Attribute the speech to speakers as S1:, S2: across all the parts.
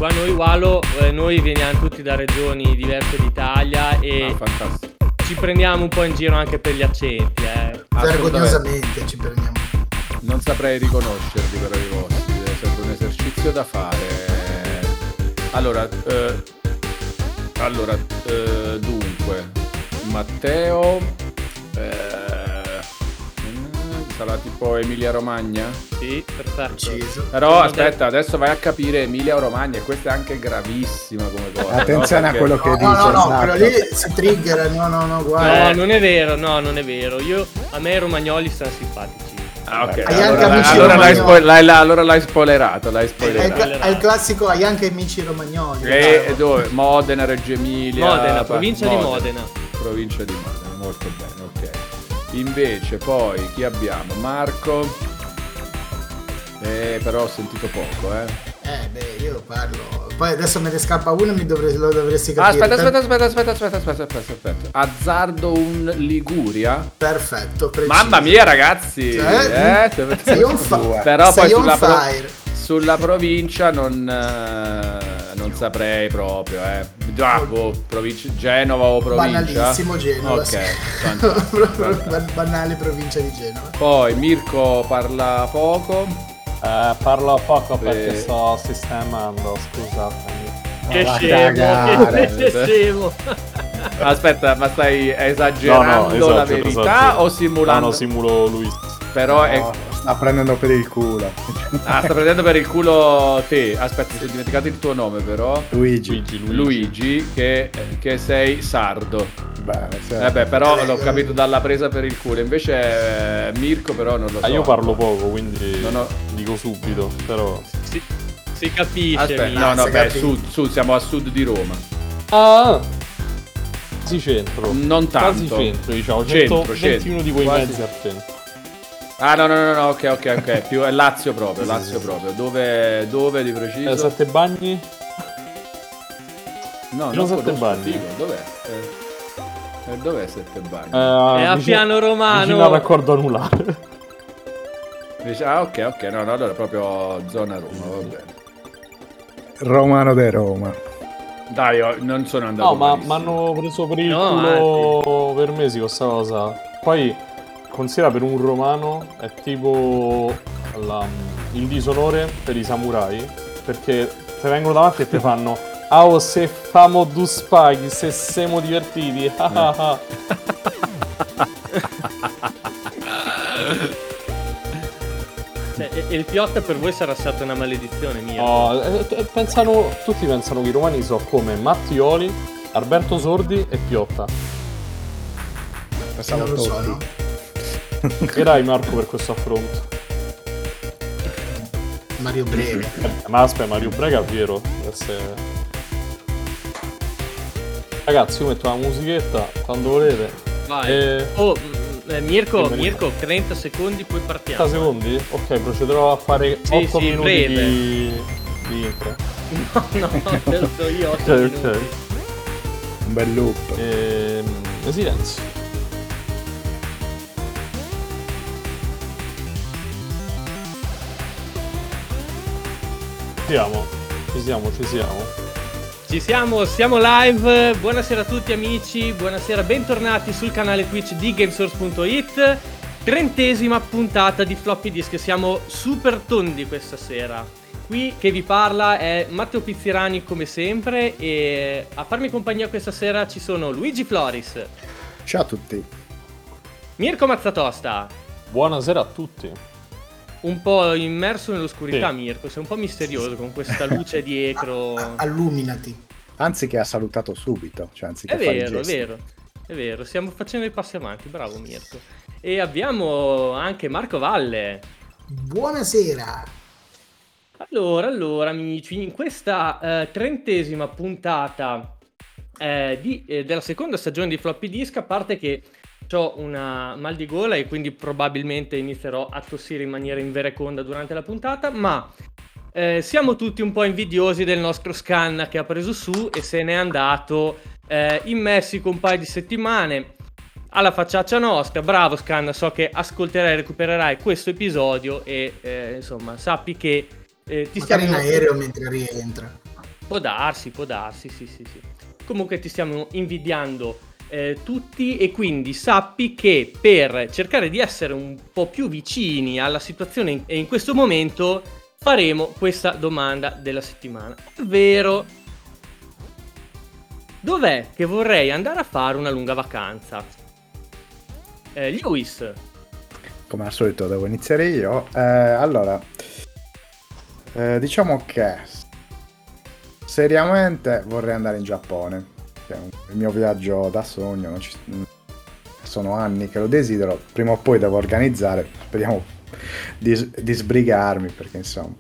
S1: qua noi Walo, noi veniamo tutti da regioni diverse d'Italia e
S2: fantastico.
S1: ci prendiamo un po' in giro anche per gli accenti,
S3: Vergognosamente ci prendiamo.
S2: Non saprei riconoscerli però i vostri, è sempre un esercizio da fare. Allora, dunque, Matteo, sarà tipo Emilia Romagna?
S1: Sì, perfetto.
S3: Preciso.
S2: Però aspetta, adesso vai a capire Emilia Romagna e questa è anche gravissima come cosa.
S4: Attenzione a quello che
S3: No,
S4: dice.
S3: no,
S4: esatto.
S3: quello lì si trigger, no, guarda.
S1: No, non è vero, non è vero. A me i romagnoli stanno simpatici.
S2: Ah, ok.
S3: Hai anche amici
S2: Allora l'hai spoilerato,
S3: È il classico, hai anche amici romagnoli.
S2: E dove? Modena, Reggio Emilia.
S1: Modena, provincia di Modena.
S2: Provincia di Modena, molto bene, ok. Invece poi chi abbiamo? Marco. Però ho sentito poco,
S3: Io parlo. Poi adesso me ne scappa uno e lo dovresti capire.
S2: Aspetta. Azzardo un Liguria?
S3: Perfetto, preciso.
S2: Mamma mia, ragazzi!
S3: Sei on
S2: Però
S3: sei
S2: poi
S3: on fire.
S2: sulla provincia non saprei proprio, provincia, Genova o provincia?
S3: Banalissimo Genova.
S2: Ok,
S3: sì.
S2: fantastico.
S3: Banale provincia di Genova.
S2: Poi Mirko parla poco.
S5: Parlo poco perché sto sistemando, scusatemi.
S1: Che
S4: va a
S1: scemo,
S4: cagare.
S1: che scemo.
S2: Aspetta, ma stai esagerando la verità o simulando?
S5: No, simulo lui.
S2: Però è...
S4: Sta prendendo per il culo.
S2: sta prendendo per il culo te. Aspetta, mi sono dimenticato il tuo nome però. Luigi, che sei sardo.
S4: Beh,
S2: però l'ho capito dalla presa per il culo. Invece Mirko però non lo so.
S5: Io parlo poco, quindi
S2: No.
S5: dico subito, però...
S1: Si capisce.
S2: Aspetta, sud, siamo a sud di Roma.
S5: Quasi centro.
S2: Non tanto.
S5: Quasi centro, diciamo.
S2: Centro.
S5: 20 minuti quei
S2: Quasi.
S5: mezzi al centro.
S2: Ah no, ok. Più è Lazio proprio, proprio. Dove di preciso?
S5: 7 bagni?
S2: No,
S5: non
S2: Sette
S5: Bagni.
S2: Dov'è? Dov'è Sette Bagni?
S1: È a Piano Romano.
S5: Vicino al raccordo anulare.
S2: Ok, no, allora proprio zona Roma, va bene.
S4: Romano de Roma.
S2: Dai, non sono andato.
S5: No, ma
S2: malissimo.
S5: mi hanno preso per il culo per mesi questa cosa. Poi considera, per un romano è tipo il disonore per i samurai, perché te vengono davanti e te fanno se famo due spaghi, se siamo divertiti.
S1: E il Piotta per voi sarà stata una maledizione mia.
S5: Tutti pensano che i romani sono come Mattioli, Alberto Sordi e Piotta.
S4: Pensavo
S3: Non lo so,
S4: tutti.
S3: no?
S5: Erai Marco per questo affronto.
S3: Mario Brega.
S5: Ma aspetta, Mario Brega è vero. Ragazzi, io metto la musichetta quando volete.
S1: Vai. Mirko, 30 secondi poi partiamo.
S5: 30 secondi? Ok, procederò a fare 8 minuti
S1: breve.
S5: di intro.
S1: No, te lo so io 8 minuti.
S5: Ok.
S4: Un bel loop.
S5: Silenzio. Ci siamo.
S1: Siamo live. Buonasera a tutti amici, buonasera, bentornati sul canale Twitch di Gamesource.it. 30ª puntata di Floppy Disk. Siamo super tondi questa sera. Qui che vi parla è Matteo Pizzirani come sempre, e a farmi compagnia questa sera ci sono Luigi Floris.
S4: Ciao a tutti.
S1: Mirko Mazzatosta.
S5: Buonasera a tutti.
S1: Un po' immerso nell'oscurità,
S5: Sì.
S1: Mirko, sei un po' misterioso con questa luce dietro.
S3: Alluminati.
S4: Anzi che ha salutato subito, cioè anziché
S1: È
S4: fare i
S1: vero,
S4: gesti.
S1: è vero, stiamo facendo i passi avanti, bravo Mirko. E abbiamo anche Marco Valle.
S3: Buonasera.
S1: Allora amici, in questa 30ª puntata della seconda stagione di Floppy Disk, a parte che ho una mal di gola e quindi probabilmente inizierò a tossire in maniera invereconda durante la puntata, ma siamo tutti un po' invidiosi del nostro Scanna che ha preso su e se n'è andato in Messico un paio di settimane. Alla facciaccia nostra, bravo Scanna, so che ascolterai e recupererai questo episodio e insomma sappi che ti
S3: Magari
S1: stiamo
S3: in aereo mentre rientra.
S1: Può darsi, sì. Comunque ti stiamo invidiando tutti, e quindi sappi che per cercare di essere un po' più vicini alla situazione in questo momento faremo questa domanda della settimana, ovvero: dov'è che vorrei andare a fare una lunga vacanza? Lewis.
S4: Come al solito devo iniziare io. Allora, diciamo che seriamente vorrei andare in Giappone, che è il mio viaggio da sogno. Sono anni che lo desidero, prima o poi devo organizzare, speriamo di sbrigarmi, perché insomma.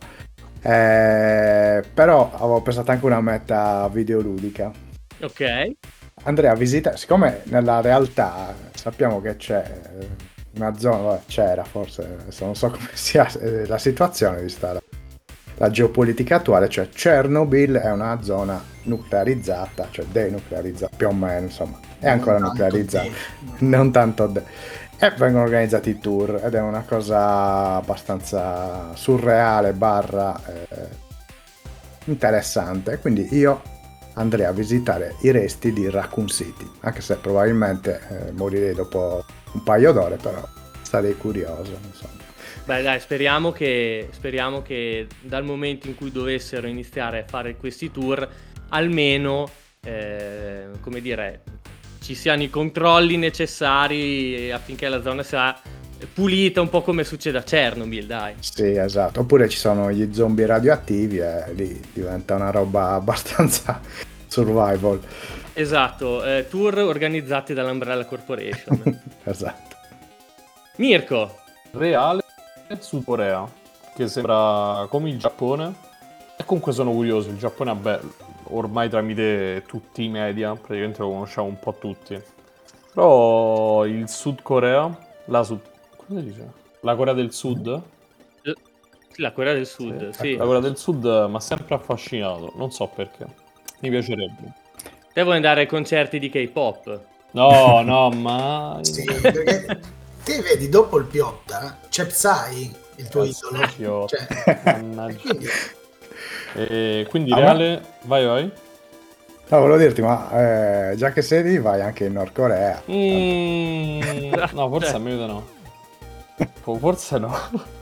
S4: Però avevo pensato anche una meta videoludica.
S1: Ok.
S4: Andrei a visitare, siccome nella realtà sappiamo che c'è una zona, c'era forse, adesso non so come sia la situazione vista la geopolitica attuale, cioè Chernobyl è una zona nuclearizzata, cioè denuclearizzata più o meno, insomma, è ancora nuclearizzata, non tanto e vengono organizzati i tour ed è una cosa abbastanza surreale barra interessante, quindi io andrei a visitare i resti di Raccoon City, anche se probabilmente morirei dopo un paio d'ore, però sarei curioso, insomma.
S1: Beh dai, speriamo che dal momento in cui dovessero iniziare a fare questi tour, almeno, come dire, ci siano i controlli necessari affinché la zona sia pulita, un po' come succede a Chernobyl, dai.
S4: Sì, esatto. Oppure ci sono gli zombie radioattivi e lì diventa una roba abbastanza survival.
S1: Esatto, tour organizzati dall'Umbrella Corporation.
S4: Esatto.
S1: Mirko.
S5: Reale Sud Corea, che sembra come il Giappone, e comunque sono curioso. Il Giappone, vabbè, ormai tramite tutti i media praticamente lo conosciamo un po' tutti, però il Sud Corea, come si dice? La Corea del Sud?
S1: La Corea del Sud, sì.
S5: La Corea del Sud mi ha sempre affascinato, non so perché, mi piacerebbe.
S1: Devo andare ai concerti di K-pop.
S5: No, mai.
S3: Sì, perché te vedi, dopo il Piotta c'è Psy, il tuo idolo.
S5: Quindi reale, vai.
S4: No, volevo dirti, ma già che sei lì vai anche in Nord Corea.
S5: No, forse a me no. Forse no.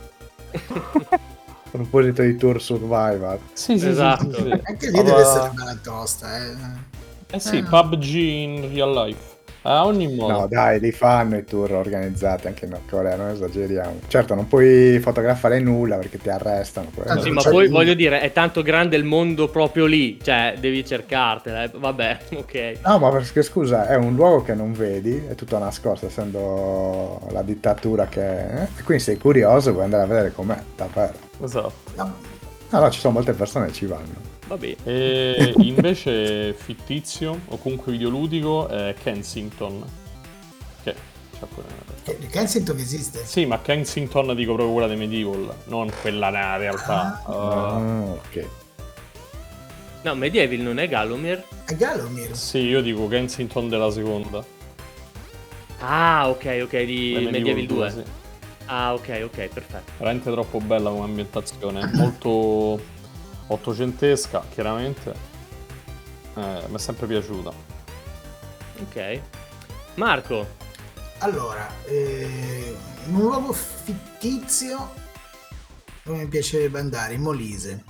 S4: A proposito di tour survival.
S5: Sì,
S1: esatto.
S5: Sì.
S3: Anche lì deve essere bella tosta,
S5: sì, PUBG in real life. A ogni modo.
S4: No, dai, li fanno i tour organizzati anche in Nord Corea, non esageriamo. Certo, non puoi fotografare nulla perché ti arrestano.
S1: Sì, ma poi voglio dire, è tanto grande il mondo proprio lì, cioè devi cercartela, vabbè, ok.
S4: No, ma perché scusa, è un luogo che non vedi, è tutto nascosto, essendo la dittatura che è, e quindi sei curioso, vuoi andare a vedere com'è, davvero.
S5: Esatto.
S4: No, ci sono molte persone che ci vanno.
S1: Vabbè.
S5: E invece fittizio o comunque videoludico è Kensington. Che
S3: Kensington esiste?
S5: Sì, ma Kensington dico proprio quella di Medieval, non quella nella realtà.
S4: Ok.
S1: No, Medieval non è Gallowmere?
S3: È Gallowmere?
S5: Sì, io dico Kensington della seconda.
S1: Ah, ok, di Medieval 2.
S5: Sì.
S1: Ah, ok, perfetto.
S5: Veramente troppo bella come ambientazione, molto ottocentesca, chiaramente. Mi è sempre piaciuta.
S1: Ok. Marco.
S3: Allora, in un luogo fittizio dove mi piacerebbe andare, in Molise.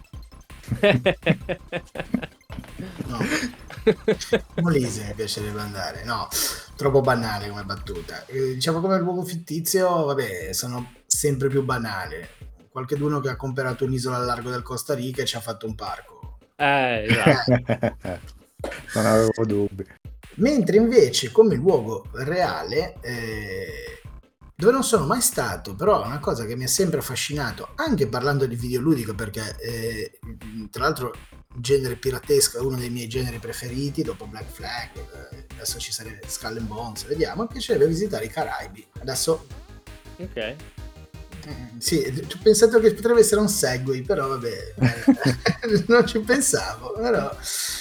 S3: No. Molise mi piacerebbe andare, no, troppo banale come battuta. Diciamo, come luogo fittizio, vabbè, sono sempre più banale. Qualcheduno che ha comprato un'isola al largo del Costa Rica e ci ha fatto un parco.
S1: Esatto.
S4: Non avevo dubbi.
S3: Mentre invece come luogo reale, dove non sono mai stato, però è una cosa che mi ha sempre affascinato, anche parlando di videoludico, perché tra l'altro il genere piratesco è uno dei miei generi preferiti dopo Black Flag, adesso ci sarebbe Skull and Bones, vediamo, mi piacerebbe visitare i Caraibi. Adesso
S1: ok.
S3: Sì, ho pensato che potrebbe essere un Segway, però vabbè, non ci pensavo, però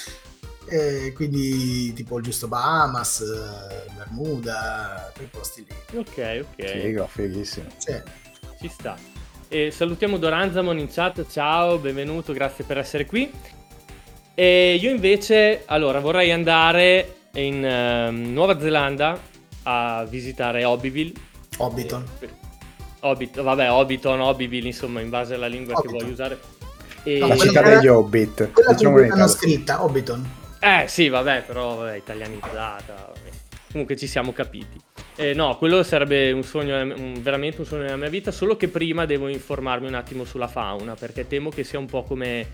S3: quindi tipo il giusto Bahamas, Bermuda, quei posti lì.
S1: Ok.
S4: Fighissimo.
S3: Sì.
S1: Ci sta. E salutiamo Doranzamon in chat, ciao, benvenuto, grazie per essere qui. E io invece, allora, vorrei andare in Nuova Zelanda a visitare Hobbitville.
S3: Hobbiton.
S1: Hobbiton, Hobbitville, insomma, in base alla lingua
S3: Hobbiton.
S1: che vuoi usare.
S3: No,
S4: La
S3: quella
S4: città
S3: che era-
S4: degli Hobbit.
S3: Quella
S4: Diciamo
S3: che
S4: in
S3: hanno
S4: Italia.
S3: scritta, Hobbiton.
S1: Sì, vabbè, però è italianizzata. Vabbè. Comunque ci siamo capiti. No, quello sarebbe un sogno, veramente un sogno nella mia vita, solo che prima devo informarmi un attimo sulla fauna, perché temo che sia un po' come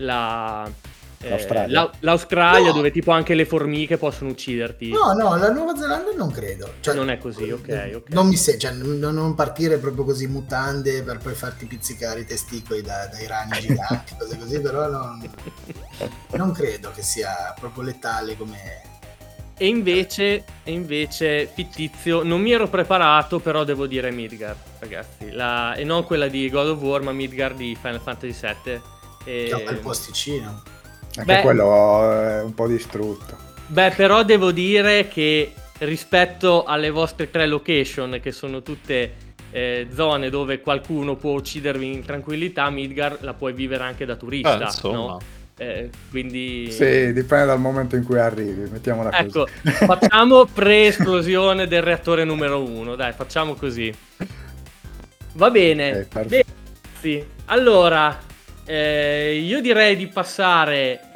S1: l'Australia,
S3: No.
S1: dove tipo anche le formiche possono ucciderti.
S3: No, la Nuova Zelanda non credo. Cioè,
S1: Non è così, ok.
S3: Non mi cioè, non partire proprio così in mutande per poi farti pizzicare i testicoli dai ragni giganti, cose così, però non credo che sia proprio letale come...
S1: E invece, fittizio, non mi ero preparato, però devo dire Midgard, ragazzi. E non quella di God of War, ma Midgard di Final Fantasy VII.
S3: È un bel posticino.
S4: Anche quello è un po' distrutto.
S1: Beh, però devo dire che rispetto alle vostre 3 location, che sono tutte zone dove qualcuno può uccidervi in tranquillità, Midgard la puoi vivere anche da turista,
S5: insomma.
S1: no? Quindi...
S4: Sì, dipende dal momento in cui arrivi, mettiamola così.
S1: Ecco, facciamo pre-esplosione del reattore numero 1, dai, facciamo così. Va bene.
S4: Perfetto.
S1: Sì. Allora, io direi di passare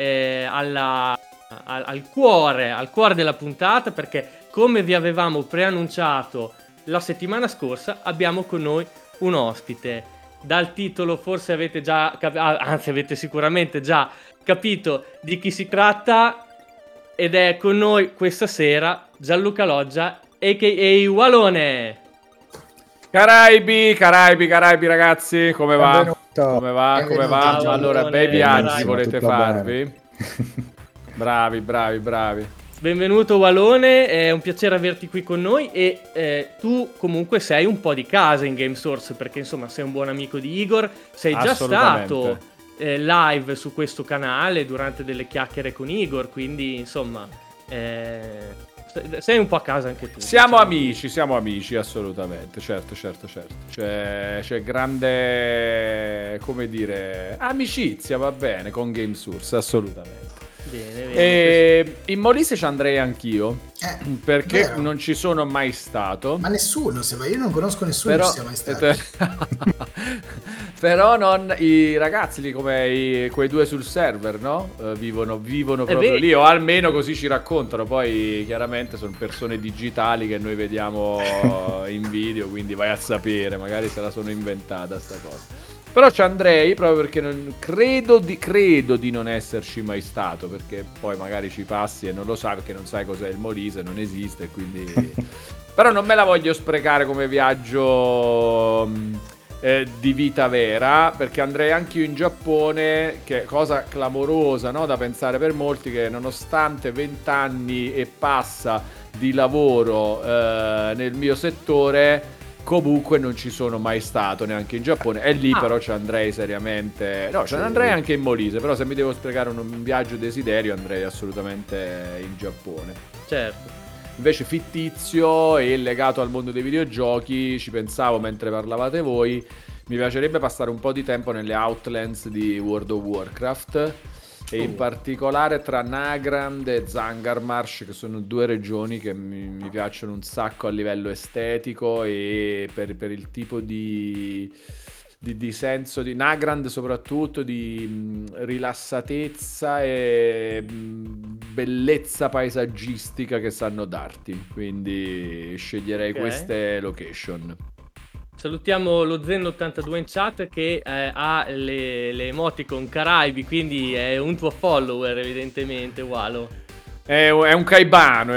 S1: al cuore della puntata, perché come vi avevamo preannunciato la settimana scorsa, abbiamo con noi un ospite. Dal titolo forse avete già anzi avete sicuramente già capito di chi si tratta, ed è con noi questa sera Gianluca Loggia, a.k.a. Walone.
S2: Caraibi ragazzi, come va?
S4: Benvenuto.
S2: Come va?
S1: Ciao,
S2: Allora,
S1: Walone.
S2: bei viaggi
S1: Benissimo,
S2: volete
S4: tutto
S2: farvi? Bravi.
S1: Benvenuto Walone, è un piacere averti qui con noi, e tu comunque sei un po' di casa in Game Source, perché insomma sei un buon amico di Igor, sei già stato live su questo canale durante delle chiacchiere con Igor, quindi insomma sei un po' a casa anche tu.
S2: Siamo amici, assolutamente, certo. C'è grande, come dire, amicizia, va bene, con Game Source, assolutamente.
S1: Bene.
S2: In Molise ci andrei anch'io, perché
S3: vero.
S2: non ci sono mai stato.
S3: Ma nessuno, se va, io non conosco nessuno che sia mai stato.
S2: Però non i ragazzi lì, come quei due sul server, no? Vivono proprio lì, o almeno così ci raccontano. Poi chiaramente sono persone digitali che noi vediamo in video, quindi vai a sapere, magari se la sono inventata sta cosa. Però ci andrei proprio perché credo di non esserci mai stato, perché poi magari ci passi e non lo sai, perché non sai cos'è il Molise, non esiste, quindi... Però non me la voglio sprecare come viaggio di vita vera, perché andrei anche io in Giappone, che è cosa clamorosa, no? Da pensare per molti, che nonostante 20 anni e passa di lavoro nel mio settore, comunque non ci sono mai stato neanche in Giappone, e lì però ci andrei seriamente. No, ce ne andrei anche in Molise, però se mi devo sprecare un viaggio desiderio andrei assolutamente in Giappone.
S1: Certo.
S2: Invece fittizio e legato al mondo dei videogiochi, ci pensavo mentre parlavate voi, mi piacerebbe passare un po' di tempo nelle Outlands di World of Warcraft, e in particolare tra Nagrand e Zangarmarsh, che sono due regioni che mi piacciono un sacco a livello estetico e per il tipo di senso di Nagrand, soprattutto di rilassatezza e bellezza paesaggistica che sanno darti, quindi sceglierei queste location.
S1: Salutiamo lo Zen82 in chat, che ha le emoticon Caraibi, quindi è un tuo follower evidentemente, Walo.
S2: È un Kaibano.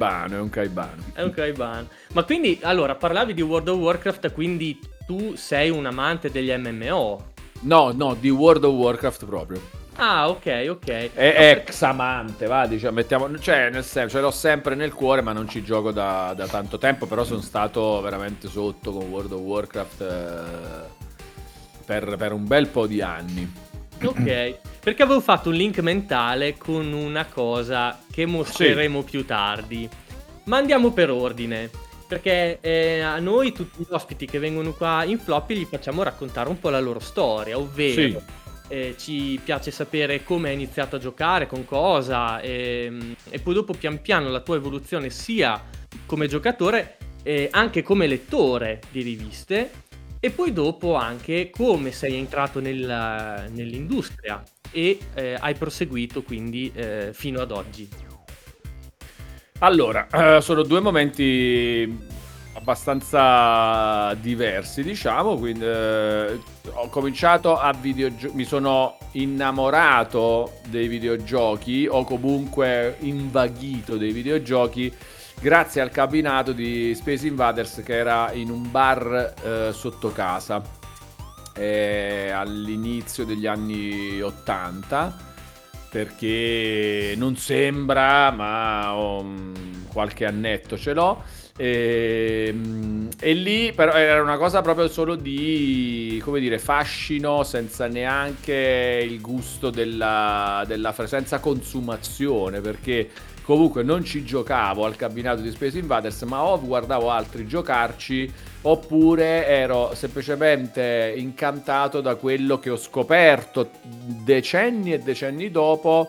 S1: Ma quindi, allora, parlavi di World of Warcraft, quindi tu sei un amante degli MMO?
S2: No, di World of Warcraft proprio.
S1: Ah, ok.
S2: È ex amante, va, diciamo, mettiamo, cioè nel senso, ce l'ho sempre nel cuore, ma non ci gioco da tanto tempo, però sono stato veramente sotto con World of Warcraft per un bel po' di anni.
S1: Ok, perché avevo fatto un link mentale con una cosa che mostreremo più tardi. Ma andiamo per ordine, perché a noi tutti gli ospiti che vengono qua in Floppy gli facciamo raccontare un po' la loro storia, ovvero ci piace sapere come hai iniziato a giocare, con cosa, e poi dopo pian piano la tua evoluzione sia come giocatore anche come lettore di riviste, e poi dopo anche come sei entrato nell'industria e hai proseguito quindi fino ad oggi.
S2: Allora, sono due momenti abbastanza diversi, diciamo. Quindi ho cominciato a mi sono innamorato dei videogiochi, o comunque invaghito dei videogiochi, grazie al cabinato di Space Invaders, che era in un bar sotto casa all'inizio degli anni 80, perché non sembra, ma qualche annetto ce l'ho. E lì però era una cosa proprio solo di, come dire, fascino, senza neanche il gusto della senza consumazione, perché comunque non ci giocavo al cabinato di Space Invaders, ma o guardavo altri giocarci, oppure ero semplicemente incantato da quello che ho scoperto decenni e decenni dopo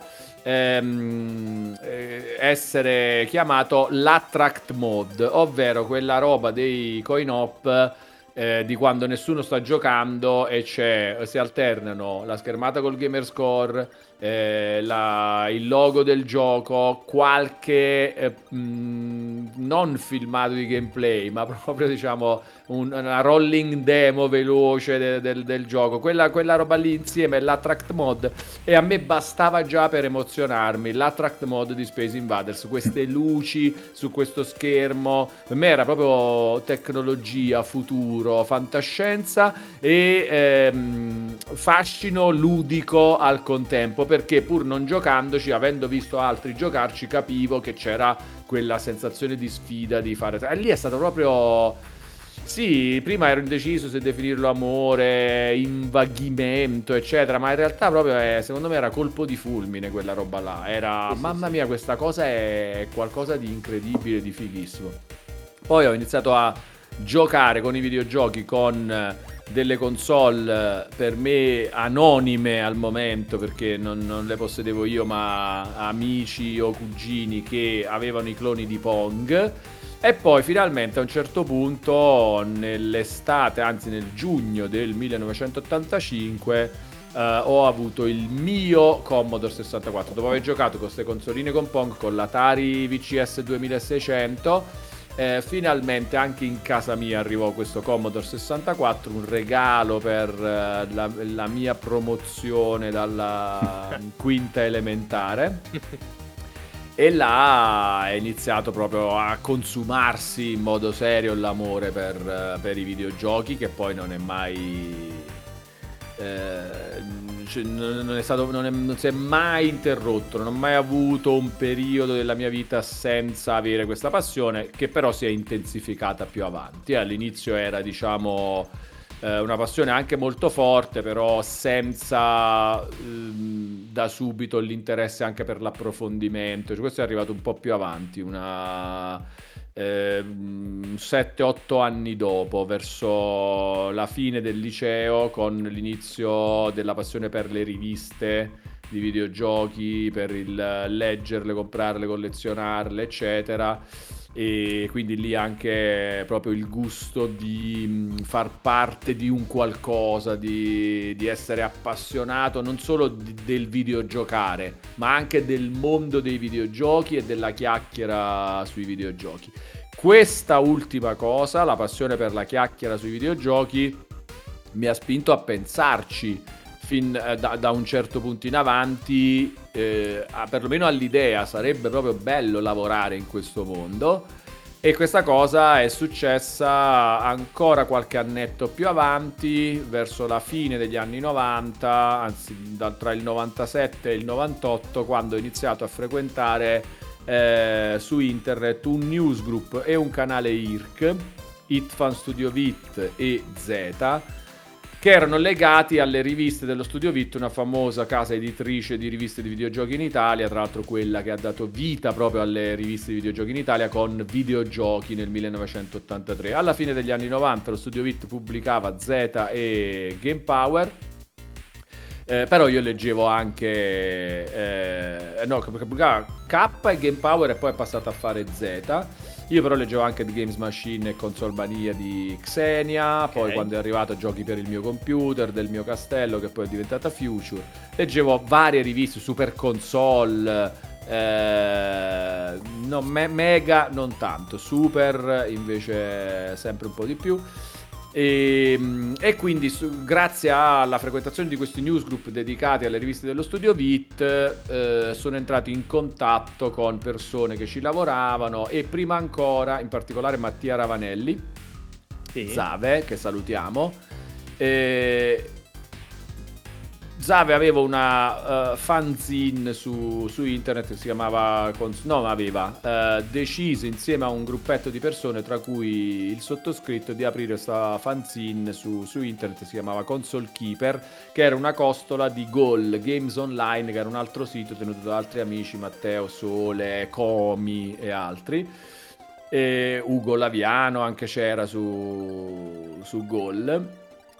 S2: essere chiamato l'attract mode, ovvero quella roba dei coin op di quando nessuno sta giocando e si alternano la schermata col gamer score, il logo del gioco, qualche non filmato di gameplay, ma proprio, diciamo, una rolling demo veloce del gioco, quella roba lì insieme, l'attract mode, e a me bastava già per emozionarmi l'attract mode di Space Invaders, queste luci su questo schermo, per me era proprio tecnologia, futuro, fantascienza e fascino ludico al contempo, perché pur non giocandoci, avendo visto altri giocarci, capivo che c'era quella sensazione di sfida, di fare. E lì è stato proprio. Sì, prima ero indeciso se definirlo amore, invaghimento, eccetera, ma in realtà proprio secondo me era colpo di fulmine quella roba là. Era, mamma mia, questa cosa è qualcosa di incredibile, di fighissimo. Poi ho iniziato a giocare con i videogiochi con delle console per me anonime al momento, perché non le possedevo io, ma amici o cugini che avevano i cloni di Pong. E poi finalmente a un certo punto, nell'estate, anzi nel giugno del 1985, ho avuto il mio Commodore 64. Dopo aver giocato con queste consoline con Pong, con l'Atari VCS 2600, finalmente anche in casa mia arrivò questo Commodore 64, un regalo per la mia promozione dalla quinta elementare. E là è iniziato proprio a consumarsi in modo serio l'amore per i videogiochi, che poi non è mai non si è mai interrotto. Non ho mai avuto un periodo della mia vita senza avere questa passione, che però si è intensificata più avanti. All'inizio era, diciamo, una passione anche molto forte, però senza da subito l'interesse anche per l'approfondimento. Cioè, questo è arrivato un po' più avanti, 7-8 anni dopo, verso la fine del liceo, con l'inizio della passione per le riviste di videogiochi, per il leggerle, comprarle, collezionarle, eccetera. E quindi lì anche proprio il gusto di far parte di un qualcosa, di essere appassionato non solo del videogiocare, ma anche del mondo dei videogiochi e della chiacchiera sui videogiochi. Questa ultima cosa, la passione per la chiacchiera sui videogiochi, mi ha spinto a pensarci da un certo punto in avanti, perlomeno all'idea, sarebbe proprio bello lavorare in questo mondo. E questa cosa è successa ancora qualche annetto più avanti, verso la fine degli anni 90, anzi tra il 97 e il 98, quando ho iniziato a frequentare su internet un newsgroup e un canale IRC, It Fan Studio Vit e Z, che erano legati alle riviste dello Studio Vit, una famosa casa editrice di riviste di videogiochi in Italia, tra l'altro quella che ha dato vita proprio alle riviste di videogiochi in Italia con Videogiochi nel 1983. Alla fine degli anni 90 lo Studio Vit pubblicava Z e Game Power, Però io leggevo anche no, perché pubblicava K e Game Power e poi è passato a fare Z. Io però leggevo anche The Games Machine e Console Mania di Xenia, poi quando è arrivato Giochi per il mio computer, del mio castello, che poi è diventata Future. Leggevo varie riviste, Super Console, no, Mega non tanto, Super invece sempre un po' di più. E quindi grazie alla frequentazione di questi newsgroup dedicati alle riviste dello studio VIT sono entrato in contatto con persone che ci lavoravano, e prima ancora in particolare Mattia Ravanelli, Zave, che salutiamo. Zave aveva una fanzine su internet che si chiamava deciso insieme a un gruppetto di persone, tra cui il sottoscritto, di aprire questa fanzine su internet, si chiamava Console Keeper, che era una costola di Goal Games Online, che era un altro sito tenuto da altri amici, Matteo Sole, Comi e altri. Ugo Laviano anche c'era su Goal.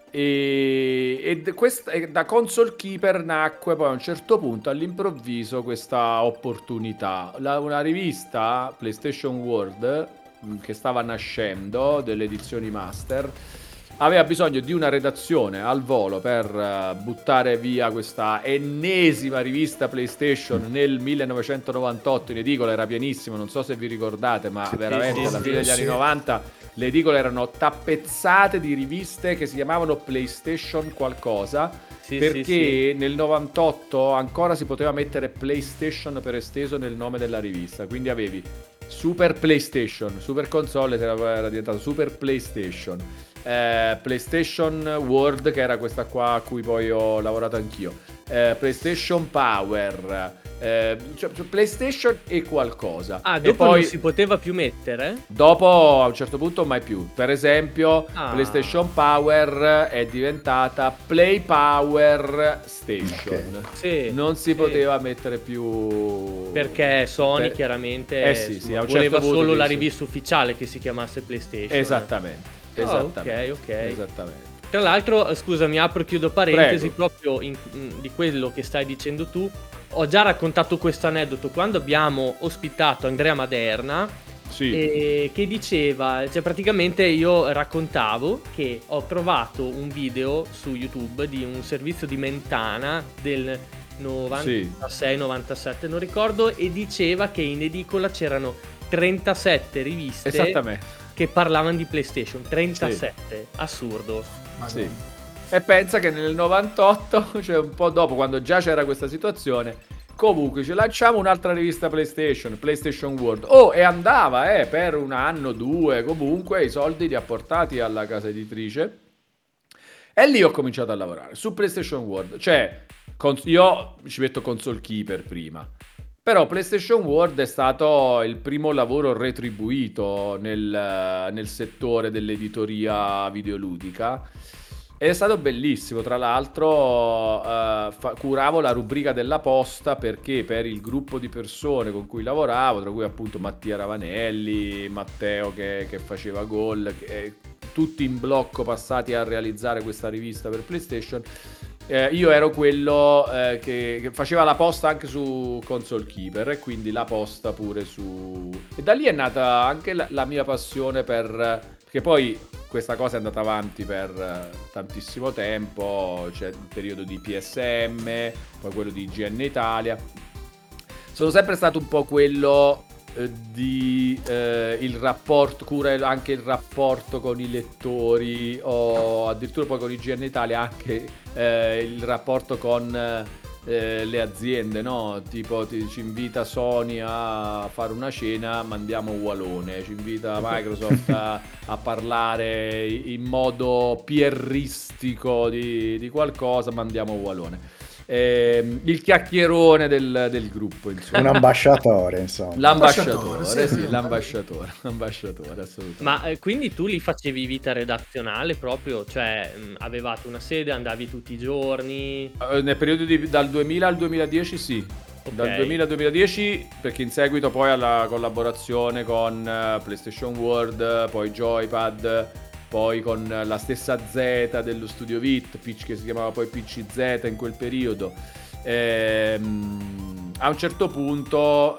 S2: E da Console Keeper nacque poi a un certo punto all'improvviso questa opportunità. Una rivista, PlayStation World, che stava nascendo, delle edizioni master, aveva bisogno di una redazione al volo per buttare via questa ennesima rivista PlayStation nel 1998 in edicola. Era pienissimo, non so se vi ricordate, ma veramente alla fine degli anni 90 le edicole erano tappezzate di riviste che si chiamavano PlayStation qualcosa, perché nel 98 ancora si poteva mettere PlayStation per esteso nel nome della rivista, quindi avevi Super PlayStation, Super Console era diventato Super PlayStation, PlayStation World, che era questa qua a cui poi ho lavorato anch'io, PlayStation Power, cioè PlayStation e qualcosa.
S1: Dopo
S2: e poi
S1: non si poteva più mettere?
S2: Dopo a un certo punto mai più. Per esempio PlayStation Power è diventata Play Power Station. Non si poteva mettere più,
S1: perché Sony chiaramente
S2: voleva
S1: certo solo la rivista ufficiale che si chiamasse PlayStation.
S2: Esattamente.
S1: Ok.
S2: Esattamente.
S1: Tra l'altro, scusami, apro e chiudo parentesi. Proprio di quello che stai dicendo tu. Ho già raccontato questo aneddoto quando abbiamo ospitato Andrea Maderna, che diceva, cioè praticamente io raccontavo che ho trovato un video su YouTube di un servizio di Mentana del 96-97, non ricordo, e diceva che in edicola c'erano 37 riviste che parlavano di PlayStation. 37, assurdo.
S2: E pensa che nel 98, cioè un po' dopo, quando già c'era questa situazione, comunque ci lanciamo un'altra rivista PlayStation World. E andava per un anno, 2, comunque i soldi li ha portati alla casa editrice. E lì ho cominciato a lavorare su PlayStation World. Cioè, io ci metto Console Keeper prima, però PlayStation World è stato il primo lavoro retribuito nel settore dell'editoria videoludica. Ed è stato bellissimo. Tra l'altro curavo la rubrica della posta, perché per il gruppo di persone con cui lavoravo, tra cui appunto Mattia Ravanelli, Matteo che faceva Goal, tutti in blocco passati a realizzare questa rivista per PlayStation, io ero quello che faceva la posta anche su Console Keeper, e quindi la posta pure su... E da lì è nata anche la mia passione perché poi questa cosa è andata avanti per tantissimo tempo. C'è il periodo di PSM, poi quello di IGN Italia. Sono sempre stato un po' quello di il rapporto, cura anche il rapporto con i lettori, o addirittura poi con IGN Italia anche il rapporto con le aziende, no? Tipo ci invita Sony a fare una cena, mandiamo Walone, ci invita Microsoft a parlare in modo PR-istico di qualcosa, mandiamo Walone. Il chiacchierone del gruppo, insomma.
S4: Un ambasciatore, insomma.
S2: L'ambasciatore, sì, l'ambasciatore, assolutamente.
S1: Ma quindi tu li facevi vita redazionale proprio? Cioè avevate una sede, andavi tutti i giorni?
S2: Nel periodo dal 2000 al 2010 sì. Dal 2000 al 2010, perché in seguito poi alla collaborazione con PlayStation World, poi Joypad, poi con la stessa Z dello studio VIT, che si chiamava poi PCZ in quel periodo. A un certo punto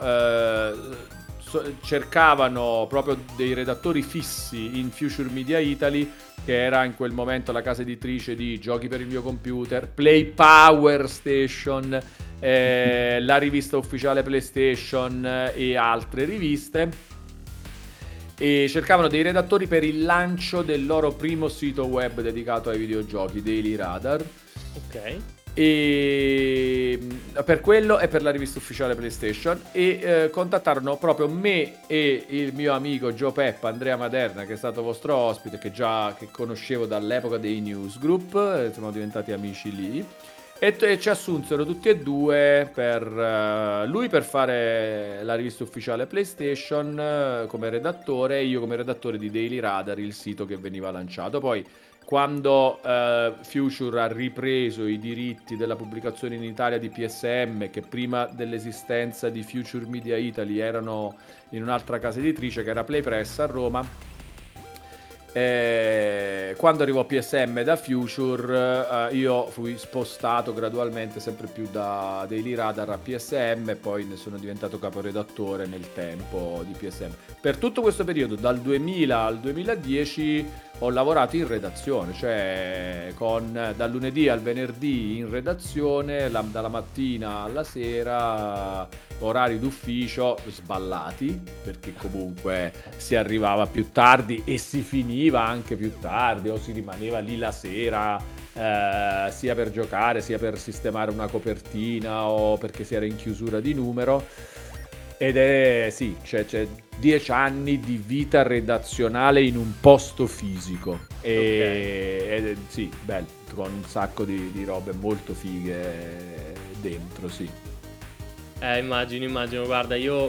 S2: cercavano proprio dei redattori fissi in Future Media Italy, che era in quel momento la casa editrice di Giochi per il mio computer, Play Power Station, la rivista ufficiale PlayStation e altre riviste, e cercavano dei redattori per il lancio del loro primo sito web dedicato ai videogiochi, Daily Radar.
S1: Ok.
S2: E per quello e per la rivista ufficiale PlayStation, e contattarono proprio me e il mio amico Gio Peppa, Andrea Maderna, che è stato vostro ospite, che conoscevo dall'epoca dei newsgroup, siamo diventati amici lì, e ci assunsero tutti e due, per lui per fare la rivista ufficiale PlayStation come redattore, e io come redattore di Daily Radar, il sito che veniva lanciato. Poi quando Future ha ripreso i diritti della pubblicazione in Italia di PSM, che prima dell'esistenza di Future Media Italy erano in un'altra casa editrice che era Playpress a Roma, quando arrivò PSM da Future, io fui spostato gradualmente sempre più da Daily Radar a PSM, e poi ne sono diventato caporedattore nel tempo di PSM. Per tutto questo periodo, dal 2000 al 2010, ho lavorato in redazione, cioè dal lunedì al venerdì in redazione, dalla mattina alla sera, orari d'ufficio sballati, perché comunque si arrivava più tardi e si finiva anche più tardi, o si rimaneva lì la sera, sia per giocare sia per sistemare una copertina, o perché si era in chiusura di numero. Ed è sì, c'è 10 anni di vita redazionale in un posto fisico, ed sì, bello, con un sacco di robe molto fighe dentro, sì.
S1: Immagino, guarda, io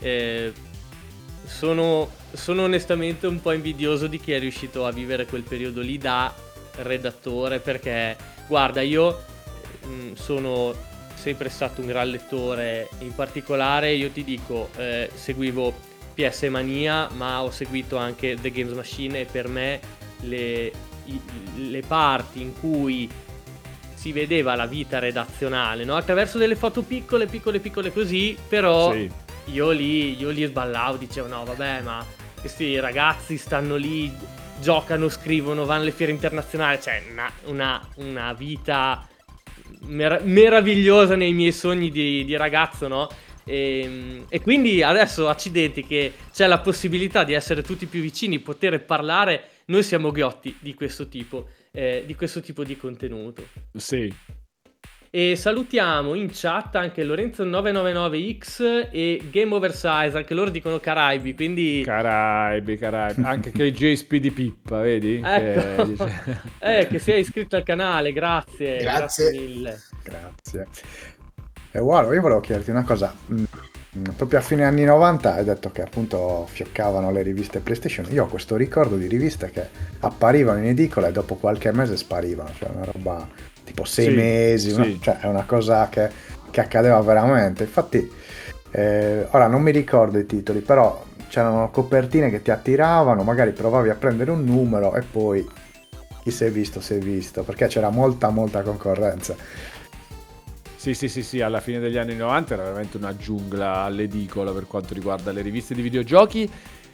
S1: sono onestamente un po' invidioso di chi è riuscito a vivere quel periodo lì da redattore, perché guarda, io sono sempre stato un gran lettore. In particolare io ti dico, seguivo PS Mania, ma ho seguito anche The Games Machine, e per me le parti in cui si vedeva la vita redazionale, no? Attraverso delle foto piccole così, però
S2: Sì.
S1: io lì sballavo, dicevo no vabbè, ma questi ragazzi stanno lì, giocano, scrivono, vanno alle fiere internazionali, cioè una vita meravigliosa nei miei sogni di ragazzo, no? E quindi adesso, accidenti, che c'è la possibilità di essere tutti più vicini, poter parlare, noi siamo ghiotti di questo tipo di contenuto.
S2: Sì.
S1: E salutiamo in chat anche Lorenzo 999X e Game Oversize, anche loro dicono Caraibi, quindi
S2: Caraibi, anche KJ Speedy Pippa, vedi?
S1: ecco. Che sei iscritto al canale, grazie mille.
S4: Grazie. E guarda, io volevo chiederti una cosa. Proprio a fine anni 90 hai detto che appunto fioccavano le riviste PlayStation. Io ho questo ricordo di riviste che apparivano in edicola e dopo qualche mese sparivano, cioè una roba tipo 6 mesi,
S2: sì.
S4: Cioè è una cosa che accadeva veramente. Infatti ora non mi ricordo i titoli, però c'erano copertine che ti attiravano, magari provavi a prendere un numero e poi chi si è visto, perché c'era molta concorrenza.
S2: Sì, alla fine degli anni 90 era veramente una giungla all'edicola per quanto riguarda le riviste di videogiochi,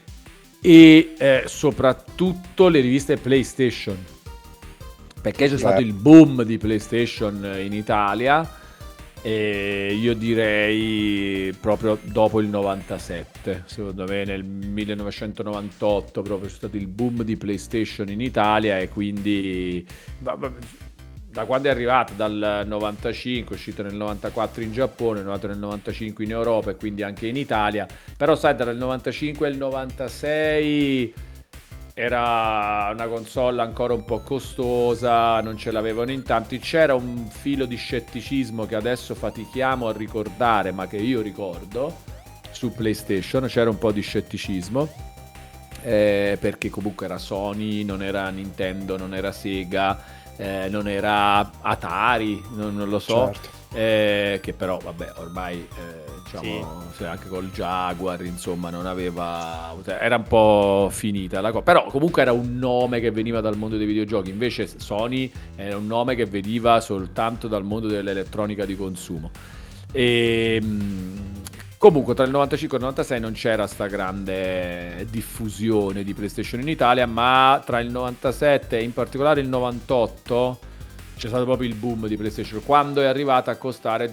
S2: e soprattutto le riviste PlayStation, perché c'è stato il boom di PlayStation in Italia, e io direi proprio dopo il 97, secondo me nel 1998 proprio c'è stato il boom di PlayStation in Italia, e quindi da quando è arrivato, dal 95, è uscito nel 94 in Giappone, è arrivato nel 95 in Europa e quindi anche in Italia, però sai, tra il 95 e il 96 era una console ancora un po' costosa, non ce l'avevano in tanti, c'era un filo di scetticismo che adesso fatichiamo a ricordare, ma che io ricordo, su PlayStation c'era un po' di scetticismo, perché comunque era Sony, non era Nintendo, non era Sega, non era Atari, non lo so,
S4: Certo.
S2: che però vabbè ormai diciamo, sì, anche col Jaguar, insomma, non aveva, era un po' finita la cosa, però comunque era un nome che veniva dal mondo dei videogiochi, invece Sony era un nome che veniva soltanto dal mondo dell'elettronica di consumo. E comunque tra il 95 e il 96 non c'era sta grande diffusione di PlayStation in Italia, ma tra il 97 e in particolare il 98 c'è stato proprio il boom di PlayStation, quando è arrivata a costare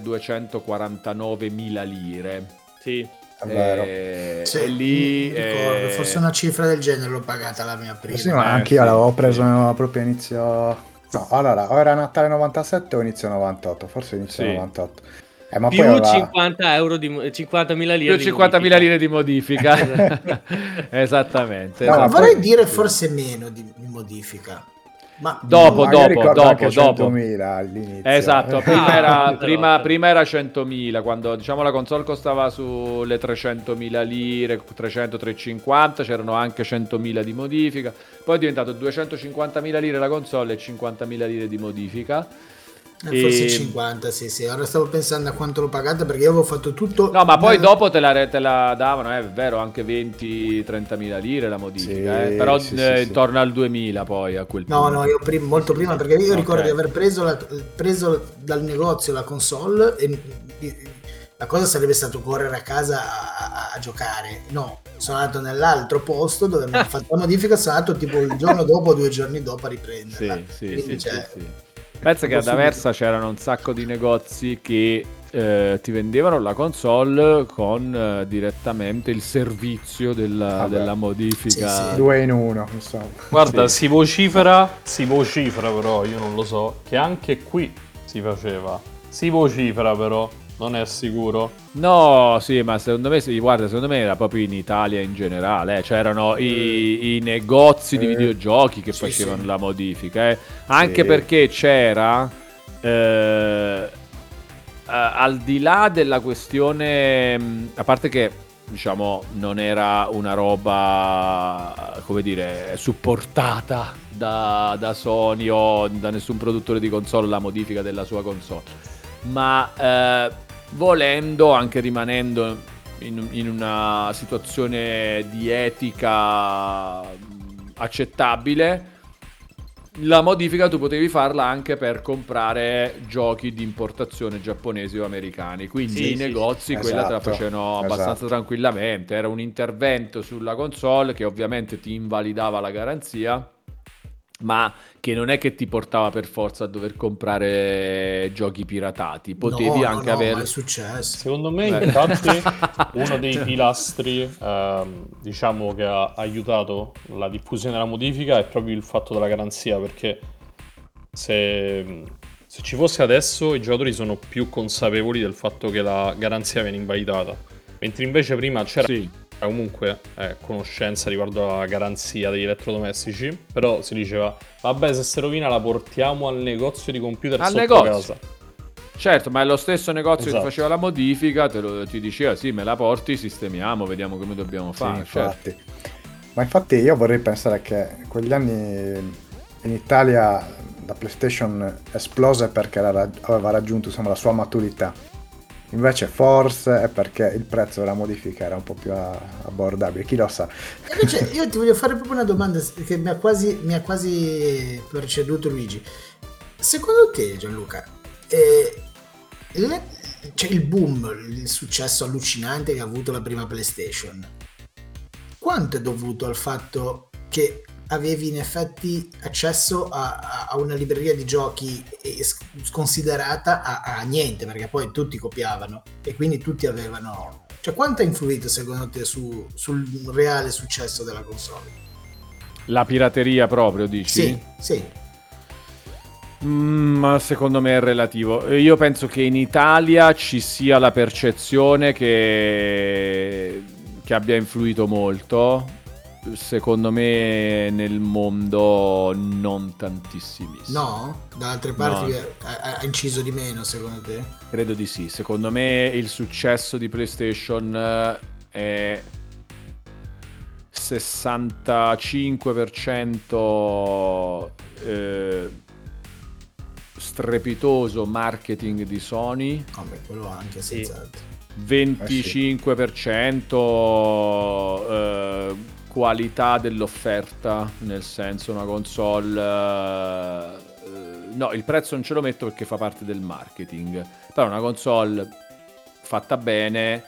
S2: 249.000 lire.
S1: Sì.
S4: È vero.
S2: E lì
S3: mi ricordo, forse una cifra del genere l'ho pagata la mia prima.
S4: Sì, ma anche io l'avevo preso proprio inizio... No, allora, o era Natale 97 o inizio 98, forse inizio 98. Ma
S1: più
S4: poi aveva...
S1: 50 euro di 50.000 lire
S2: più 50.000 lire di modifica. Esattamente.
S4: No, ma
S3: Vorrei
S4: poi-
S3: dire forse meno di modifica. Ma
S2: Dopo,
S4: magari ricordo anche
S2: dopo.
S4: 100.000 all'inizio.
S2: Esatto,
S1: Ah,
S2: prima era 100.000, quando diciamo la console costava sulle 300.000 lire, 300, 350, c'erano anche 100.000 di modifica, poi è diventato 250.000 lire la console e 50.000 lire di modifica.
S3: forse 50, sì. Ora stavo pensando a quanto l'ho pagata perché io avevo fatto tutto.
S2: No, ma poi dopo te la davano, è vero, anche 20-30.000 lire la modifica,
S4: Sì,
S2: però
S4: sì,
S2: intorno al 2000 poi a quel punto.
S3: No, io molto prima, perché io ricordo
S2: Ok.
S3: di aver preso dal negozio la console e la cosa sarebbe stato correre a casa a giocare. No, sono andato nell'altro posto dove mi hanno fatto la modifica, sono andato tipo il giorno dopo o 2 giorni dopo a riprenderla.
S2: Sì.
S3: Quindi, cioè,
S2: Pensa che ad Aversa c'erano un sacco di negozi che ti vendevano la console con direttamente il servizio della modifica.
S3: Sì.
S4: 2 in 1, insomma.
S5: Guarda,
S2: Sì.
S5: si vocifera però, io non lo so, che anche qui si faceva. Si vocifera però, non è sicuro.
S2: No, sì, ma secondo me, guarda, secondo me era proprio in Italia in generale, c'erano i negozi di videogiochi che facevano la modifica, anche perché c'era, al di là della questione, a parte che, diciamo, non era una roba, come dire, supportata da Sony o da nessun produttore di console, la modifica della sua console, ma volendo, anche rimanendo in una situazione di etica accettabile, la modifica tu potevi farla anche per comprare giochi di importazione giapponesi o americani, quindi
S1: Sì,
S2: i negozi quella te la
S4: Esatto,
S2: facevano abbastanza tranquillamente, era un intervento sulla console che ovviamente ti invalidava la garanzia, ma che non è che ti portava per forza a dover comprare giochi piratati, potevi anche
S3: ma
S2: avere...
S3: è successo.
S5: Secondo me, infatti, uno dei pilastri, diciamo, che ha aiutato la diffusione della modifica è proprio il fatto della garanzia, perché se ci fosse adesso i giocatori sono più consapevoli del fatto che la garanzia viene invalidata, mentre invece prima c'era comunque conoscenza riguardo alla garanzia degli elettrodomestici, però si diceva vabbè, se si rovina la portiamo al negozio di computer
S2: Al
S5: sotto
S2: negozio.
S5: casa.
S2: Certo, ma è lo stesso negozio
S5: Esatto.
S2: che faceva la modifica, ti diceva sì, me la porti, sistemiamo, vediamo come dobbiamo
S4: Sì,
S2: fare. Certo.
S4: infatti. Ma infatti io vorrei pensare che quegli anni in Italia la PlayStation esplose perché aveva raggiunto, insomma, la sua maturità. Invece forse è perché il prezzo della modifica era un po' più abbordabile, chi lo sa.
S3: Invece io ti voglio fare proprio una domanda che mi ha quasi preceduto Luigi. Secondo te, Gianluca, c'è il boom, il successo allucinante che ha avuto la prima PlayStation, quanto è dovuto al fatto che avevi in effetti accesso a una libreria di giochi sconsiderata a niente, perché poi tutti copiavano e quindi tutti avevano... Cioè, quanto ha influito secondo te sul reale successo della console?
S2: La pirateria proprio, dici?
S3: Sì.
S2: Ma secondo me è relativo. Io penso che in Italia ci sia la percezione che abbia influito molto. Secondo me nel mondo non tantissimissimo.
S3: No? Da altre parti ha inciso di meno, secondo te?
S2: Credo di sì. Secondo me il successo di PlayStation è 65% strepitoso marketing di Sony.
S3: Vabbè, quello anche senz'altro.
S2: 25% qualità dell'offerta, nel senso una console... no, il prezzo non ce lo metto perché fa parte del marketing, però una console fatta bene,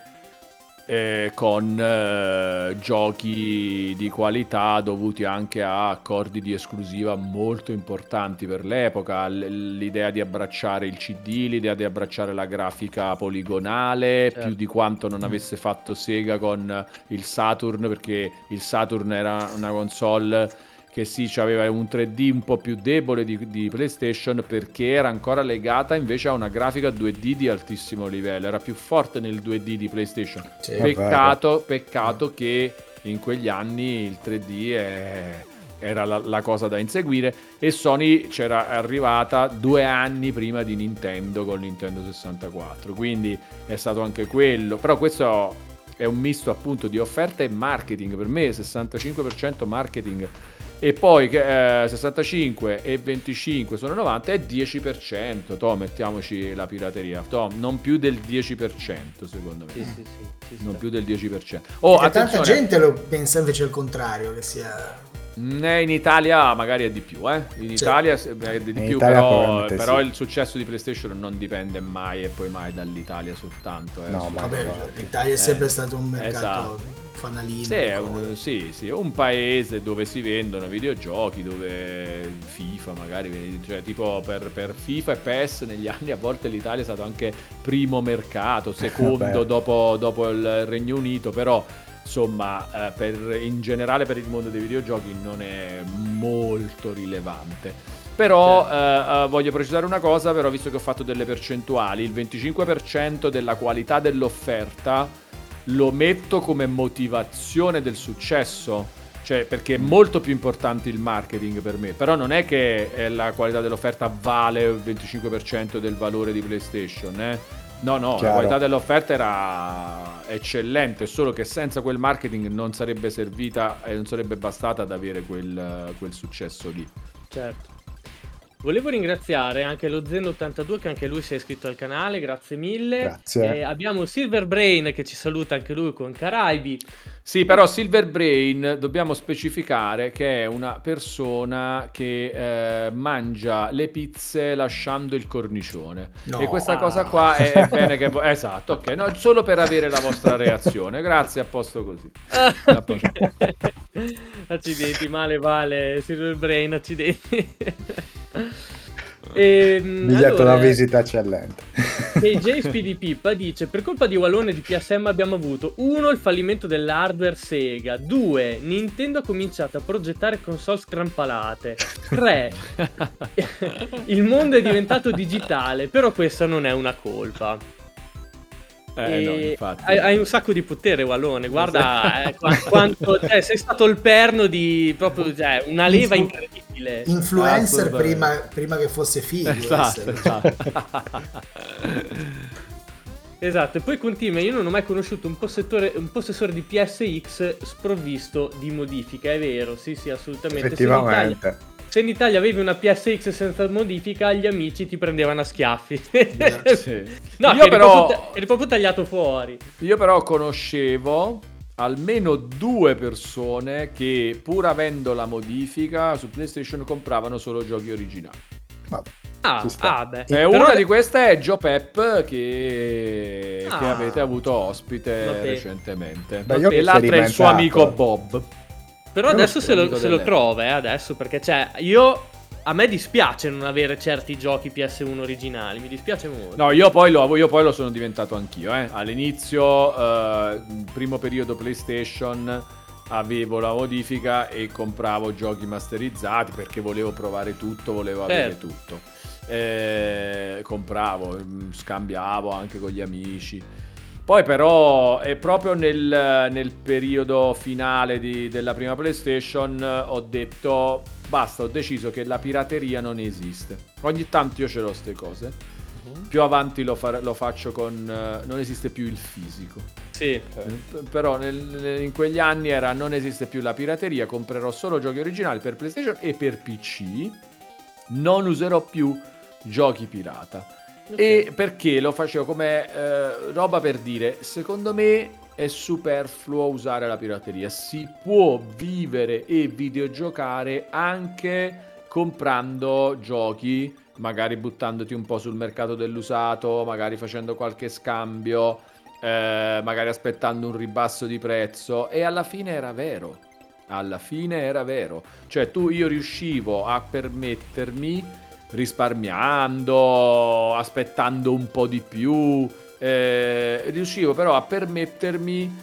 S2: con giochi di qualità dovuti anche a accordi di esclusiva molto importanti per l'epoca, l'idea di abbracciare il CD, l'idea di abbracciare la grafica poligonale,
S1: Certo.
S2: più di quanto non avesse fatto Sega con il Saturn, perché il Saturn era una console che sì, aveva un 3D un po' più debole di PlayStation, perché era ancora legata invece a una grafica 2D di altissimo livello, era più forte nel 2D di PlayStation.
S3: Sì.
S2: Peccato che in quegli anni il 3D era la cosa da inseguire, e Sony c'era arrivata 2 anni prima di Nintendo con Nintendo 64, quindi è stato anche quello. Però questo è un misto appunto di offerta e marketing. Per me 65% marketing, e poi 65 e 25 sono 90 e 10%. Mettiamoci la pirateria, non più del 10%, secondo me.
S1: Sì,
S2: Non più del 10%.
S3: Perché tanta gente lo pensa invece il contrario, che sia...
S2: In Italia magari è di più, in Italia è di più,
S4: Italia
S2: però
S4: sì.
S2: il successo di PlayStation non dipende mai e poi mai dall'Italia soltanto.
S4: No, ma
S3: Vabbè,
S4: no.
S3: l'Italia è sempre stato un mercato
S2: esatto.
S3: fanalino.
S2: Sì, è un paese dove si vendono videogiochi, dove FIFA magari, cioè tipo per FIFA e PES negli anni a volte l'Italia è stato anche primo mercato, secondo dopo il Regno Unito, però insomma in generale per il mondo dei videogiochi non è molto rilevante. Però voglio precisare una cosa, però, visto che ho fatto delle percentuali, il 25% della qualità dell'offerta lo metto come motivazione del successo, cioè perché è molto più importante il marketing per me, però non è che la qualità dell'offerta vale il 25% del valore di PlayStation, No,
S4: Chiaro.
S2: la qualità dell'offerta era eccellente, solo che senza quel marketing non sarebbe servita e non sarebbe bastata ad avere quel successo lì.
S1: Certo. Volevo ringraziare anche lo Zen82, che anche lui si è iscritto al canale, grazie mille.
S4: Grazie.
S1: Abbiamo Silver Brain che ci saluta anche lui con Caraibi.
S2: Sì, però Silver Brain dobbiamo specificare che è una persona che mangia le pizze lasciando il cornicione.
S3: No.
S2: E questa cosa qua è bene che... Esatto, ok, no, solo per avere la vostra reazione. Grazie, a posto così. A posto.
S1: Accidenti, male vale, Silver Brain, accidenti.
S4: Biglietto da visita eccellente.
S1: KJ Speedy Pippa dice: per colpa di Wallone e di PSM abbiamo avuto 1. il fallimento dell'hardware Sega, 2. Nintendo ha cominciato a progettare console strampalate, 3. il mondo è diventato digitale, però questa non è una colpa.
S2: No, infatti.
S1: Hai un sacco di potere, Wallone, guarda quanto sei stato il perno di proprio, una leva incredibile.
S3: Influencer prima che fosse figo.
S2: Esatto.
S1: Esatto, e poi continua: io non ho mai conosciuto un possessore di PSX sprovvisto di modifica. È vero, sì, assolutamente.
S4: Effettivamente.
S1: Se in Italia avevi una PSX senza modifica, gli amici ti prendevano a schiaffi.
S2: Sì.
S1: No,
S2: Io però
S1: eri proprio tagliato fuori.
S2: Io però conoscevo almeno 2 persone che, pur avendo la modifica, su PlayStation compravano solo giochi originali.
S4: Vabbè.
S1: Beh.
S2: E una di queste è Joe Pep, che avete avuto ospite recentemente.
S4: Beh,
S2: e l'altra è il suo amico Bob.
S1: Però adesso se lo trova, adesso, perché a me dispiace non avere certi giochi PS1 originali, mi dispiace molto.
S2: No, io poi lo sono diventato anch'io, All'inizio, primo periodo PlayStation, avevo la modifica e compravo giochi masterizzati perché volevo provare tutto, volevo avere tutto. Compravo, scambiavo anche con gli amici. Poi però è proprio nel periodo finale della prima PlayStation ho detto basta, ho deciso che la pirateria non esiste. Ogni tanto io ce l'ho ste cose. Più avanti lo faccio con... non esiste più il fisico.
S1: Sì.
S2: Però in quegli anni era non esiste più la pirateria, comprerò solo giochi originali per PlayStation e per PC. Non userò più giochi pirata. E perché lo facevo come roba per dire, secondo me è superfluo usare la pirateria, si può vivere e videogiocare anche comprando giochi, magari buttandoti un po' sul mercato dell'usato, magari facendo qualche scambio, magari aspettando un ribasso di prezzo, e alla fine era vero. Alla fine era vero. Cioè io riuscivo a permettermi, risparmiando, aspettando un po' di più, riuscivo però a permettermi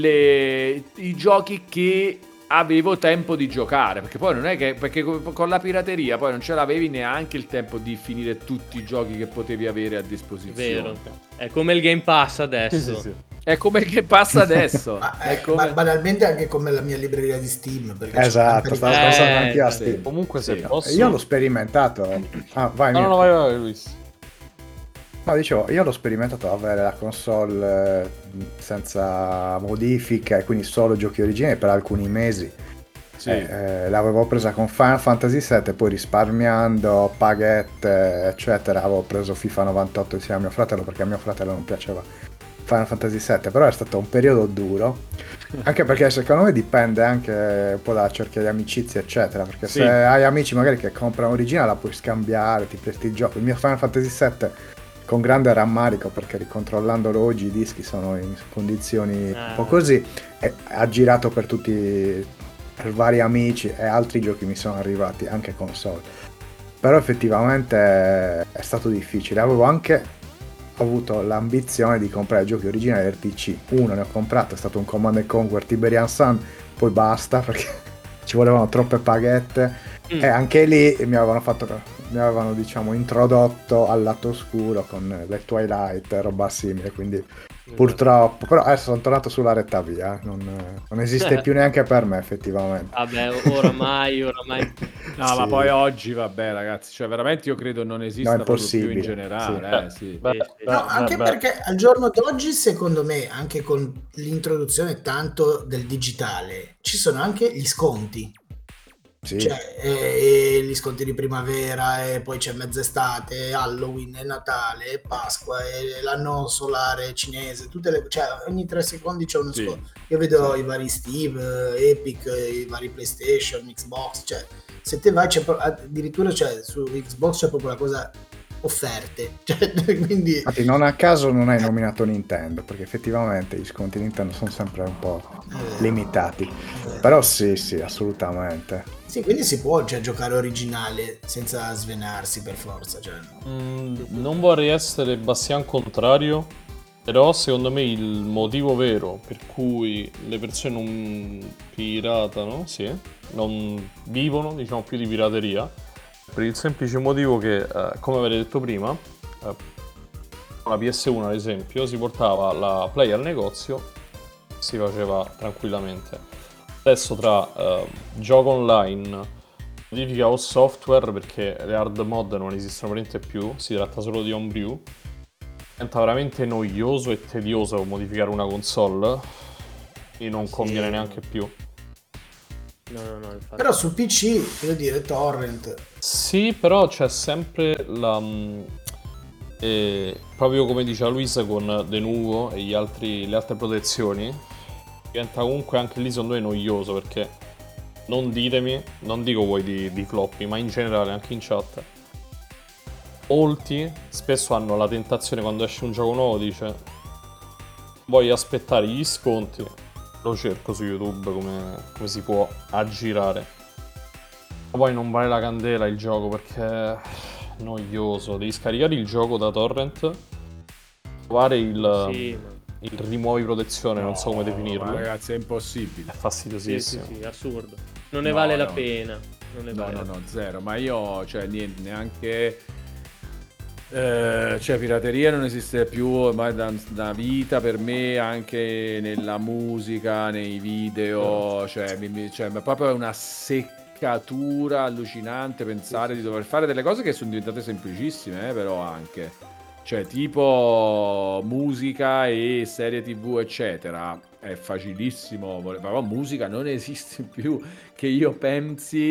S2: i giochi che avevo tempo di giocare, perché poi non è che, perché con la pirateria poi non ce l'avevi neanche il tempo di finire tutti i giochi che potevi avere a disposizione.
S1: Vero. È come il Game Pass adesso.
S5: Sì.
S2: È come che passa adesso.
S3: Ma banalmente anche come la mia libreria di Steam, perché
S4: Esatto, stavo pensando anche io a Steam.
S5: Comunque se
S2: Sì.
S5: posso...
S4: Io l'ho sperimentato. Vai,
S5: No,
S4: Mirko.
S5: vai, Luis.
S4: No, dicevo, io l'ho sperimentato avere la console senza modifiche, quindi solo giochi originali per alcuni mesi.
S2: Sì.
S4: L'avevo presa con Final Fantasy VII, poi risparmiando, paghette, eccetera, avevo preso FIFA 98 insieme a mio fratello, perché a mio fratello non piaceva Final Fantasy VII, però è stato un periodo duro, anche perché secondo me dipende anche un po' dalla cerchia di amicizie, eccetera, perché
S2: Sì.
S4: se hai amici magari che comprano originale la puoi scambiare, ti presti il gioco. Il mio Final Fantasy VII con grande rammarico, perché ricontrollandolo oggi i dischi sono in condizioni un po' così, ha girato per vari amici, e altri giochi mi sono arrivati anche console, però effettivamente è stato difficile. Avevo anche avuto l'ambizione di comprare giochi originali del PC. Uno ne ho comprato, è stato un Command & Conquer Tiberian Sun, poi basta perché ci volevano troppe paghette, e anche lì mi avevano diciamo introdotto al lato oscuro con le Twilight e roba simile, quindi purtroppo, però adesso sono tornato sulla retta via, non esiste più neanche per me effettivamente.
S1: Vabbè, oramai.
S2: No,
S4: Sì.
S2: ma poi oggi, vabbè, ragazzi, cioè veramente io credo non esista
S4: No, è
S2: proprio più in
S4: impossibile,
S2: generale. Sì.
S3: No, anche perché al giorno d'oggi, secondo me, anche con l'introduzione tanto del digitale, ci sono anche gli sconti.
S4: Sì.
S3: Cioè, gli sconti di primavera, e poi c'è mezz'estate, Halloween, e Natale, e Pasqua, e l'anno solare cinese, cioè ogni 3 secondi c'è uno
S2: Sì.
S3: sconto. Io vedo i vari Steam, Epic, i vari PlayStation, Xbox, cioè se te vai addirittura su Xbox c'è proprio la cosa offerte, cioè, quindi
S4: Infatti non a caso non hai nominato Nintendo, perché effettivamente gli sconti Nintendo sono sempre un po' limitati, però sì, assolutamente.
S3: sì, quindi si può giocare originale senza svenarsi per forza, cioè.
S5: Non vorrei essere Bastian contrario, però secondo me il motivo vero per cui le persone non piratano, non vivono, diciamo, più di pirateria, per il semplice motivo che, come avete detto prima, con la PS1 ad esempio, si portava la Play al negozio, si faceva tranquillamente. Adesso tra gioco online, modifica o software, perché le hard mod non esistono veramente più, si tratta solo di homebrew, diventa veramente noioso e tedioso modificare una console e non conviene neanche più.
S1: No, infatti.
S3: Però su PC, devo dire, torrent.
S5: Sì, però c'è sempre proprio come diceva Luisa con Denuvo e le altre protezioni, diventa comunque anche lì secondo me noioso, perché non ditemi, non dico voi di floppy, ma in generale anche in chat, molti spesso hanno la tentazione quando esce un gioco nuovo, dice voglio aspettare gli sconti, lo cerco su YouTube come si può aggirare, ma poi non vale la candela il gioco perché è noioso, devi scaricare il gioco da torrent, trovare il rimuovi protezione, non so come definirlo.
S2: Ragazzi, è impossibile.
S5: È fastidiosissimo.
S1: Sì, assurdo. Non ne vale la pena.
S2: No, zero. Ma io, cioè, niente, neanche... cioè, pirateria non esiste più ormai da vita per me, anche nella musica, nei video, cioè, ma proprio è una seccatura allucinante pensare di dover fare delle cose che sono diventate semplicissime, però anche, cioè, tipo musica e serie TV, eccetera, è facilissimo, però musica non esiste più che io pensi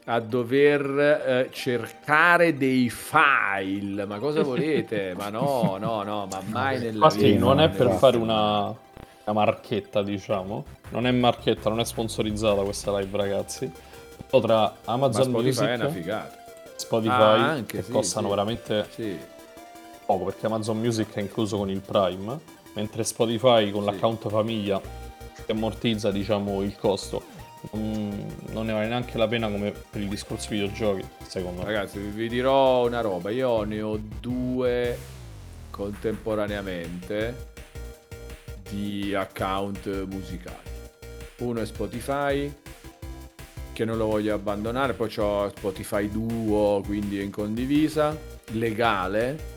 S2: a dover cercare dei file. Ma cosa volete? Ma no, ma mai nella
S5: Infatti
S2: vita.
S5: non è per fare una marchetta, diciamo. Non è marchetta, non è sponsorizzata questa live, ragazzi. Però tra
S2: Ma
S5: Amazon
S2: Spotify
S5: Music,
S2: è una figata.
S5: Spotify,
S2: Anche,
S5: che
S2: sì,
S5: costano
S2: sì.
S5: veramente
S2: Sì.
S5: poco, perché Amazon Music è incluso con il Prime, mentre Spotify con
S2: Sì.
S5: l'account famiglia che ammortizza, diciamo, il costo. Non ne vale neanche la pena come per il discorso videogiochi, secondo me.
S2: Ragazzi, vi dirò una roba. Io ne ho 2 contemporaneamente di account musicali. Uno è Spotify, che non lo voglio abbandonare, poi ho Spotify Duo, quindi è in condivisa, legale,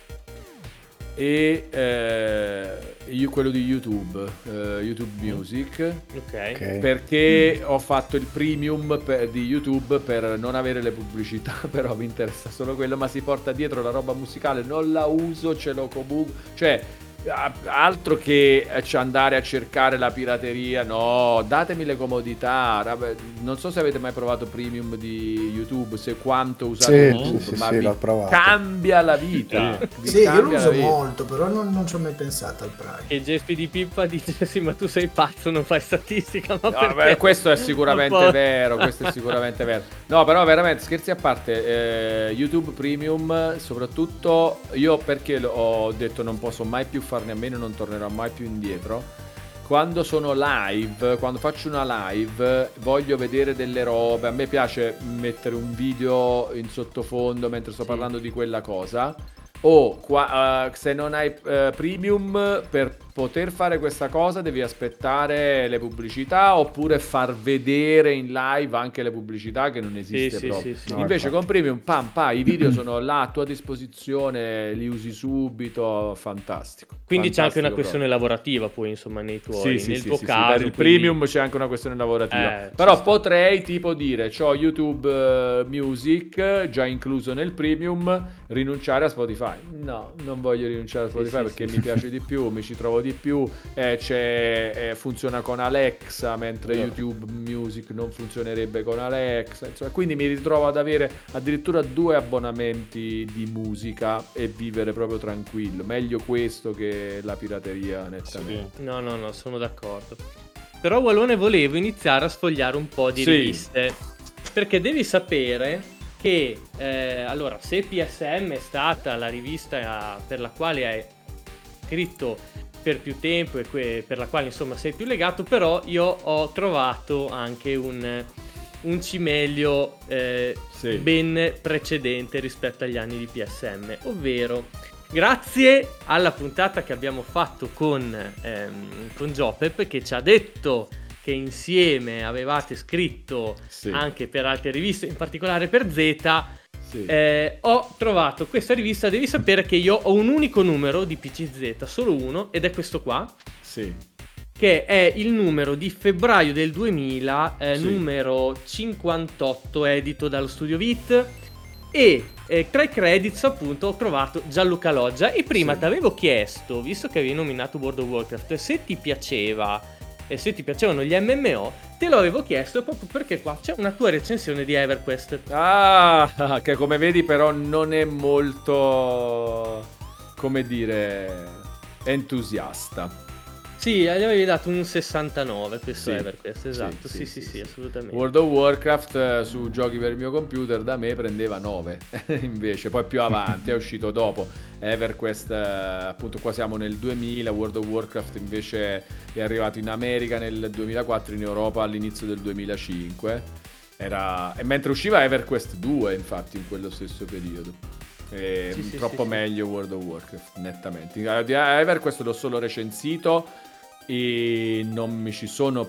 S2: e quello di YouTube, YouTube Music,
S1: Ok.
S2: perché ho fatto il premium di YouTube per non avere le pubblicità, però mi interessa solo quello, ma si porta dietro la roba musicale, non la uso, ce l'ho comunque, cioè altro che andare a cercare la pirateria, no, datemi le comodità. Non so se avete mai provato premium di YouTube, se quanto usate YouTube, ma
S4: sì,
S2: vi
S4: l'ho provato.
S2: cambia la vita. Vi
S3: Sì, io lo
S2: cambia la
S3: uso
S2: vita.
S3: molto, però non ci ho mai pensato al Prime.
S1: E Gespi di Pippa dice: sì, ma tu sei pazzo, non fai statistica. Ma
S2: No,
S1: perché?
S2: beh, questo è sicuramente
S1: Un po'.
S2: vero, questo è sicuramente vero. No, però veramente, scherzi a parte, YouTube Premium, soprattutto io perché ho detto non posso mai più farne a meno, non tornerò mai più indietro. Quando sono live, quando faccio una live, voglio vedere delle robe. A me piace mettere un video in sottofondo mentre sto parlando di quella cosa. O se non hai premium, per poter fare questa cosa devi aspettare le pubblicità, oppure far vedere in live anche le pubblicità, che non esiste proprio.
S1: Sì.
S4: No,
S2: Invece
S4: infatti.
S2: con premium, i video sono là a tua disposizione, li usi subito, fantastico.
S1: Quindi c'è anche una
S2: Fantastico
S1: questione lavorativa, poi, insomma, nei tuoi. Nel tuo caso,
S2: per il
S1: quindi-
S2: premium c'è anche una questione lavorativa.
S1: Ci
S2: Però
S1: sta.
S2: potrei tipo dire, c'ho YouTube Music già incluso nel premium, rinunciare a Spotify. No, non voglio rinunciare a Spotify perché mi piace di più, mi ci trovo di più. Funziona con Alexa, mentre YouTube Music non funzionerebbe con Alexa. Insomma, quindi mi ritrovo ad avere addirittura 2 abbonamenti di musica e vivere proprio tranquillo. Meglio questo che la pirateria, nettamente.
S5: Sì.
S1: No, sono d'accordo. Però, Wallone, volevo iniziare a sfogliare un po' di
S2: Sì.
S1: riviste. Perché devi sapere che, allora, se PSM è stata la rivista per la quale hai scritto per più tempo e per la quale, insomma, sei più legato, però io ho trovato anche un cimelio
S2: Sì.
S1: ben precedente rispetto agli anni di PSM, ovvero grazie alla puntata che abbiamo fatto con Giopep, che ci ha detto che insieme avevate scritto
S2: Sì.
S1: anche per altre riviste, in particolare per Z.
S2: Sì.
S1: Ho trovato questa rivista. Devi sapere che io ho un unico numero di PCZ, solo uno, ed è questo qua,
S2: Sì.
S1: che è il numero di febbraio del 2000,
S2: Sì.
S1: numero 58, edito dallo Studio Vit. E tra i credits, appunto, ho trovato Gianluca Loggia. E prima
S2: Sì.
S1: ti avevo chiesto, visto che avevi nominato World of Warcraft, se ti piaceva e se ti piacevano gli MMO. Te lo avevo chiesto proprio perché qua c'è una tua recensione di EverQuest.
S2: Ah, che come vedi però non è molto, come dire, entusiasta.
S1: Sì, gli avevi dato un 69 questo
S2: Sì,
S1: EverQuest, esatto.
S2: sì,
S1: Sì, assolutamente.
S2: World of Warcraft su giochi per il mio computer da me prendeva 9 invece, poi più avanti è uscito dopo. EverQuest, appunto, qua siamo nel 2000, World of Warcraft invece è arrivato in America nel 2004, in Europa all'inizio del 2005. E mentre usciva EverQuest 2, infatti, in quello stesso periodo. Troppo meglio World of Warcraft, nettamente. EverQuest l'ho solo recensito e non mi ci sono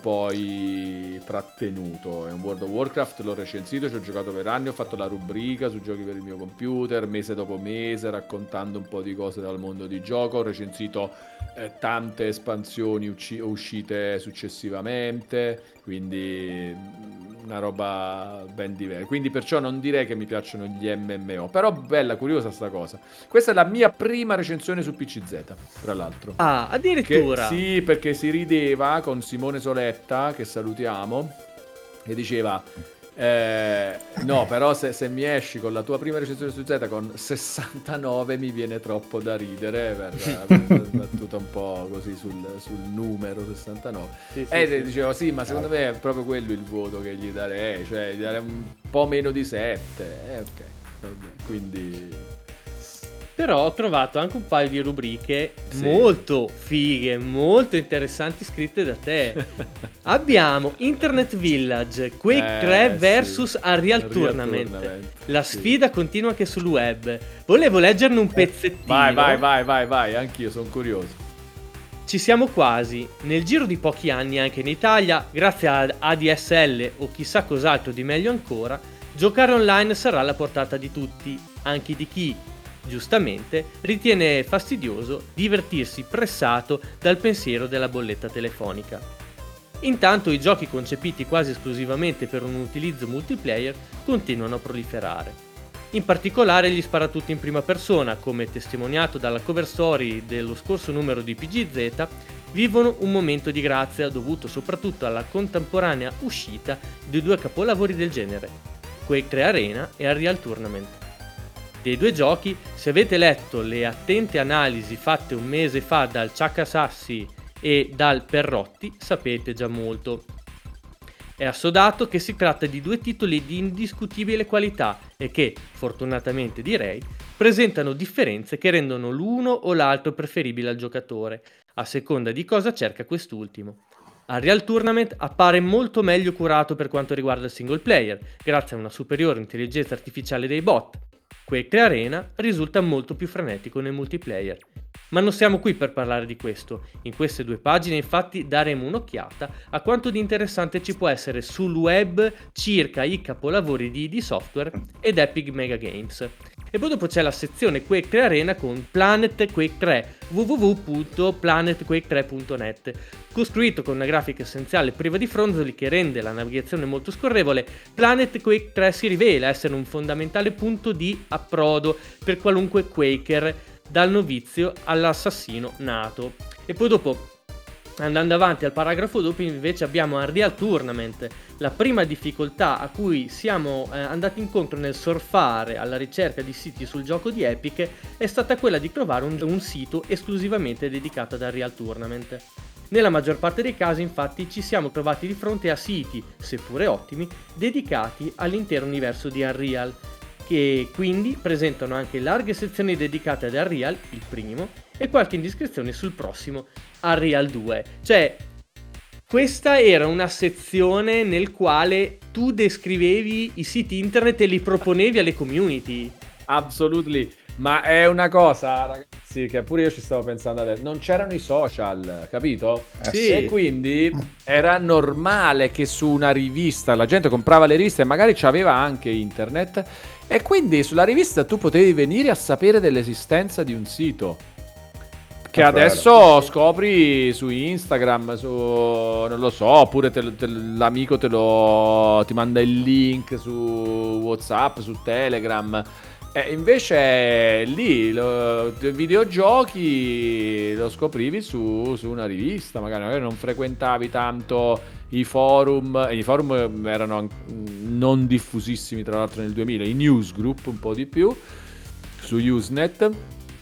S2: poi trattenuto. È un World of Warcraft, l'ho recensito, ci ho giocato per anni, ho fatto la rubrica su giochi per il mio computer, mese dopo mese, raccontando un po' di cose dal mondo di gioco. Ho recensito tante espansioni uscite successivamente, quindi una roba ben diversa. Quindi perciò non direi che mi piacciono gli MMO, però bella, curiosa sta cosa. Questa è la mia prima recensione su PCZ, tra l'altro.
S1: Ah, addirittura.
S2: Sì, perché si rideva con Simone Soletta, che salutiamo, e diceva No, però se mi esci con la tua prima recensione su Z con 69 mi viene troppo da ridere per battuta un po' così sul numero 69.
S1: Sì.
S2: Dicevo sì, ma secondo me è proprio quello il voto che gli darei, cioè gli darei un po' meno di 7. Ok, vabbè, quindi...
S1: Però ho trovato anche un paio di rubriche
S2: Sì.
S1: molto fighe, molto interessanti scritte da te. Abbiamo Internet Village, Quake 3 vs Unreal Tournament. La sfida continua anche sul web. Volevo leggerne un pezzettino.
S2: Vai, anch'io sono curioso.
S1: Ci siamo quasi. Nel giro di pochi anni anche in Italia, grazie ad ADSL o chissà cos'altro di meglio ancora, giocare online sarà alla portata di tutti, anche di chi, giustamente, ritiene fastidioso divertirsi pressato dal pensiero della bolletta telefonica. Intanto i giochi concepiti quasi esclusivamente per un utilizzo multiplayer continuano a proliferare. In particolare gli sparatutto in prima persona, come testimoniato dalla cover story dello scorso numero di PGZ, vivono un momento di grazia dovuto soprattutto alla contemporanea uscita di due capolavori del genere, Quake 3 Arena e Unreal Tournament. Dei due giochi, se avete letto le attente analisi fatte un mese fa dal Ciacca Sassi e dal Perrotti, sapete già molto. È assodato che si tratta di due titoli di indiscutibile qualità e che, fortunatamente direi, presentano differenze che rendono l'uno o l'altro preferibile al giocatore, a seconda di cosa cerca quest'ultimo. Unreal Tournament appare molto meglio curato per quanto riguarda il single player, grazie a una superiore intelligenza artificiale dei bot. Quake 3 Arena risulta molto più frenetico nel multiplayer. Ma non siamo qui per parlare di questo. In queste due pagine infatti daremo un'occhiata a quanto di interessante ci può essere sul web circa i capolavori di ID Software ed Epic Mega Games. E poi dopo c'è la sezione Quake 3 Arena con Planet Quake 3, www.planetquake3.net. Costruito con una grafica essenziale priva di fronzoli che rende la navigazione molto scorrevole, Planet Quake 3 si rivela essere un fondamentale punto di approdo per qualunque Quaker, dal novizio all'assassino nato. E poi dopo, andando avanti al paragrafo dopo, invece abbiamo Unreal Tournament. La prima difficoltà a cui siamo andati incontro nel surfare alla ricerca di siti sul gioco di Epic è stata quella di trovare un sito esclusivamente dedicato ad Unreal Tournament. Nella maggior parte dei casi, infatti, ci siamo trovati di fronte a siti, seppure ottimi, dedicati all'intero universo di Unreal, che quindi presentano anche larghe sezioni dedicate ad Unreal, il primo, e qualche indiscrezione sul prossimo, Unreal 2. Cioè, questa era una sezione nel quale tu descrivevi i siti internet e li proponevi alle community.
S2: Absolutely. Ma è una cosa, ragazzi, che pure io ci stavo pensando adesso. Non c'erano i social, capito?
S1: Sì.
S2: E quindi era normale che su una rivista la gente comprava le riviste e magari c'aveva anche internet. E quindi sulla rivista tu potevi venire a sapere dell'esistenza di un sito. Che adesso scopri su Instagram, su non lo so, oppure l'amico ti manda il link su WhatsApp, su Telegram. Invece lì videogiochi lo scoprivi su una rivista, magari non frequentavi tanto i forum erano non diffusissimi tra l'altro nel 2000, i newsgroup un po' di più, su Usenet.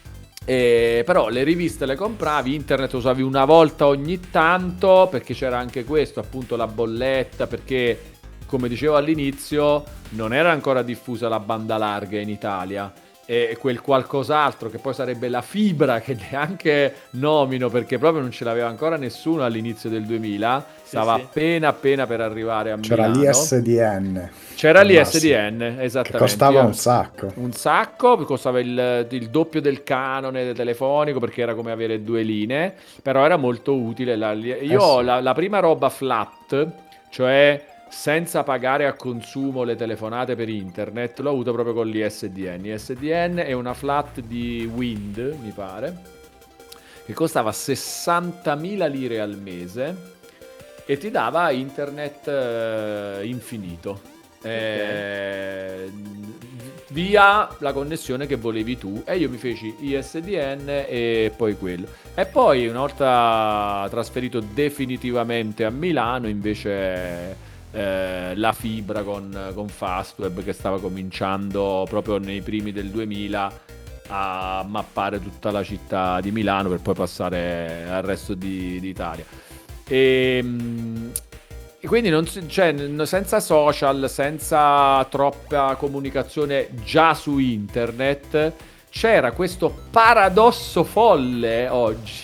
S2: Però le riviste le compravi, internet usavi una volta ogni tanto, perché c'era anche questo, appunto la bolletta, perché come dicevo all'inizio non era ancora diffusa la banda larga in Italia, e quel qualcos'altro che poi sarebbe la fibra, che neanche nomino perché proprio non ce l'aveva ancora nessuno all'inizio del 2000, stava appena per arrivare a Milano.
S4: C'era l'ISDN.
S2: Esattamente.
S4: Che costava un sacco,
S2: costava il doppio del canone telefonico, perché era come avere due linee, però era molto utile. La prima roba flat, cioè senza pagare a consumo le telefonate per internet, l'ho avuto proprio con l'ISDN. ISDN è una flat di Wind, mi pare, che costava 60.000 lire al mese e ti dava internet infinito, via la connessione che volevi tu, e io mi feci ISDN e poi quello. E poi una volta trasferito definitivamente a Milano invece la fibra con Fastweb, che stava cominciando proprio nei primi del 2000 a mappare tutta la città di Milano per poi passare al resto d'Italia. E quindi senza social, senza troppa comunicazione già su internet, c'era questo paradosso folle oggi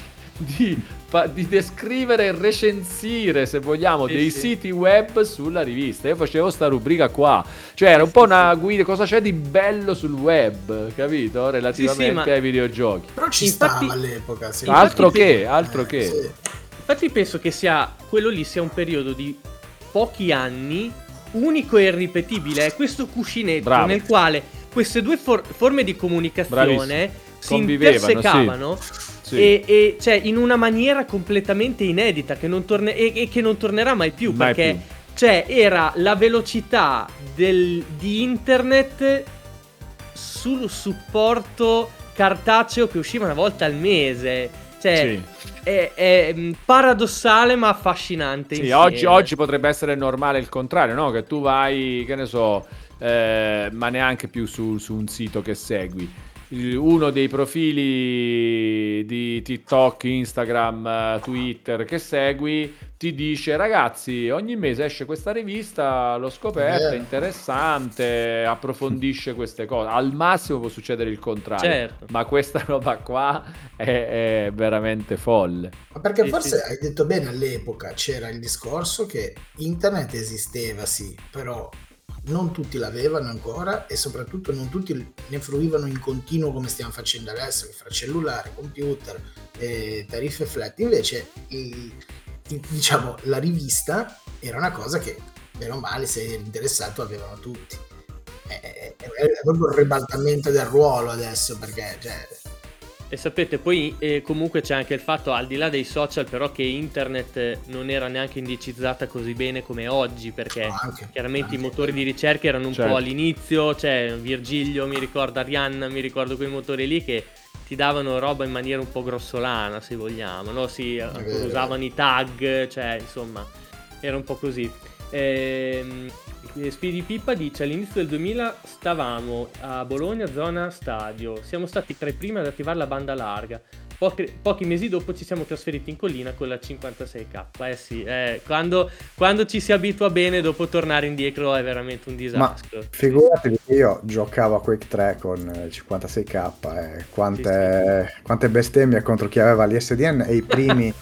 S2: di descrivere e recensire, se vogliamo, dei siti web sulla rivista. Io facevo sta rubrica qua, cioè era un po' una guida, cosa c'è di bello sul web, capito? Relativamente ai videogiochi.
S3: Però ci stava all'epoca.
S2: Altro che.
S3: Sì.
S1: Infatti penso che quello lì sia un periodo di pochi anni, unico e irripetibile. È questo cuscinetto nel quale queste due forme di comunicazione si intersecavano. Sì. E cioè in una maniera completamente inedita che non che non tornerà mai più, perché cioè era la velocità di internet sul supporto cartaceo che usciva una volta al mese. Cioè è paradossale ma affascinante.
S2: Sì, oggi potrebbe essere normale il contrario, no? Che tu vai, che ne so, ma neanche più su un sito che segui. Uno dei profili di TikTok, Instagram, Twitter che segui ti dice: ragazzi, ogni mese esce questa rivista, l'ho scoperta, è interessante, approfondisce queste cose. Al massimo può succedere il contrario, ma questa roba qua è veramente folle.
S3: Ma perché forse hai detto bene, all'epoca c'era il discorso che internet esisteva, sì, però non tutti l'avevano ancora e soprattutto non tutti ne fruivano in continuo come stiamo facendo adesso, che fra cellulare, computer e tariffe flat. Invece diciamo la rivista era una cosa che bene o male, se eri interessato, avevano tutti. È proprio il ribaltamento del ruolo adesso, perché
S1: e sapete, poi comunque c'è anche il fatto, al di là dei social, però, che internet non era neanche indicizzata così bene come oggi, perché chiaramente i motori di ricerca erano un po' all'inizio, cioè Virgilio mi ricorda, Arianna mi ricordo, quei motori lì che ti davano roba in maniera un po' grossolana, se vogliamo, no? Usavano i tag, cioè insomma era un po' così. Speedy Pippa dice: all'inizio del 2000 stavamo a Bologna, zona stadio, siamo stati tra i primi ad attivare la banda larga, pochi mesi dopo ci siamo trasferiti in collina con la 56K. Quando ci si abitua bene, dopo tornare indietro è veramente un disastro.
S4: Ma figuratevi che io giocavo a Quake 3 con il 56K, quante bestemmie contro chi aveva l'ISDN e i primi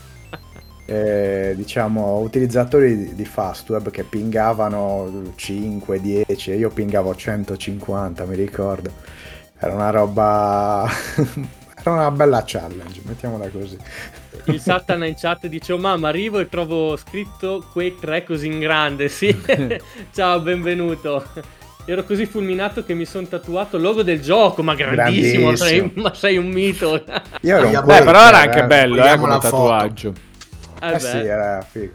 S4: diciamo utilizzatori di Fastweb che pingavano 5, 10 e io pingavo 150, mi ricordo. Era una roba era una bella challenge, mettiamola così.
S1: Il Satana in chat dice: oh mamma, arrivo e trovo scritto Quake 3 così in grande. Sì. Ciao, benvenuto. Ero così fulminato che mi sono tatuato il logo del gioco, ma grandissimo. Ma sei un mito.
S4: Io ero
S2: però era anche bello come tatuaggio.
S4: Sì, era figo.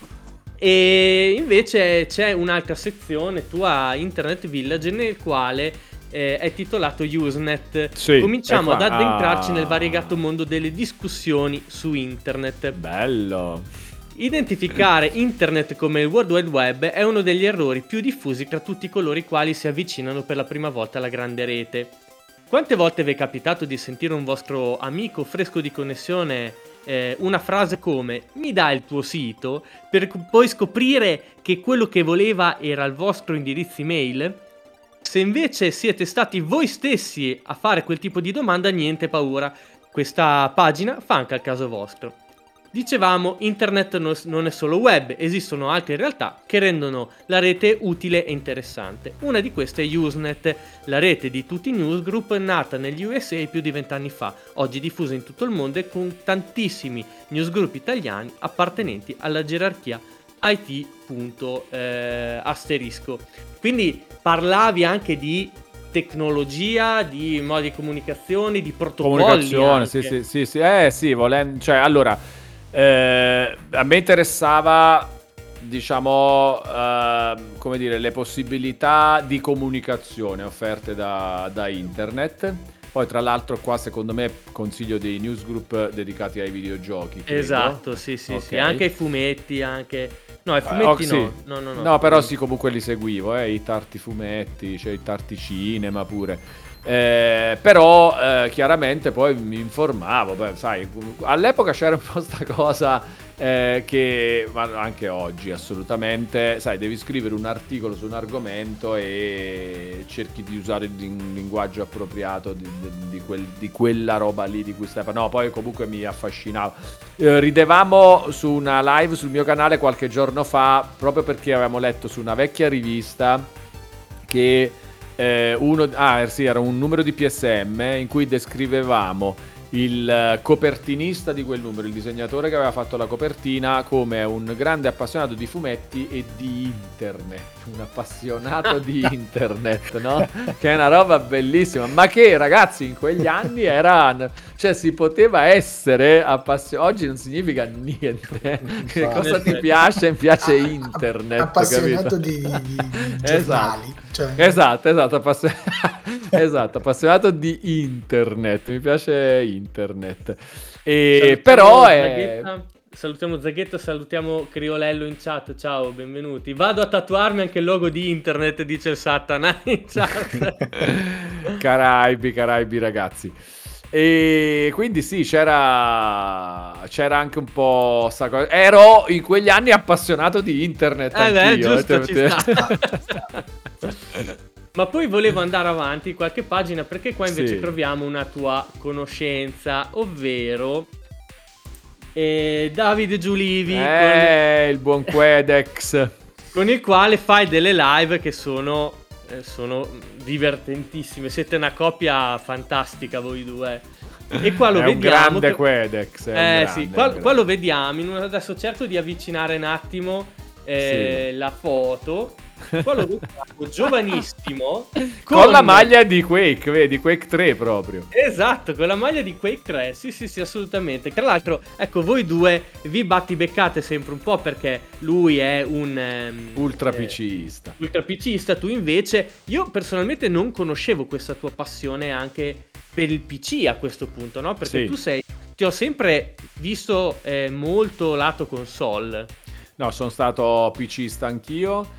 S1: E invece c'è un'altra sezione tua, Internet Village, nel quale è titolato Usenet. Cominciamo ad addentrarci nel variegato mondo delle discussioni su internet.
S2: Bello.
S1: Identificare internet come il World Wide Web è uno degli errori più diffusi tra tutti coloro i quali si avvicinano per la prima volta alla grande rete. Quante volte vi è capitato di sentire un vostro amico fresco di connessione una frase come "mi dai il tuo sito", per poi scoprire che quello che voleva era il vostro indirizzo email? Se invece siete stati voi stessi a fare quel tipo di domanda, niente paura, questa pagina fa anche al caso vostro. Dicevamo, internet non è solo web, esistono altre realtà che rendono la rete utile e interessante. Una di queste è Usenet, la rete di tutti i newsgroup nata negli USA più di 20 anni fa, oggi diffusa in tutto il mondo e con tantissimi newsgroup italiani appartenenti alla gerarchia IT. Asterisco. Quindi parlavi anche di tecnologia, di modi di comunicazione, di protocolli.
S2: Comunicazione, sì, volendo, cioè allora a me interessava, diciamo, come dire, le possibilità di comunicazione offerte da internet. Poi tra l'altro qua secondo me consiglio dei newsgroup dedicati ai videogiochi, credo.
S1: Esatto, sì, okay. Sì, anche ai fumetti, anche No, i fumetti
S2: sì.
S1: no.
S2: No, però sì, comunque li seguivo, i tarti fumetti, cioè i tarti cinema pure. Però chiaramente poi mi informavo, sai, all'epoca c'era un po' sta cosa ma anche oggi assolutamente, sai, devi scrivere un articolo su un argomento e cerchi di usare un linguaggio appropriato di quella roba lì di cui stai parlando. No, poi comunque mi affascinava. Ridevamo su una live sul mio canale qualche giorno fa, proprio perché avevamo letto su una vecchia rivista che era un numero di PSM in cui descrivevamo il copertinista di quel numero, il disegnatore che aveva fatto la copertina, come un grande appassionato di fumetti e di internet, un appassionato di internet, no? Che è una roba bellissima, ma che ragazzi in quegli anni cioè si poteva essere appassionato, oggi non significa niente. Che cosa ti piace? Mi piace internet,
S3: appassionato
S2: capito?
S3: di giornali, cioè.
S2: Esatto, appassionato di internet, mi piace internet. Però
S1: salutiamo Zaghetto, salutiamo Criolello in chat, ciao, benvenuti. Vado a tatuarmi anche il logo di internet, dice il Satana in chat.
S2: Caraibi ragazzi. E quindi sì, c'era anche un po' sta cosa. Ero in quegli anni appassionato di internet anch'io.
S1: Giusto, ci sta. Ma poi volevo andare avanti qualche pagina, perché qua invece troviamo una tua conoscenza, ovvero Davide Giulivi,
S2: il buon Quedex,
S1: con il quale fai delle live che sono divertentissime. Siete una coppia fantastica voi due. E qua lo vediamo.
S2: Un grande Quedex.
S1: Qua lo vediamo. Adesso cerco di avvicinare un attimo la foto. Qua lo vediamo giovanissimo
S2: con la maglia di Quake, vedi, Quake 3 proprio.
S1: Esatto, con la maglia di Quake 3. Sì, assolutamente. Tra l'altro, ecco, voi due vi battibeccate sempre un po', perché lui è un
S2: ultra PCista.
S1: Tu invece, io personalmente non conoscevo questa tua passione anche per il PC a questo punto, no? Perché tu ti ho sempre visto molto lato console.
S2: No, sono stato PCista anch'io.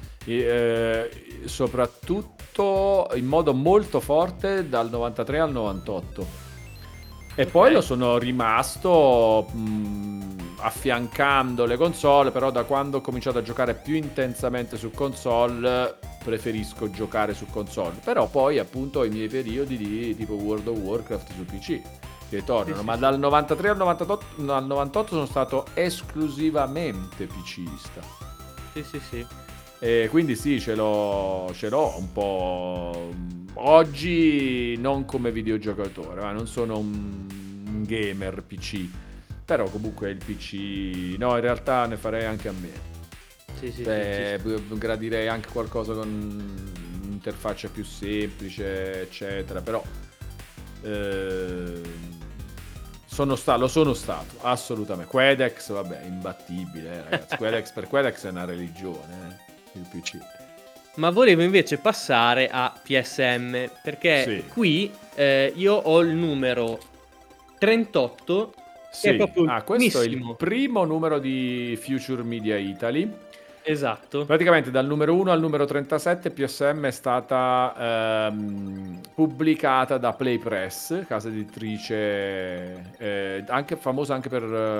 S2: Soprattutto in modo molto forte dal 93 al 98 e poi lo sono rimasto affiancando le console, però da quando ho cominciato a giocare più intensamente su console preferisco giocare su console, però poi appunto ho i miei periodi di tipo World of Warcraft su PC che tornano, ma dal 93 al 98 sono stato esclusivamente PCista.
S1: Sì.
S2: E quindi sì, ce l'ho un po'. Oggi non come videogiocatore, ma non sono un gamer PC, però comunque il PC, no, in realtà ne farei anche a me.
S1: Sì.
S2: Gradirei anche qualcosa con un'interfaccia più semplice, eccetera, però lo sono stato assolutamente. Quedex, vabbè, imbattibile, ragazzi. Per Quedex è una religione, il PC.
S1: Ma volevo invece passare a PSM, perché qui io ho il numero 38. Che è proprio
S2: questo è il primo numero di Future Media Italy.
S1: Esatto.
S2: Praticamente dal numero 1 al numero 37 PSM è stata pubblicata da Playpress, casa editrice anche famosa anche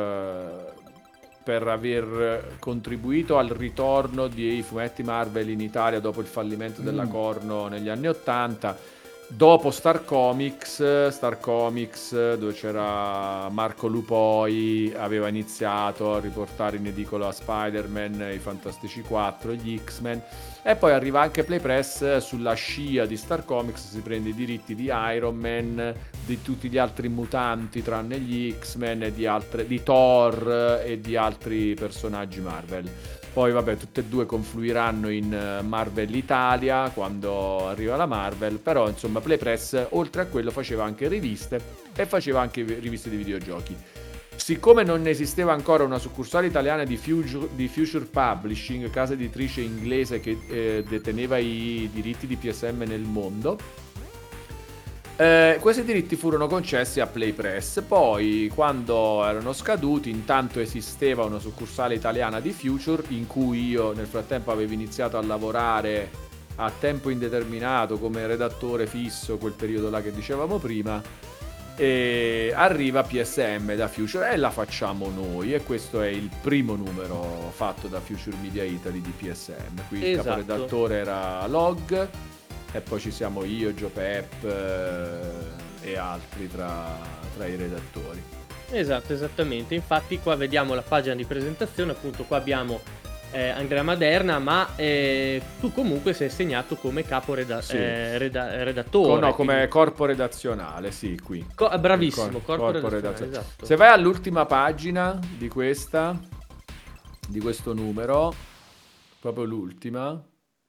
S2: per aver contribuito al ritorno dei fumetti Marvel in Italia dopo il fallimento della Corno negli anni 80. Dopo Star Comics, dove c'era Marco Lupoi, aveva iniziato a riportare in edicola Spider-Man, i Fantastici 4, gli X-Men, e poi arriva anche Playpress sulla scia di Star Comics, si prende i diritti di Iron Man, di tutti gli altri mutanti tranne gli X-Men, e di Thor e di altri personaggi Marvel. Poi vabbè, tutte e due confluiranno in Marvel Italia quando arriva la Marvel, però insomma Playpress oltre a quello faceva anche riviste e faceva anche riviste di videogiochi. Siccome non esisteva ancora una succursale italiana di Future Publishing, casa editrice inglese che deteneva i diritti di PSM nel mondo, Questi diritti furono concessi a Playpress, poi quando erano scaduti intanto esisteva una succursale italiana di Future in cui io nel frattempo avevo iniziato a lavorare a tempo indeterminato come redattore fisso, quel periodo là che dicevamo prima, e arriva PSM da Future e la facciamo noi, e questo è il primo numero fatto da Future Media Italy di PSM. Qui il caporedattore era Log, e poi ci siamo io, Joe Pep e altri tra i redattori.
S1: Esatto, esattamente. Infatti qua vediamo la pagina di presentazione, appunto qua abbiamo Andrea Maderna, ma tu comunque sei segnato come redattore.
S2: No, come corpo redazionale, sì, qui.
S1: Bravissimo, corpo redazionale, esatto.
S2: Se vai all'ultima pagina di questo numero, proprio l'ultima.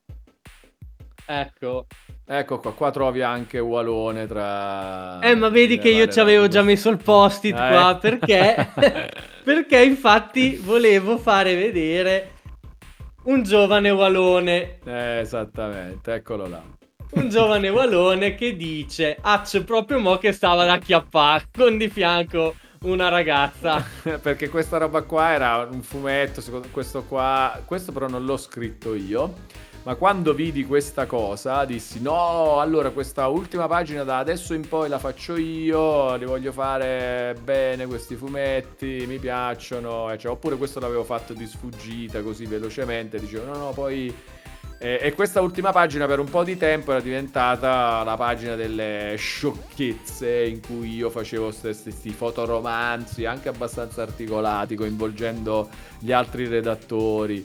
S2: Ecco qua trovi anche Walone tra...
S1: ma vedi che io ci avevo già messo il post-it qua, perché perché infatti volevo fare vedere un giovane Walone.
S2: Esattamente, eccolo là.
S1: Un giovane Walone che dice: c'è proprio mo che stava da acchiappare con di fianco una ragazza.
S2: Perché questa roba qua era un fumetto, questo però non l'ho scritto io. Ma quando vidi questa cosa dissi no, allora questa ultima pagina da adesso in poi la faccio io, li voglio fare bene questi fumetti, mi piacciono, oppure questo l'avevo fatto di sfuggita così velocemente, dicevo no poi... E questa ultima pagina per un po' di tempo era diventata la pagina delle sciocchezze in cui io facevo questi fotoromanzi anche abbastanza articolati, coinvolgendo gli altri redattori.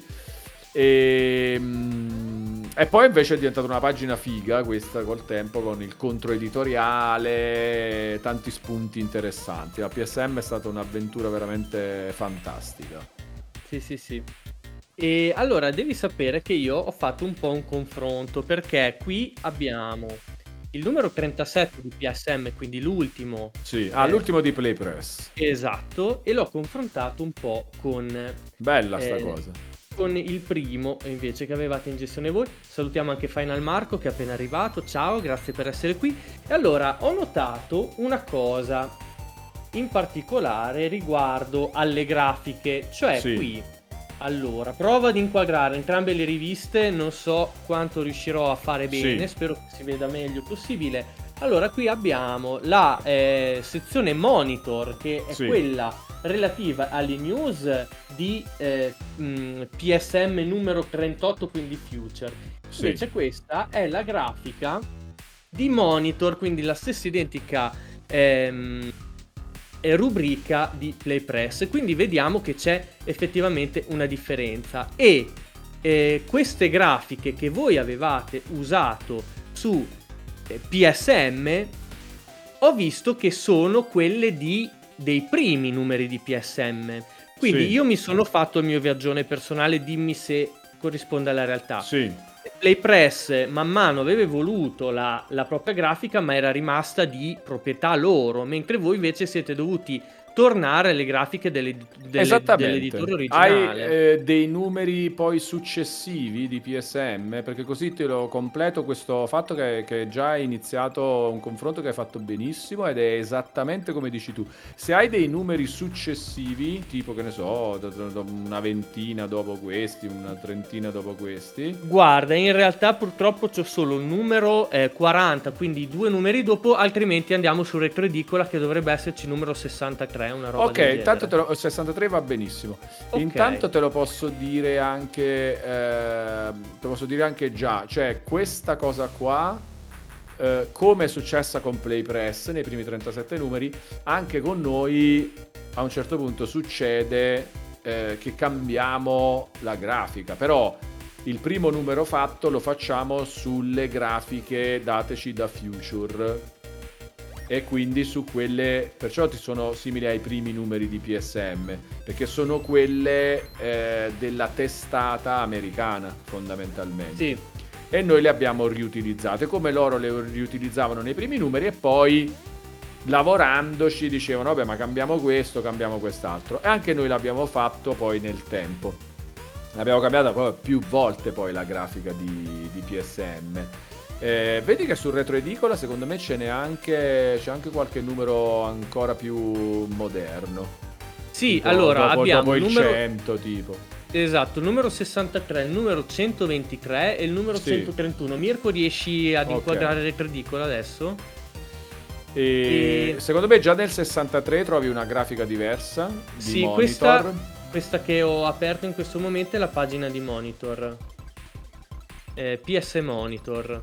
S2: E poi invece è diventata una pagina figa questa col tempo, con il controeditoriale, tanti spunti interessanti. La PSM è stata un'avventura veramente fantastica.
S1: Sì. E allora devi sapere che io ho fatto un po' un confronto, perché qui abbiamo il numero 37 di PSM, quindi l'ultimo.
S2: Sì, l'ultimo di Playpress.
S1: Esatto, e l'ho confrontato un po' con...
S2: Bella sta cosa.
S1: Con il primo invece che avevate in gestione voi. Salutiamo anche Final Marco che è appena arrivato, ciao, grazie per essere qui. E allora ho notato una cosa in particolare riguardo alle grafiche, cioè qui, allora, provo ad inquadrare entrambe le riviste, non so quanto riuscirò a fare bene, spero che si veda meglio possibile. Allora qui abbiamo la sezione monitor, che è quella relativa alle news di PSM numero 38, quindi Future. Invece questa è la grafica di monitor, quindi la stessa identica rubrica di Playpress. Quindi vediamo che c'è effettivamente una differenza, e queste grafiche che voi avevate usato su PSM ho visto che sono quelle dei primi numeri di PSM, quindi io mi sono fatto il mio viaggione personale, dimmi se corrisponde alla realtà. Playpress man mano aveva evoluto la propria grafica, ma era rimasta di proprietà loro, mentre voi invece siete dovuti tornare alle grafiche dell'editore originale.
S2: Hai dei numeri poi successivi di PSM? Perché così te lo completo questo fatto che è già iniziato un confronto che hai fatto benissimo, ed è esattamente come dici tu. Se hai dei numeri successivi, tipo che ne so, una ventina dopo questi, una trentina dopo questi.
S1: Guarda, in realtà purtroppo c'ho solo il numero 40, quindi 2 numeri dopo, altrimenti andiamo su Retroedicola che dovrebbe esserci numero 63. Una roba
S2: ok, intanto 63 va benissimo. Intanto te lo posso dire anche già, cioè questa cosa qua, come è successa con Playpress nei primi 37 numeri, anche con noi a un certo punto succede che cambiamo la grafica, però il primo numero fatto lo facciamo sulle grafiche dateci da Future, e quindi su quelle, perciò ti sono simili ai primi numeri di PSM, perché sono quelle della testata americana fondamentalmente, e noi le abbiamo riutilizzate come loro le riutilizzavano nei primi numeri, e poi lavorandoci dicevano vabbè, ma cambiamo questo, cambiamo quest'altro, e anche noi l'abbiamo fatto poi nel tempo. Abbiamo cambiato poi più volte poi la grafica di PSM. Vedi che sul retro edicola secondo me c'è anche qualche numero ancora più moderno.
S1: Sì,
S2: Tipo,
S1: allora abbiamo
S2: dopo il
S1: il numero
S2: 100 tipo.
S1: esatto, il numero 63, il numero 123 e il numero
S2: Sì.
S1: 131. Mirko, riesci ad
S2: Ok.
S1: inquadrare il retro edicola adesso?
S2: E secondo me già nel 63 trovi una grafica diversa di
S1: Sì,
S2: monitor.
S1: questa che ho aperto in questo momento è la pagina di monitor. PS Monitor.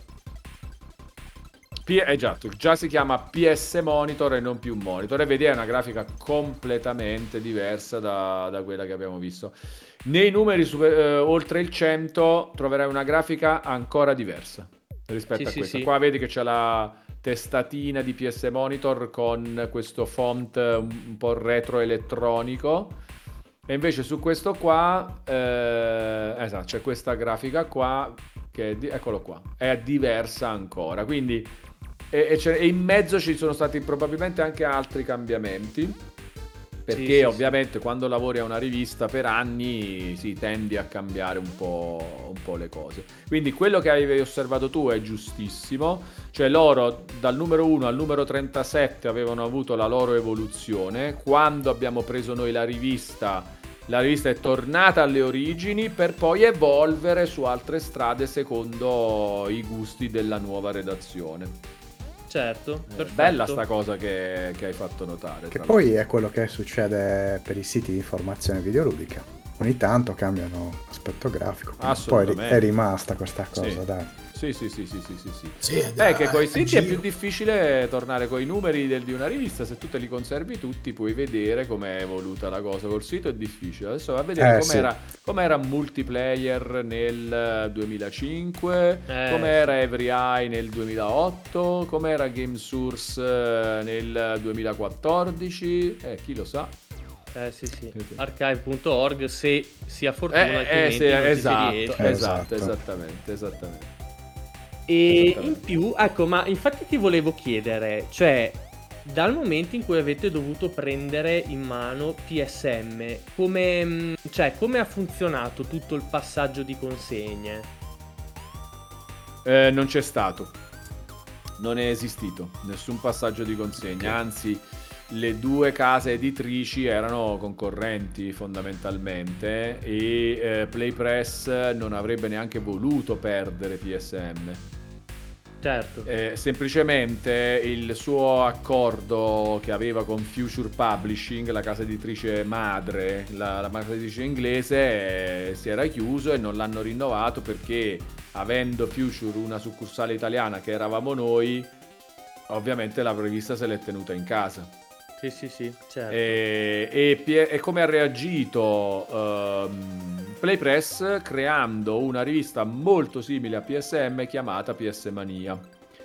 S2: Esatto, già si chiama PS Monitor e non più Monitor, e vedi è una grafica completamente diversa da quella che abbiamo visto. Nei numeri oltre il 100 troverai una grafica ancora diversa rispetto
S1: Sì,
S2: a
S1: sì,
S2: questa.
S1: sì.
S2: Qua vedi che c'è la testatina di PS Monitor con questo font un po' retro elettronico, e invece su questo qua esatto, c'è questa grafica qua che eccolo qua, è diversa ancora, quindi e in mezzo ci sono stati probabilmente anche altri cambiamenti, perché
S1: Sì,
S2: ovviamente quando lavori a una rivista per anni tendi a cambiare un po' le cose. Quindi quello che avevi osservato tu è giustissimo, cioè loro dal numero 1 al numero 37 avevano avuto la loro evoluzione. Quando abbiamo preso noi la rivista è tornata alle origini per poi evolvere su altre strade secondo i gusti della nuova redazione.
S1: Certo, perfetto.
S2: Bella sta cosa che hai fatto notare.
S4: Che
S2: tra
S4: poi è quello che succede per i siti di informazione videoludica. Ogni tanto cambiano aspetto grafico. Poi
S2: Assolutamente.
S4: è rimasta questa cosa,
S2: Sì.
S4: dai.
S2: Sì.
S3: Sì,
S2: Che coi siti è
S3: giro.
S2: più difficile tornare coi numeri di una rivista. Se tu te li conservi tutti puoi vedere com'è evoluta la cosa. Col sito è difficile. Adesso va a vedere com'era multiplayer nel 2005, com'era Every Eye nel 2008, com'era Game Source nel 2014. Chi lo sa.
S1: Sì. Archive.org, se si ha fortuna, altrimenti
S2: sì,
S1: non ci si
S2: esatto,
S1: riesce.
S2: esattamente.
S1: E in più, ecco, ma infatti ti volevo chiedere, cioè, dal momento in cui avete dovuto prendere in mano PSM, come ha funzionato tutto il passaggio di consegne?
S2: Non c'è stato, non è esistito nessun passaggio di consegna, anzi le due case editrici erano concorrenti fondamentalmente, e Playpress non avrebbe neanche voluto perdere PSM.
S1: Certo.
S2: Semplicemente il suo accordo che aveva con Future Publishing, la casa editrice madre, la casa editrice inglese, si era chiuso e non l'hanno rinnovato perché, avendo Future una succursale italiana che eravamo noi, ovviamente la rivista se l'è tenuta in casa.
S1: Sì, certo.
S2: E come ha reagito Playpress? Creando una rivista molto simile a PSM chiamata PS Mania,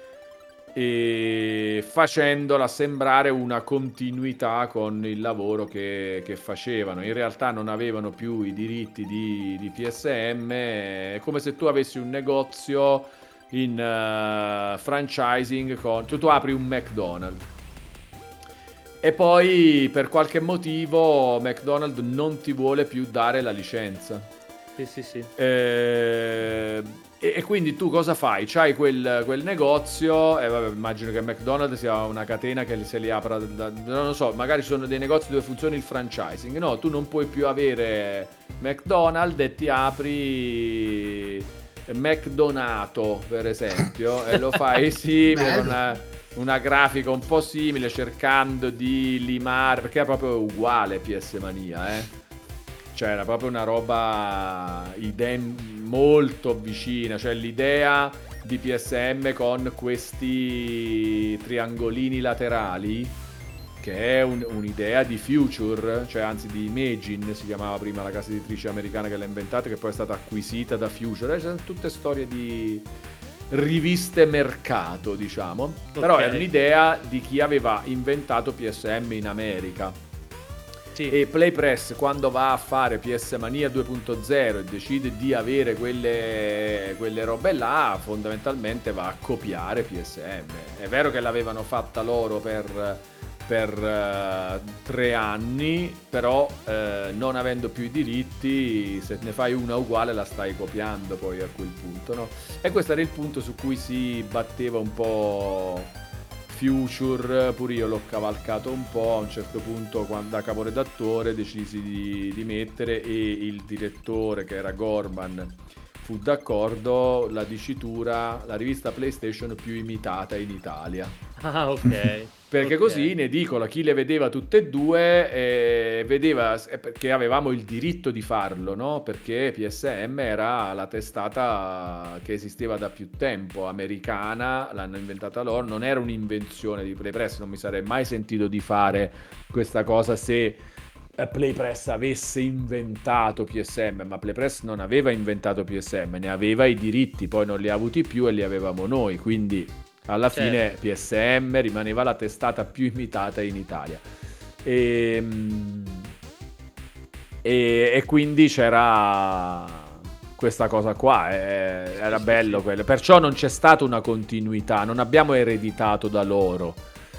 S2: e facendola sembrare una continuità con il lavoro che facevano. In realtà non avevano più i diritti di PSM, è come se tu avessi un negozio in franchising tu apri un McDonald's e poi per qualche motivo McDonald's non ti vuole più dare la licenza.
S1: Sì.
S2: E quindi tu cosa fai? C'hai quel negozio, e vabbè, immagino che McDonald's sia una catena che se li apra non lo so, magari ci sono dei negozi dove funziona il franchising. No, tu non puoi più avere McDonald's e ti apri McDonato, per esempio, e lo fai per una grafica un po' simile, cercando di limare, perché è proprio uguale PS Mania, cioè era proprio una roba molto vicina, cioè l'idea di PSM con questi triangolini laterali, che è un'idea di Future, cioè anzi di Imagine si chiamava prima la casa editrice americana che l'ha inventata, che poi è stata acquisita da Future. Sono tutte storie di riviste mercato, diciamo. Okay. Però è un'idea di chi aveva inventato PSM in America. Sì. E Playpress, quando va a fare PS Mania 2.0 e decide di avere quelle robe là, fondamentalmente va a copiare PSM. È vero che l'avevano fatta loro per per 3 anni, però non avendo più i diritti, se ne fai una uguale la stai copiando poi a quel punto, no? E questo era il punto su cui si batteva un po' Future, pure io l'ho cavalcato un po', a un certo punto quando da caporedattore decisi di mettere, e il direttore che era Gorman fu d'accordo, la dicitura la rivista PlayStation più imitata in Italia.
S1: Ah, ok.
S2: Perché
S1: Ok.
S2: così in edicola chi le vedeva tutte e due vedeva, perché avevamo il diritto di farlo, no? Perché PSM era la testata che esisteva da più tempo, americana, l'hanno inventata loro, non era un'invenzione di PlayPress, non mi sarei mai sentito di fare questa cosa se PlayPress avesse inventato PSM, ma PlayPress non aveva inventato PSM, ne aveva i diritti, poi non li ha avuti più e li avevamo noi, quindi alla fine PSM rimaneva la testata più imitata in Italia. E quindi c'era questa cosa qua, era bello quello. Perciò non c'è stata una continuità, non abbiamo ereditato da loro.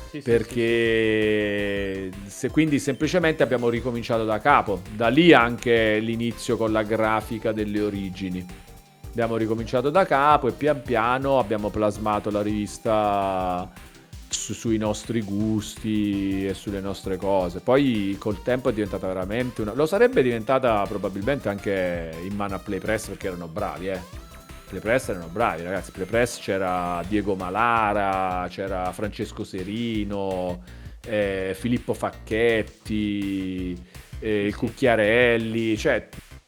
S2: Perché quindi semplicemente abbiamo ricominciato da capo. Da lì anche l'inizio con la grafica delle origini. Abbiamo ricominciato da capo e pian piano abbiamo plasmato la rivista sui nostri gusti e sulle nostre cose. Poi col tempo è diventata veramente lo sarebbe diventata probabilmente anche in mano a PlayPress, perché erano bravi, PlayPress erano bravi, ragazzi. PlayPress c'era Diego Malara, c'era Francesco Serino, Filippo Facchetti, il Cucchiarelli, cioè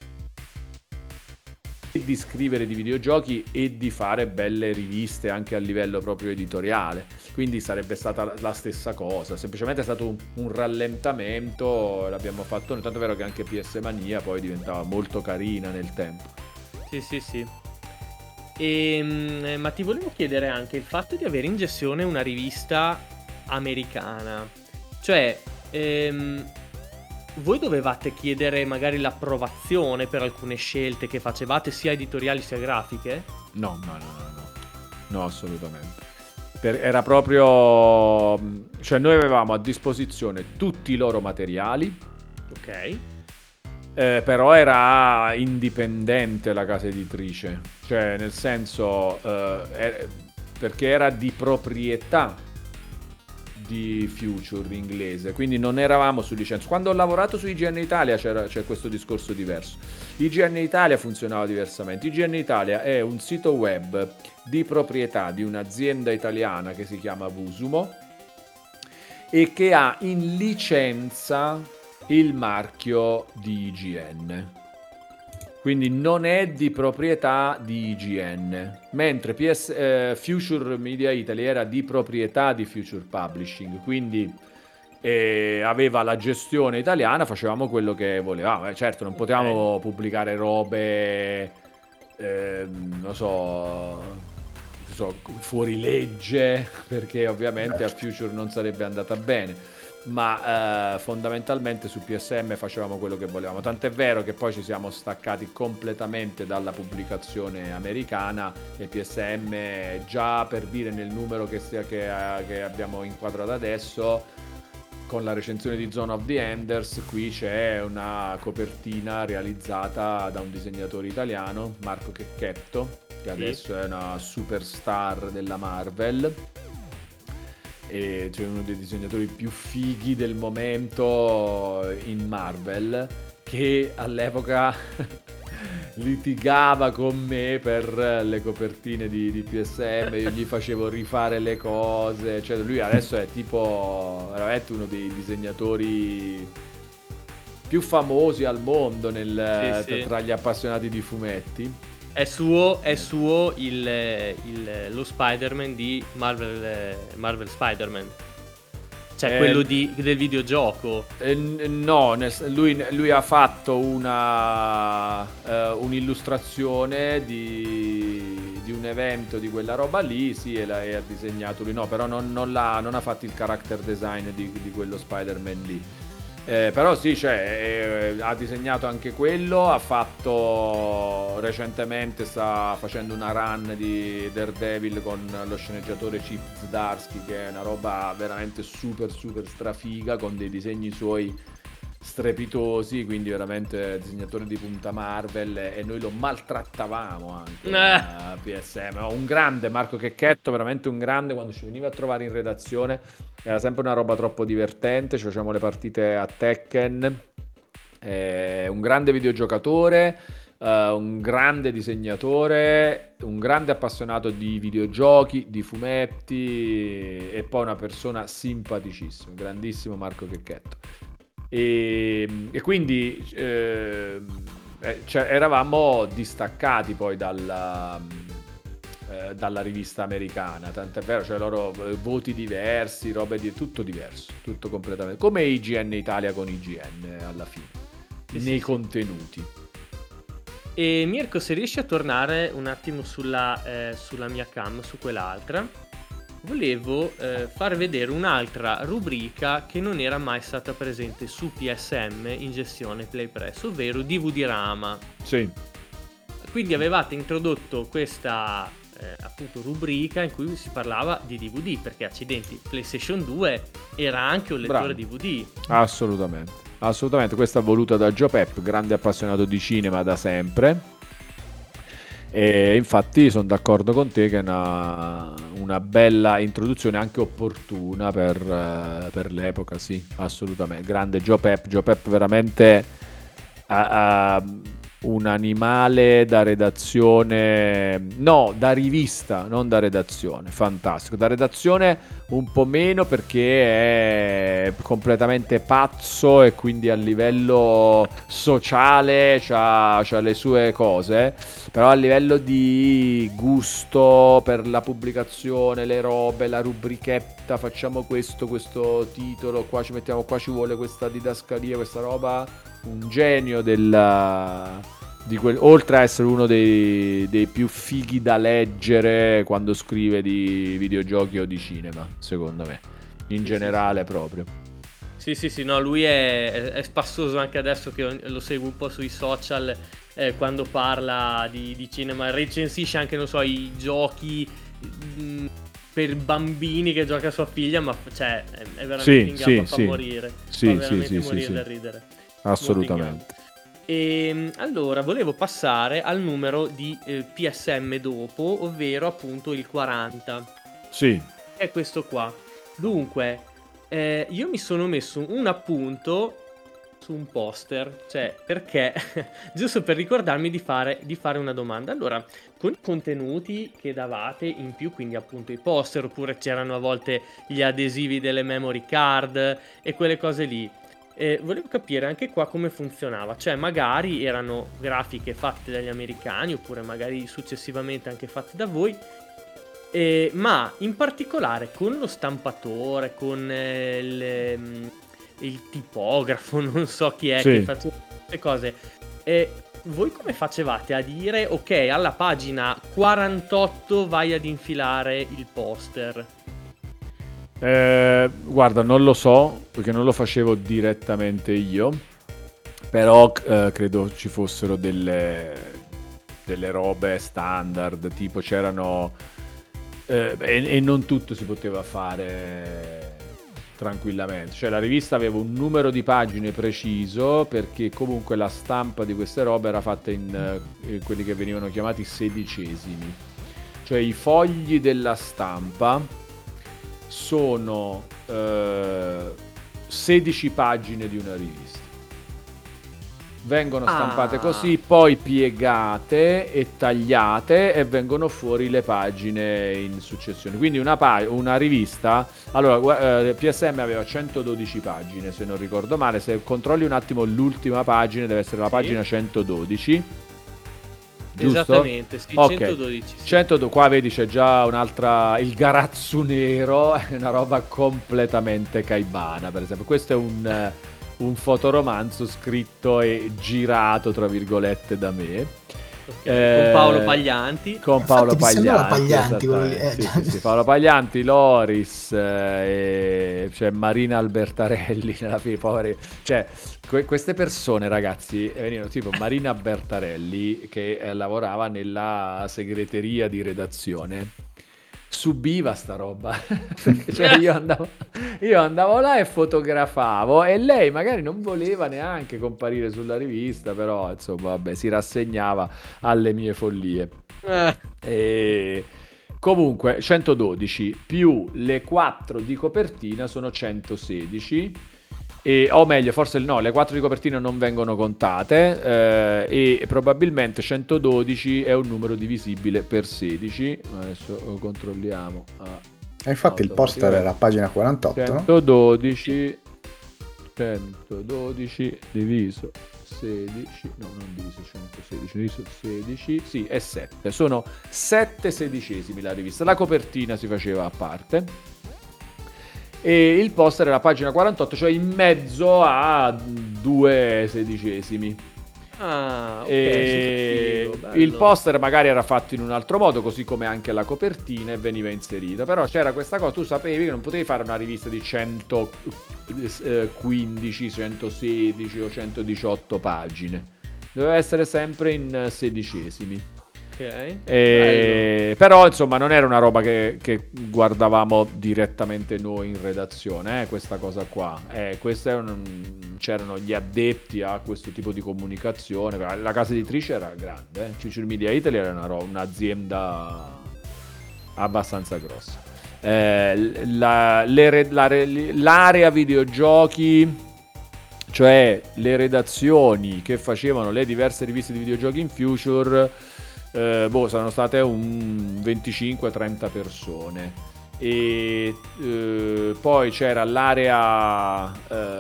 S2: di scrivere di videogiochi e di fare belle riviste anche a livello proprio editoriale, quindi sarebbe stata la stessa cosa, semplicemente è stato un rallentamento, l'abbiamo fatto noi, tanto è vero che anche PS Mania poi diventava molto carina nel tempo.
S1: Sì. Ma ti volevo chiedere anche il fatto di avere in gestione una rivista americana, cioè voi dovevate chiedere magari l'approvazione per alcune scelte che facevate, sia editoriali sia grafiche?
S2: No, assolutamente. Era proprio, cioè noi avevamo a disposizione tutti i loro materiali,
S1: Ok.
S2: però era indipendente la casa editrice, cioè nel senso perché era di proprietà di Future inglese, quindi non eravamo su licenza. Quando ho lavorato su IGN Italia c'è questo discorso diverso. IGN Italia funzionava diversamente. IGN Italia è un sito web di proprietà di un'azienda italiana che si chiama Vusumo e che ha in licenza il marchio di IGN, quindi non è di proprietà di IGN, mentre Future Media Italy era di proprietà di Future Publishing, quindi aveva la gestione italiana, facevamo quello che volevamo. Certo, non potevamo pubblicare robe non so, fuori legge, perché ovviamente a Future non sarebbe andata bene, ma fondamentalmente su PSM facevamo quello che volevamo, tant'è vero che poi ci siamo staccati completamente dalla pubblicazione americana e PSM, già per dire nel numero che abbiamo inquadrato adesso, con la recensione di Zone of the Enders, qui c'è una copertina realizzata da un disegnatore italiano, Marco Checchetto, che adesso è una superstar della Marvel, e c'è uno dei disegnatori più fighi del momento in Marvel, che all'epoca litigava con me per le copertine di PSM, io gli facevo rifare le cose, cioè lui adesso è tipo veramente uno dei disegnatori più famosi al mondo tra gli appassionati di fumetti.
S1: È suo lo Spider-Man di Marvel Spider-Man. Cioè quello del videogioco.
S2: No, lui ha fatto un'illustrazione di un evento di quella roba lì, sì, e ha disegnato lui, no, però non ha fatto il character design di quello Spider-Man lì. Però sì, cioè, ha disegnato anche quello, ha fatto recentemente, sta facendo una run di Daredevil con lo sceneggiatore Chip Zdarsky, che è una roba veramente super super strafiga, con dei disegni suoi strepitosi, quindi veramente disegnatore di punta Marvel, e noi lo maltrattavamo anche a PSM. Un grande Marco Checchetto, veramente un grande, quando ci veniva a trovare in redazione era sempre una roba troppo divertente, ci facciamo le partite a Tekken, un grande videogiocatore, un grande disegnatore, un grande appassionato di videogiochi, di fumetti, e poi una persona simpaticissima, grandissimo Marco Checchetto. E quindi eravamo distaccati poi dalla rivista americana, tant'è vero, cioè loro voti diversi, robe di tutto diverso, tutto completamente come IGN Italia con IGN alla fine, nei contenuti.
S1: E Mirko, se riesci a tornare un attimo sulla mia cam, su quell'altra, volevo far vedere un'altra rubrica che non era mai stata presente su PSM in gestione PlayPress, ovvero DVD Rama.
S2: Sì.
S1: Quindi avevate introdotto questa appunto rubrica in cui si parlava di DVD, perché accidenti, PlayStation 2 era anche un lettore DVD.
S2: Assolutamente, questa è voluta da Joe Pep, grande appassionato di cinema da sempre, e infatti sono d'accordo con te che è una bella introduzione, anche opportuna per l'epoca, sì, assolutamente. Grande Joe Pep veramente un animale da redazione, no, da rivista, non da redazione, fantastico. Da redazione un po' meno, perché è completamente pazzo e quindi a livello sociale c'ha le sue cose, però a livello di gusto per la pubblicazione, le robe, la rubrichetta, facciamo questo titolo, qua ci mettiamo, qua ci vuole questa didascalia, questa roba, un genio oltre a essere uno dei più fighi da leggere quando scrive di videogiochi o di cinema, secondo me, in generale proprio.
S1: Sì, no, lui è spassoso anche adesso che lo seguo un po' sui social, quando parla di cinema, recensisce anche, non so, i giochi per bambini che gioca sua figlia, ma cioè è veramente in gamba, fa morire, fa veramente morire da ridere.
S2: Assolutamente.
S1: E allora volevo passare al numero di PSM dopo, ovvero appunto il 40.
S2: Sì.
S1: È questo qua. Dunque, io mi sono messo un appunto su un poster, cioè perché giusto per ricordarmi di fare una domanda. Allora, con i contenuti che davate in più, quindi appunto i poster, oppure c'erano a volte gli adesivi delle memory card e quelle cose lì, volevo capire anche qua come funzionava, cioè magari erano grafiche fatte dagli americani, oppure magari successivamente anche fatte da voi, ma in particolare con lo stampatore, con il tipografo, non so chi è che faceva queste cose, voi come facevate a dire ok, alla pagina 48 vai ad infilare il poster?
S2: Guarda, non lo so, perché non lo facevo direttamente io, però credo ci fossero delle robe standard, tipo c'erano e non tutto si poteva fare tranquillamente, cioè la rivista aveva un numero di pagine preciso, perché comunque la stampa di queste robe era fatta in quelli che venivano chiamati sedicesimi, cioè i fogli della stampa sono 16 pagine di una rivista, vengono stampate così, poi piegate e tagliate e vengono fuori le pagine in successione. Quindi una rivista, allora PSM aveva 112 pagine se non ricordo male, se controlli un attimo l'ultima pagina deve essere la pagina 112. Giusto?
S1: Esattamente, sì, okay. 112. Sì.
S2: 112, qua vedi c'è già un'altra, il Garazzu nero, è una roba completamente caibana, per esempio. Questo è un fotoromanzo scritto e girato, tra virgolette, da me.
S1: Con Paolo Paglianti.
S2: Con Paolo
S3: Infatti, mi sembrava
S2: Paglianti,
S3: Paglianti, quello lì.
S2: esattamente. Sì, Paolo Paglianti, Loris, e c'è Marina Albertarelli nella poveri. Cioè, queste persone, ragazzi, venivano tipo Marina Bertarelli, che lavorava nella segreteria di redazione. Subiva sta roba. Cioè io andavo là e fotografavo e lei magari non voleva neanche comparire sulla rivista, però insomma vabbè, si rassegnava alle mie follie. E comunque 112 più le 4 di copertina sono 116. O meglio, forse no, le 4 di copertina non vengono contate, e probabilmente 112 è un numero divisibile per 16. Adesso lo controlliamo.
S4: E infatti il poster era a pagina 48,
S2: 112 diviso 16, no, non diviso 116, diviso 16, sì, è 7. Sono 7 sedicesimi la rivista. La copertina si faceva a parte. E il poster era a pagina 48, cioè in mezzo a 2 sedicesimi.
S1: E
S2: il poster magari era fatto in un altro modo, così come anche la copertina, e veniva inserita. Però c'era questa cosa, tu sapevi che non potevi fare una rivista di 115, 116 o 118 pagine. Doveva essere sempre in sedicesimi. Però insomma non era una roba che guardavamo direttamente noi in redazione, questa cosa qua. C'erano gli addetti a questo tipo di comunicazione. La casa editrice era grande, Future Media Italy era un'azienda abbastanza grossa. L'area videogiochi, cioè le redazioni che facevano le diverse riviste di videogiochi in Future, saranno state un 25-30 persone. E poi c'era l'area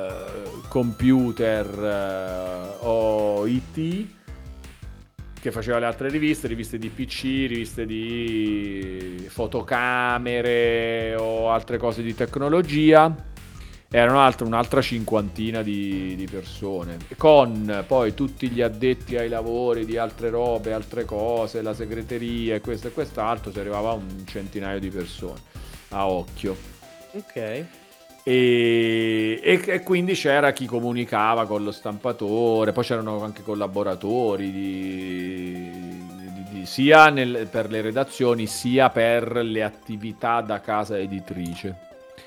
S2: computer o IT, che faceva le altre riviste di PC, riviste di fotocamere o altre cose di tecnologia. Erano un'altra cinquantina di persone, con poi tutti gli addetti ai lavori di altre robe, altre cose, la segreteria e questo e quest'altro. Si arrivava a un centinaio di persone a occhio.
S1: Ok.
S2: E quindi c'era chi comunicava con lo stampatore, poi c'erano anche collaboratori sia per le redazioni sia per le attività da casa editrice.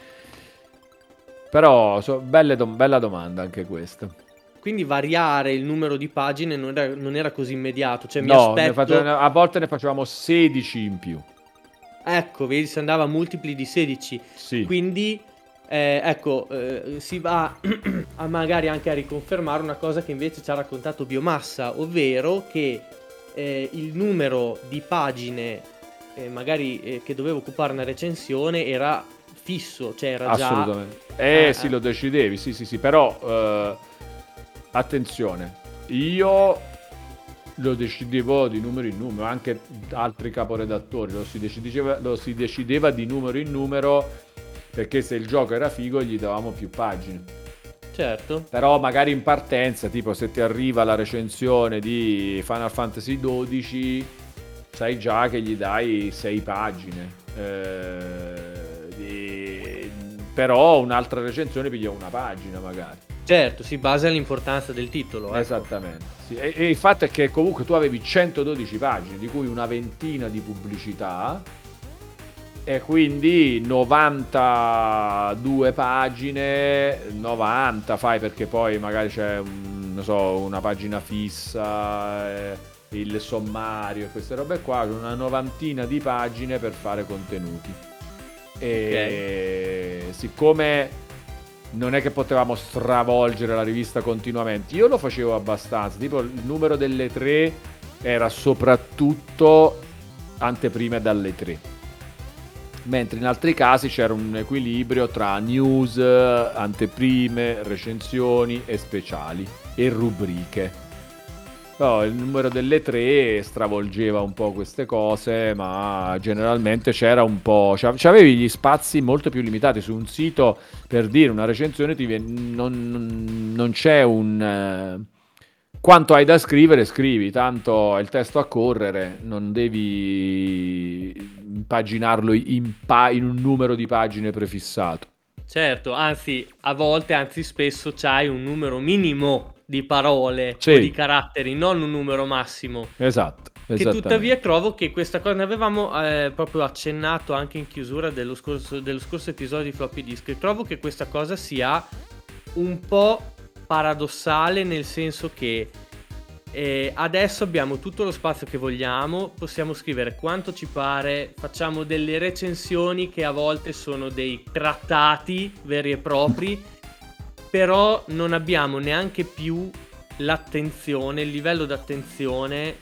S2: Però bella domanda anche questa.
S1: Quindi variare il numero di pagine non era così immediato. Cioè, mi aspetto...
S2: a volte ne facevamo 16 in più.
S1: Ecco, vedi, si andava a multipli di 16.
S2: Sì.
S1: Quindi, si va a magari anche a riconfermare una cosa che invece ci ha raccontato Biomassa, ovvero che il numero di pagine magari che doveva occupare una recensione era fisso, cioè era già...
S2: Assolutamente. Sì, lo decidevi, sì, però attenzione, io lo decidevo di numero in numero, anche altri caporedattori lo si decideva di numero in numero, perché se il gioco era figo gli davamo più pagine.
S1: Certo.
S2: Però magari in partenza, tipo se ti arriva la recensione di Final Fantasy XII, sai già che gli dai 6 pagine. Però un'altra recensione piglia una pagina magari.
S1: Certo, si basa all'importanza del titolo. Ecco.
S2: Esattamente. Sì. E il fatto è che comunque tu avevi 112 pagine, di cui una ventina di pubblicità, e quindi 92 pagine, 90 fai, perché poi magari c'è una pagina fissa, il sommario e queste robe qua, una novantina di pagine per fare contenuti. E siccome non è che potevamo stravolgere la rivista continuamente, io lo facevo abbastanza, tipo il numero delle 3 era soprattutto anteprime dalle 3, mentre in altri casi c'era un equilibrio tra news, anteprime, recensioni e speciali e rubriche. No, il numero delle 3 stravolgeva un po' queste cose, ma generalmente c'era un po'... C'avevi gli spazi molto più limitati su un sito. Per dire una recensione non c'è quanto hai da scrivere, scrivi, tanto è il testo a correre, non devi impaginarlo in un numero di pagine prefissato.
S1: Certo, anzi, a volte, anzi spesso c'hai un numero minimo di parole
S2: Sì.
S1: o di caratteri, non un numero massimo.
S2: Esatto,
S1: Che
S2: esattamente.
S1: tuttavia trovo che questa cosa, ne avevamo proprio accennato anche in chiusura dello scorso episodio di Floppy Disk, e trovo che questa cosa sia un po' paradossale, nel senso che adesso abbiamo tutto lo spazio che vogliamo, possiamo scrivere quanto ci pare, facciamo delle recensioni che a volte sono dei trattati veri e propri, però non abbiamo neanche più l'attenzione, il livello d'attenzione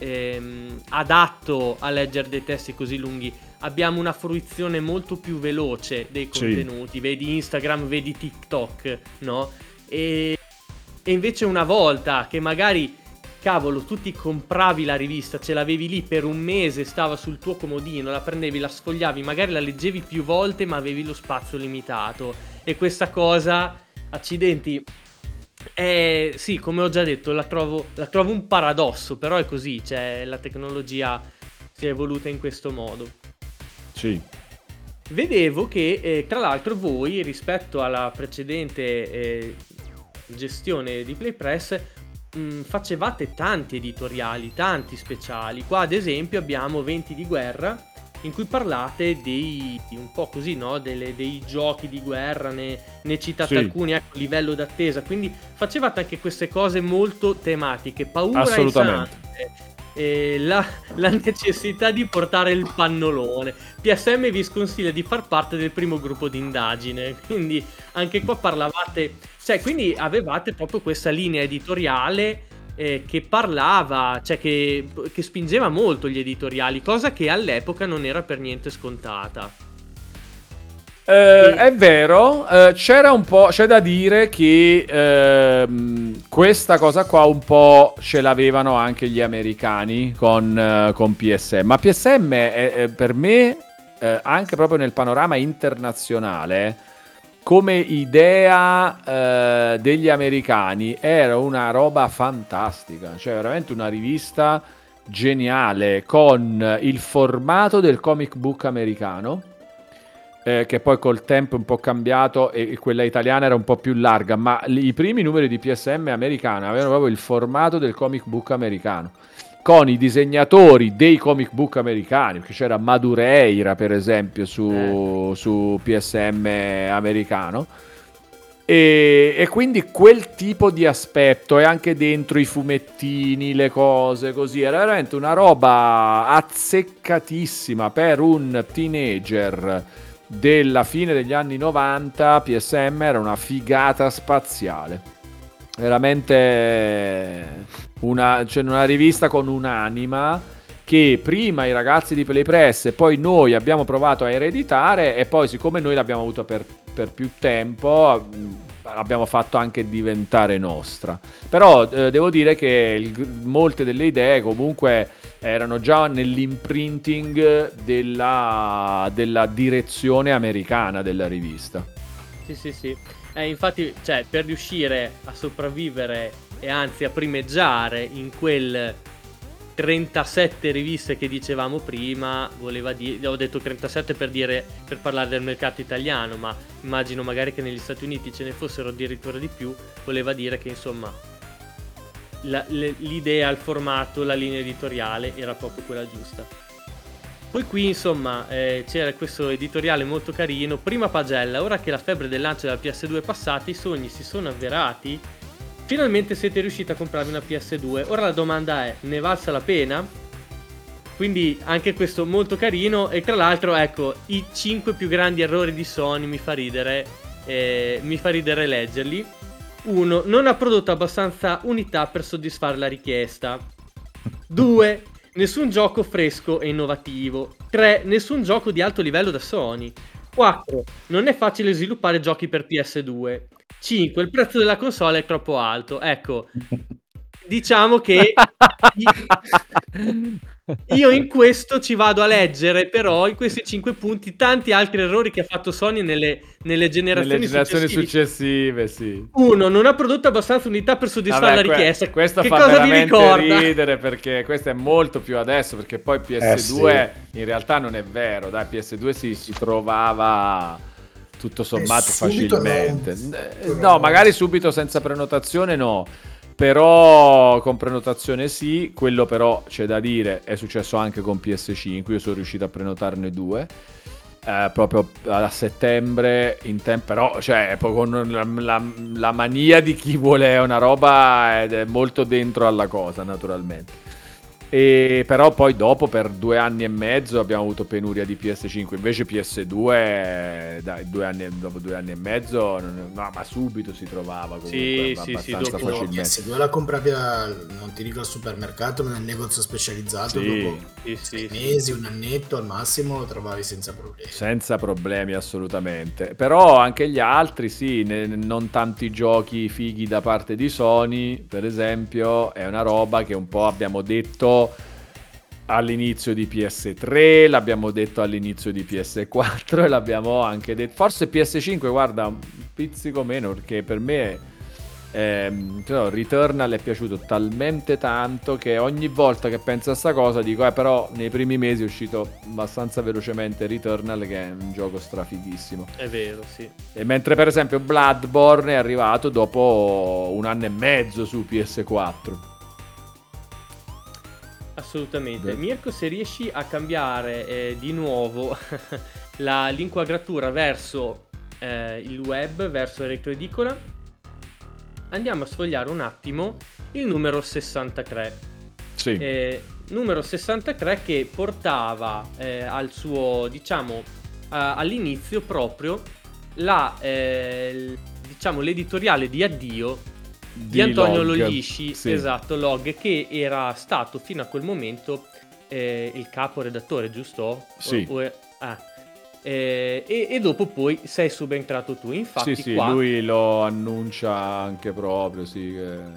S1: adatto a leggere dei testi così lunghi. Abbiamo una fruizione molto più veloce dei contenuti, vedi Instagram, vedi TikTok, no? E invece una volta che magari, cavolo, tu ti compravi la rivista, ce l'avevi lì per un mese, stava sul tuo comodino, la prendevi, la sfogliavi, magari la leggevi più volte, ma avevi lo spazio limitato. E questa cosa, accidenti, sì, come ho già detto, la trovo un paradosso, però è così, cioè la tecnologia si è evoluta in questo modo.
S2: Sì.
S1: Vedevo che tra l'altro voi, rispetto alla precedente gestione di PlayPress, facevate tanti editoriali, tanti speciali. Qua ad esempio abbiamo Venti di guerra, in cui parlate un po' così, no? Dei giochi di guerra, ne citate alcuni, ecco, livello d'attesa. Quindi facevate anche queste cose molto tematiche, paura e sangue, la necessità di portare il pannolone. PSM vi sconsiglia di far parte del primo gruppo di indagine, quindi anche qua parlavate, cioè, quindi avevate proprio questa linea editoriale che parlava, cioè che spingeva molto gli editoriali, cosa che all'epoca non era per niente scontata.
S2: È vero, c'era un po', c'è da dire che questa cosa qua un po' ce l'avevano anche gli americani con PSM, ma PSM è per me, anche proprio nel panorama internazionale, come idea degli americani, era una roba fantastica, cioè veramente una rivista geniale, con il formato del comic book americano, che poi col tempo è un po' cambiato e quella italiana era un po' più larga, ma i primi numeri di PSM americana avevano proprio il formato del comic book americano, con i disegnatori dei comic book americani, perché c'era Madureira per esempio su PSM americano, e quindi quel tipo di aspetto, e anche dentro i fumettini, le cose così, era veramente una roba azzeccatissima per un teenager della fine degli anni 90. PSM era una figata spaziale, veramente una rivista con un'anima che prima i ragazzi di PlayPress e poi noi abbiamo provato a ereditare, e poi siccome noi l'abbiamo avuta per più tempo abbiamo fatto anche diventare nostra. Però devo dire che molte delle idee comunque erano già nell'imprinting della direzione americana della rivista.
S1: Sì. Infatti, cioè, per riuscire a sopravvivere e anzi a primeggiare in quel 37 riviste che dicevamo prima, voleva dire, ho detto 37 per parlare del mercato italiano, ma immagino magari che negli Stati Uniti ce ne fossero addirittura di più, voleva dire che insomma l'idea, il formato, la linea editoriale era proprio quella giusta. Poi qui insomma c'era questo editoriale molto carino, prima pagella: ora che la febbre del lancio della PS2 è passata, i sogni si sono avverati, finalmente siete riusciti a comprarvi una PS2, ora la domanda è: ne valsa la pena? Quindi anche questo molto carino. E tra l'altro, ecco, i 5 più grandi errori di Sony, mi fa ridere leggerli. 1. Non ha prodotto abbastanza unità per soddisfare la richiesta. 2. Nessun gioco fresco e innovativo. 3. Nessun gioco di alto livello da Sony. 4. Non è facile sviluppare giochi per PS2. 5. Il prezzo della console è troppo alto. Ecco, diciamo che Io in questo ci vado a leggere, però, in questi 5 punti, tanti altri errori che ha fatto Sony nelle generazioni successive.
S2: successive, sì.
S1: 1. Non ha prodotto abbastanza unità per soddisfare la richiesta.
S2: Questo
S1: Che
S2: fa
S1: cosa vi
S2: veramente
S1: ricorda?
S2: ridere, perché questo è molto più adesso, perché poi PS2 in realtà non è vero, dai, PS2 si trovava tutto sommato
S3: subito
S2: facilmente.
S3: no.
S2: No, magari subito senza prenotazione no, però con prenotazione sì. Quello però c'è da dire, è successo anche con PS5, io sono riuscito a prenotarne 2. Proprio a settembre in tempo, però cioè con la mania di chi vuole una roba ed è molto dentro alla cosa, naturalmente. E però poi dopo per 2 anni e mezzo abbiamo avuto penuria di PS5, invece PS2 dai, dopo 2 anni e mezzo no, ma subito si trovava comunque
S1: Sì,
S2: abbastanza
S1: dopo
S2: facilmente.
S3: PS2 la compravi non ti dico al supermercato, ma nel negozio specializzato, dopo 6 mesi, un annetto al massimo lo trovavi senza problemi.
S2: Senza problemi, assolutamente. Però anche gli altri, sì, non tanti giochi fighi da parte di Sony, per esempio, è una roba che un po' abbiamo detto all'inizio di PS3, l'abbiamo detto all'inizio di PS4 e l'abbiamo anche detto. Forse PS5, guarda, un pizzico meno, perché per me Returnal è piaciuto talmente tanto che ogni volta che penso a sta cosa dico però nei primi mesi è uscito abbastanza velocemente Returnal, che è un gioco strafighissimo.
S1: È vero, sì.
S2: E mentre per esempio Bloodborne è arrivato dopo 1 anno e mezzo su PS4.
S1: Assolutamente. Mirko, se riesci a cambiare di nuovo l'inquadratura verso il web, verso Retroedicola, andiamo a sfogliare un attimo il numero 63.
S2: Sì.
S1: Numero 63 che portava al suo, diciamo, all'inizio proprio diciamo, l'editoriale di addio di Antonio Loglisci,
S2: sì.
S1: Esatto, Log, che era stato fino a quel momento il capo redattore, giusto?
S2: Sì.
S1: E dopo poi sei subentrato tu. Infatti
S2: sì,
S1: qua
S2: lui lo annuncia anche proprio, sì,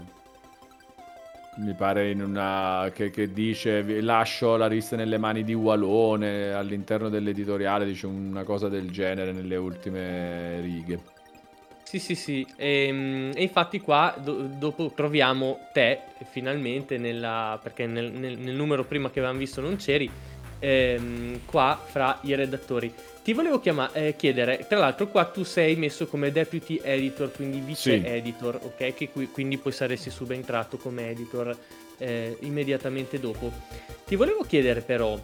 S2: mi pare in una che dice lascio la rivista nelle mani di Walone, all'interno dell'editoriale dice una cosa del genere nelle ultime righe.
S1: Sì. E infatti qua dopo troviamo te finalmente perché nel numero prima che avevamo visto non c'eri, qua fra i redattori. Ti volevo chiedere, tra l'altro qua tu sei messo come deputy editor, quindi vice editor, ok? Che quindi poi saresti subentrato come editor immediatamente dopo. Ti volevo chiedere però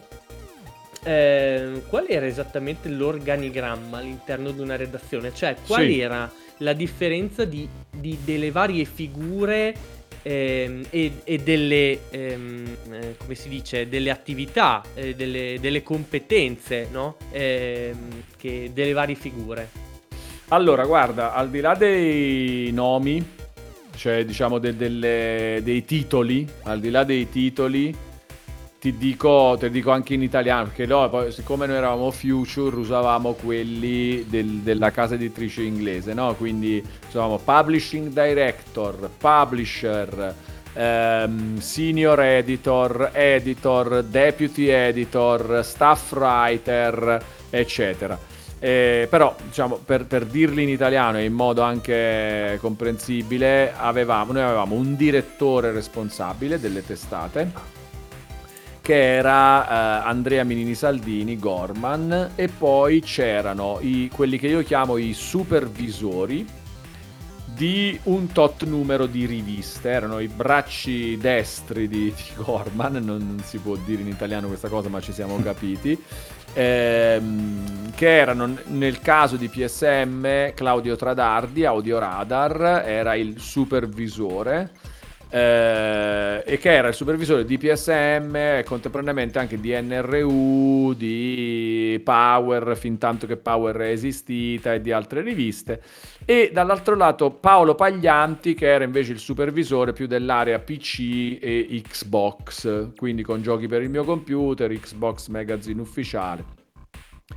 S1: qual era esattamente l'organigramma all'interno di una redazione, cioè qual era la differenza delle varie figure e delle come si dice, delle attività, delle competenze, no? Delle varie figure.
S2: Allora, guarda, al di là dei nomi, cioè diciamo dei titoli, al di là dei titoli, te dico anche in italiano, perché poi, siccome noi eravamo Future, usavamo quelli della casa editrice inglese, no? Quindi usavamo Publishing Director, Publisher, Senior Editor, Deputy Editor, Staff Writer, eccetera. Però, diciamo, per dirli in italiano e in modo anche comprensibile, noi avevamo un direttore responsabile delle testate, che era Andrea Minini Saldini, Gorman, e poi c'erano quelli che io chiamo i supervisori di un tot numero di riviste, erano i bracci destri di Gorman, non si può dire in italiano questa cosa ma ci siamo capiti, che erano nel caso di PSM Claudio Tradardi, Audioradar, era il supervisore, e che era il supervisore di PSM e contemporaneamente anche di NRU, di Power, fin tanto che Power è esistita, e di altre riviste, e dall'altro lato Paolo Paglianti, che era invece il supervisore più dell'area PC e Xbox, quindi con giochi per il mio computer, Xbox Magazine ufficiale.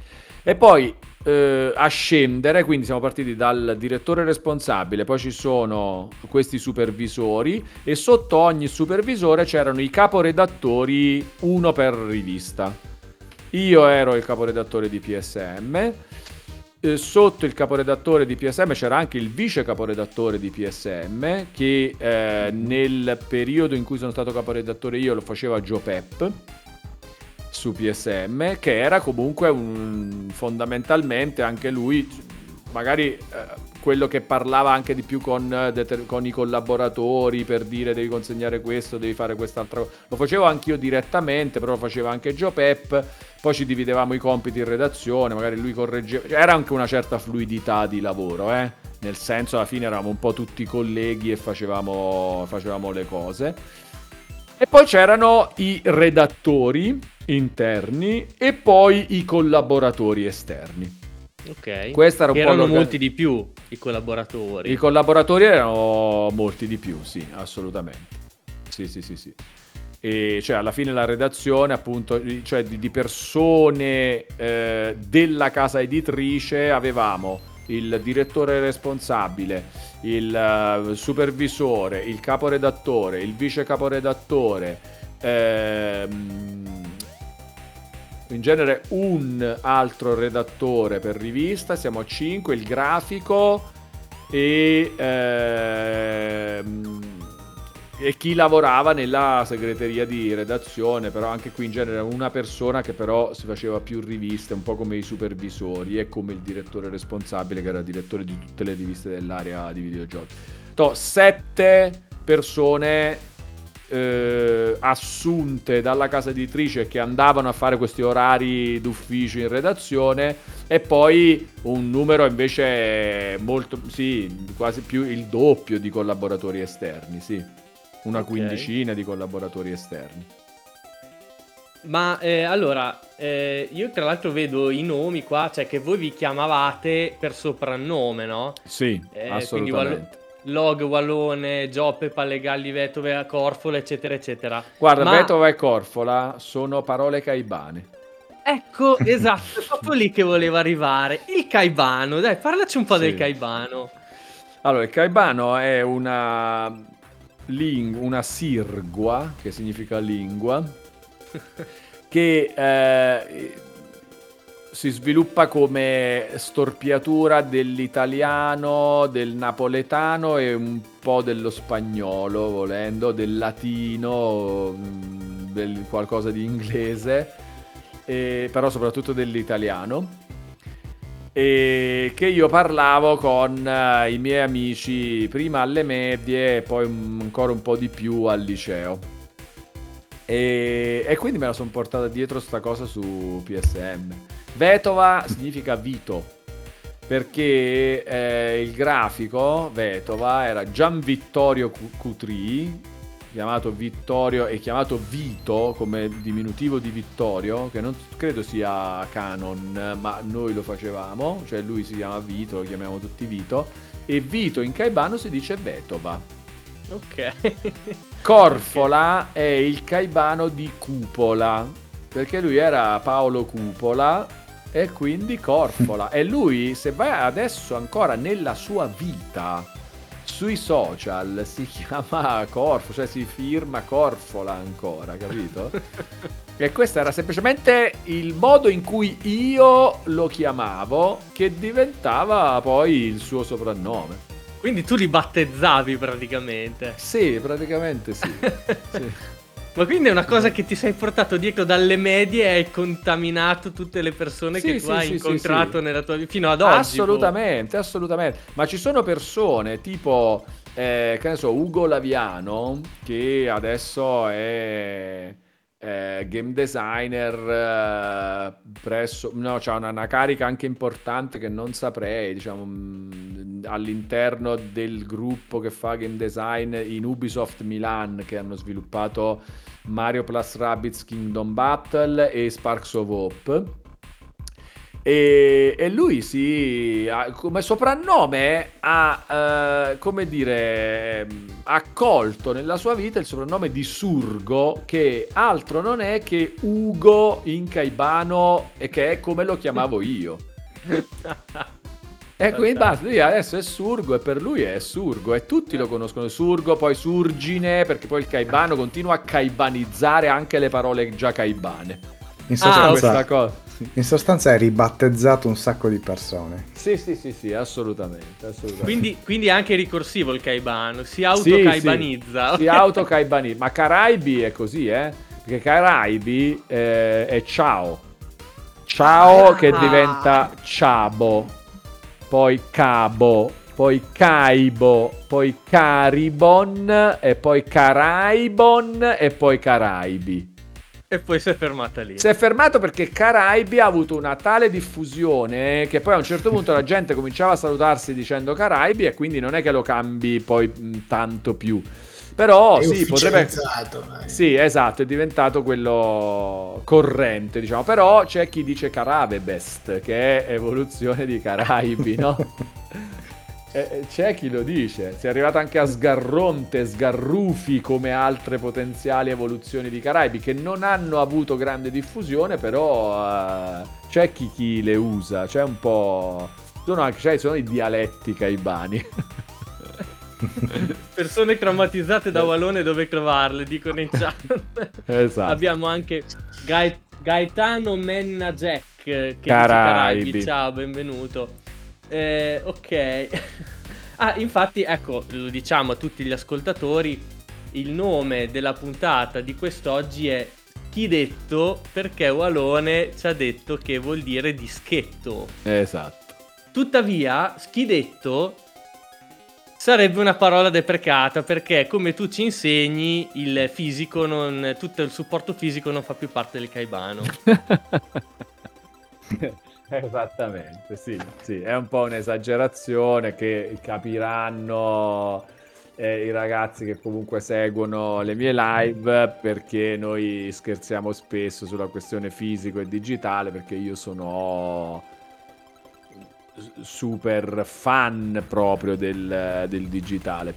S2: E poi a scendere, quindi siamo partiti dal direttore responsabile, poi ci sono questi supervisori e sotto ogni supervisore c'erano i caporedattori, uno per rivista. Io ero il caporedattore di PSM. Sotto il caporedattore di PSM c'era anche il vice caporedattore di PSM che nel periodo in cui sono stato caporedattore io lo faceva Joe Pep su PSM, che era comunque fondamentalmente anche lui magari quello che parlava anche di più con i collaboratori per dire devi consegnare questo, devi fare quest'altra cosa. Lo facevo anch'io direttamente, però lo faceva anche Joe Pep. Poi ci dividevamo i compiti in redazione, magari lui correggeva, cioè, era anche una certa fluidità di lavoro, nel senso alla fine eravamo un po' tutti colleghi e facevamo le cose. E poi c'erano i redattori interni e poi i collaboratori esterni.
S1: Ok.
S2: Questa era un po'
S1: erano molti di più i collaboratori.
S2: I collaboratori erano molti di più, sì, assolutamente. Sì. E cioè alla fine la redazione appunto, cioè di persone della casa editrice avevamo il direttore responsabile, il supervisore, il caporedattore, il vice caporedattore, in genere un altro redattore per rivista, siamo a 5, il grafico e chi lavorava nella segreteria di redazione, però anche qui in genere una persona che però si faceva più riviste, un po' come i supervisori e come il direttore responsabile che era direttore di tutte le riviste dell'area di videogiochi. 7 persone assunte dalla casa editrice che andavano a fare questi orari d'ufficio in redazione e poi un numero invece molto, sì, quasi più il doppio di collaboratori esterni, sì. Una quindicina di collaboratori esterni.
S1: Ma allora, io tra l'altro vedo i nomi qua, cioè che voi vi chiamavate per soprannome, no?
S2: Sì, assolutamente.
S1: Log, Wallone, Gioppe, Pallegalli, Vetove, Corfola, eccetera, eccetera.
S2: Guarda, Vetova e Corfola sono parole caibane.
S1: Ecco, esatto, è proprio lì che volevo arrivare. Il caibano, dai, parlaci un po' del caibano.
S2: Allora, il caibano è una sirgua, che significa lingua, che si sviluppa come storpiatura dell'italiano, del napoletano e un po' dello spagnolo, volendo, del latino, del qualcosa di inglese, però soprattutto dell'italiano. E che io parlavo con i miei amici prima alle medie e poi ancora un po' di più al liceo. E quindi me la sono portata dietro sta cosa su PSM. Vetova significa Vito, perché il grafico Vetova era Gian Vittorio Cutri, chiamato Vittorio e chiamato Vito come diminutivo di Vittorio, che non credo sia canon, ma noi lo facevamo, cioè lui si chiama Vito, lo chiamiamo tutti Vito, e Vito in caibano si dice Vetova.
S1: Ok.
S2: Corfola è il caibano di Cupola, perché lui era Paolo Cupola e quindi Corfola. E lui, se vai adesso ancora nella sua vita sui social, si chiama Corfo, cioè si firma Corfola ancora, capito? E questo era semplicemente il modo in cui io lo chiamavo, che diventava poi il suo soprannome.
S1: Quindi tu li battezzavi praticamente.
S2: Sì, praticamente sì. Sì.
S1: Ma quindi è una cosa che ti sei portato dietro dalle medie e hai contaminato tutte le persone che tu hai incontrato nella tua vita fino ad oggi.
S2: Assolutamente, assolutamente. Ma ci sono persone tipo, che ne so, Ugo Laviano, che adesso è game designer presso... No, c'ha una carica anche importante che non saprei, diciamo, all'interno del gruppo che fa game design in Ubisoft Milan, che hanno sviluppato Mario plus Rabbids Kingdom Battle e Sparks of Hope. E lui come soprannome ha, come dire, accolto nella sua vita il soprannome di Surgo, che altro non è che Ugo in caibano, e che è come lo chiamavo io. E quindi basta, lui adesso è Surgo, e per lui è Surgo, e tutti lo conoscono Surgo, poi Surgine, perché poi il caibano continua a caibanizzare anche le parole già caibane.
S4: In sostanza,
S2: questa cosa.
S4: in sostanza è ribattezzato un sacco di persone.
S2: Sì, assolutamente.
S1: Quindi è anche ricorsivo il caibano, si autocaibanizza.
S2: Sì, si autocaibanizza. Ma Caraibi è così, perché Caraibi è ciao. Ciao che diventa ciabo, poi cabo, poi caibo, poi caribon, e poi caraibon, e poi Caraibi.
S1: E poi si è fermata lì.
S2: Si è fermato perché Caraibi ha avuto una tale diffusione che poi a un certo punto la gente cominciava a salutarsi dicendo Caraibi, e quindi non è che lo cambi poi tanto più. Però sì, potrebbe. Sì, esatto, è diventato quello corrente, diciamo. Però c'è chi dice Caravebest, che è evoluzione di Caraibi, no? C'è chi lo dice. Si è arrivato anche a Sgarronte, Sgarrufi, come altre potenziali evoluzioni di Caraibi, che non hanno avuto grande diffusione, però c'è chi le usa. C'è un po'. Sono i dialetti caibani.
S1: Persone traumatizzate da Wallone, dove trovarle, dicono in chat.
S2: Esatto.
S1: Abbiamo anche Gaetano Menna Jack, che
S2: Caraibi.
S1: dice Caraibi. Ciao, benvenuto. Ok. Infatti, ecco, lo diciamo a tutti gli ascoltatori, il nome della puntata di quest'oggi è Schidetto, perché Wallone ci ha detto che vuol dire dischetto.
S2: Esatto.
S1: Tuttavia, schidetto sarebbe una parola deprecata, perché come tu ci insegni, il fisico tutto il supporto fisico non fa più parte del caibano.
S2: Esattamente, sì, è un po' un'esagerazione che capiranno i ragazzi che comunque seguono le mie live, perché noi scherziamo spesso sulla questione fisico e digitale, perché io sono super fan proprio del digitale.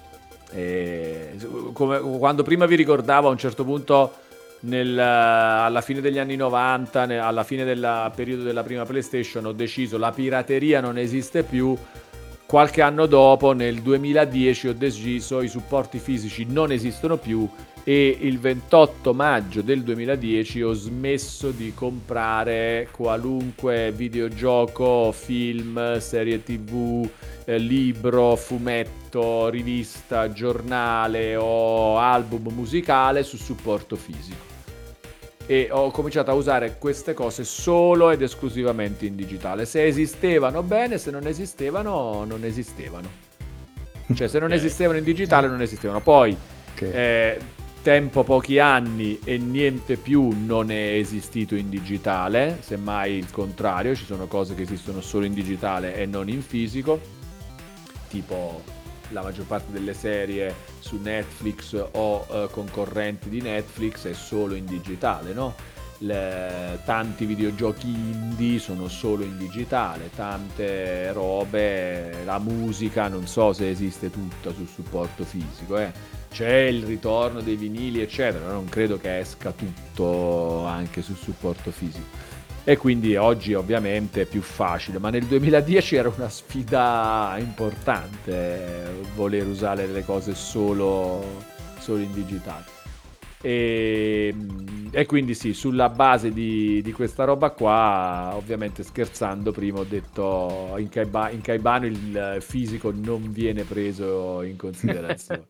S2: Quando prima vi ricordavo, a un certo punto alla fine degli anni 90, alla fine del periodo della prima PlayStation, ho deciso la pirateria non esiste più. Qualche anno dopo, nel 2010, ho deciso i supporti fisici non esistono più, e il 28 maggio del 2010 ho smesso di comprare qualunque videogioco, film, serie TV, libro, fumetto, rivista, giornale o album musicale su supporto fisico. E ho cominciato a usare queste cose solo ed esclusivamente in digitale. Se esistevano, bene; se non esistevano, non esistevano. Cioè, se non esistevano in digitale, non esistevano. Poi tempo pochi anni e niente più non è esistito in digitale, semmai il contrario, ci sono cose che esistono solo in digitale e non in fisico, tipo la maggior parte delle serie su Netflix o concorrenti di Netflix è solo in digitale, no? Tanti videogiochi indie sono solo in digitale, tante robe, la musica non so se esiste tutta sul supporto fisico, C'è il ritorno dei vinili eccetera, non credo che esca tutto anche sul supporto fisico, e quindi oggi ovviamente è più facile, ma nel 2010 era una sfida importante voler usare le cose solo in digitale. E quindi sì, sulla base di questa roba qua, ovviamente scherzando, prima ho detto in caibano il fisico non viene preso in considerazione.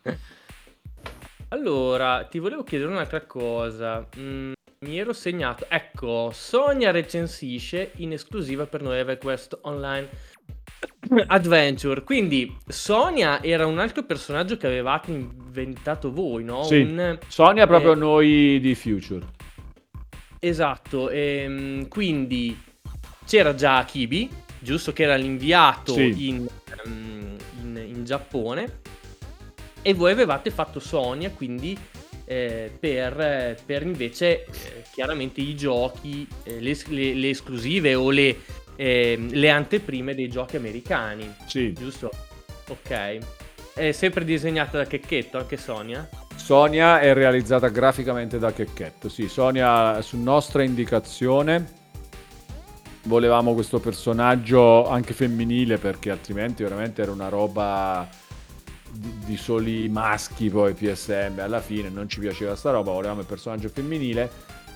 S1: Allora, ti volevo chiedere un'altra cosa. Mi ero segnato, ecco, Sonia recensisce in esclusiva per noi EverQuest Online Adventure. Quindi Sonia era un altro personaggio che avevate inventato voi, no?
S2: Sì, Sonia proprio noi di Future.
S1: Esatto, quindi c'era già Kibi, giusto, che era l'inviato in Giappone, e voi avevate fatto Sonia, quindi per invece chiaramente i giochi, le esclusive o le anteprime dei giochi americani.
S2: Sì.
S1: Giusto? Ok. È sempre disegnata da Checchetto, anche Sonia?
S2: Sonia è realizzata graficamente da Checchetto, sì. Sonia, su nostra indicazione, volevamo questo personaggio anche femminile, perché altrimenti veramente era una roba di soli maschi. Poi PSM alla fine non ci piaceva sta roba, volevamo il personaggio femminile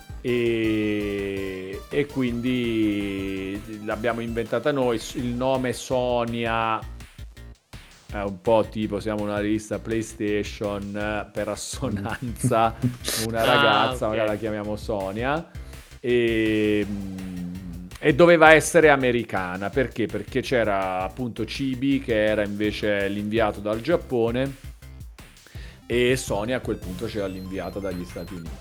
S2: e quindi l'abbiamo inventata noi. Il nome Sonia è un po' tipo siamo una rivista PlayStation, per assonanza una ragazza,
S1: ok.
S2: magari la chiamiamo Sonia, e doveva essere americana. Perché? Perché c'era appunto Chibi che era invece l'inviato dal Giappone e Sonia a quel punto c'era l'inviata dagli Stati Uniti.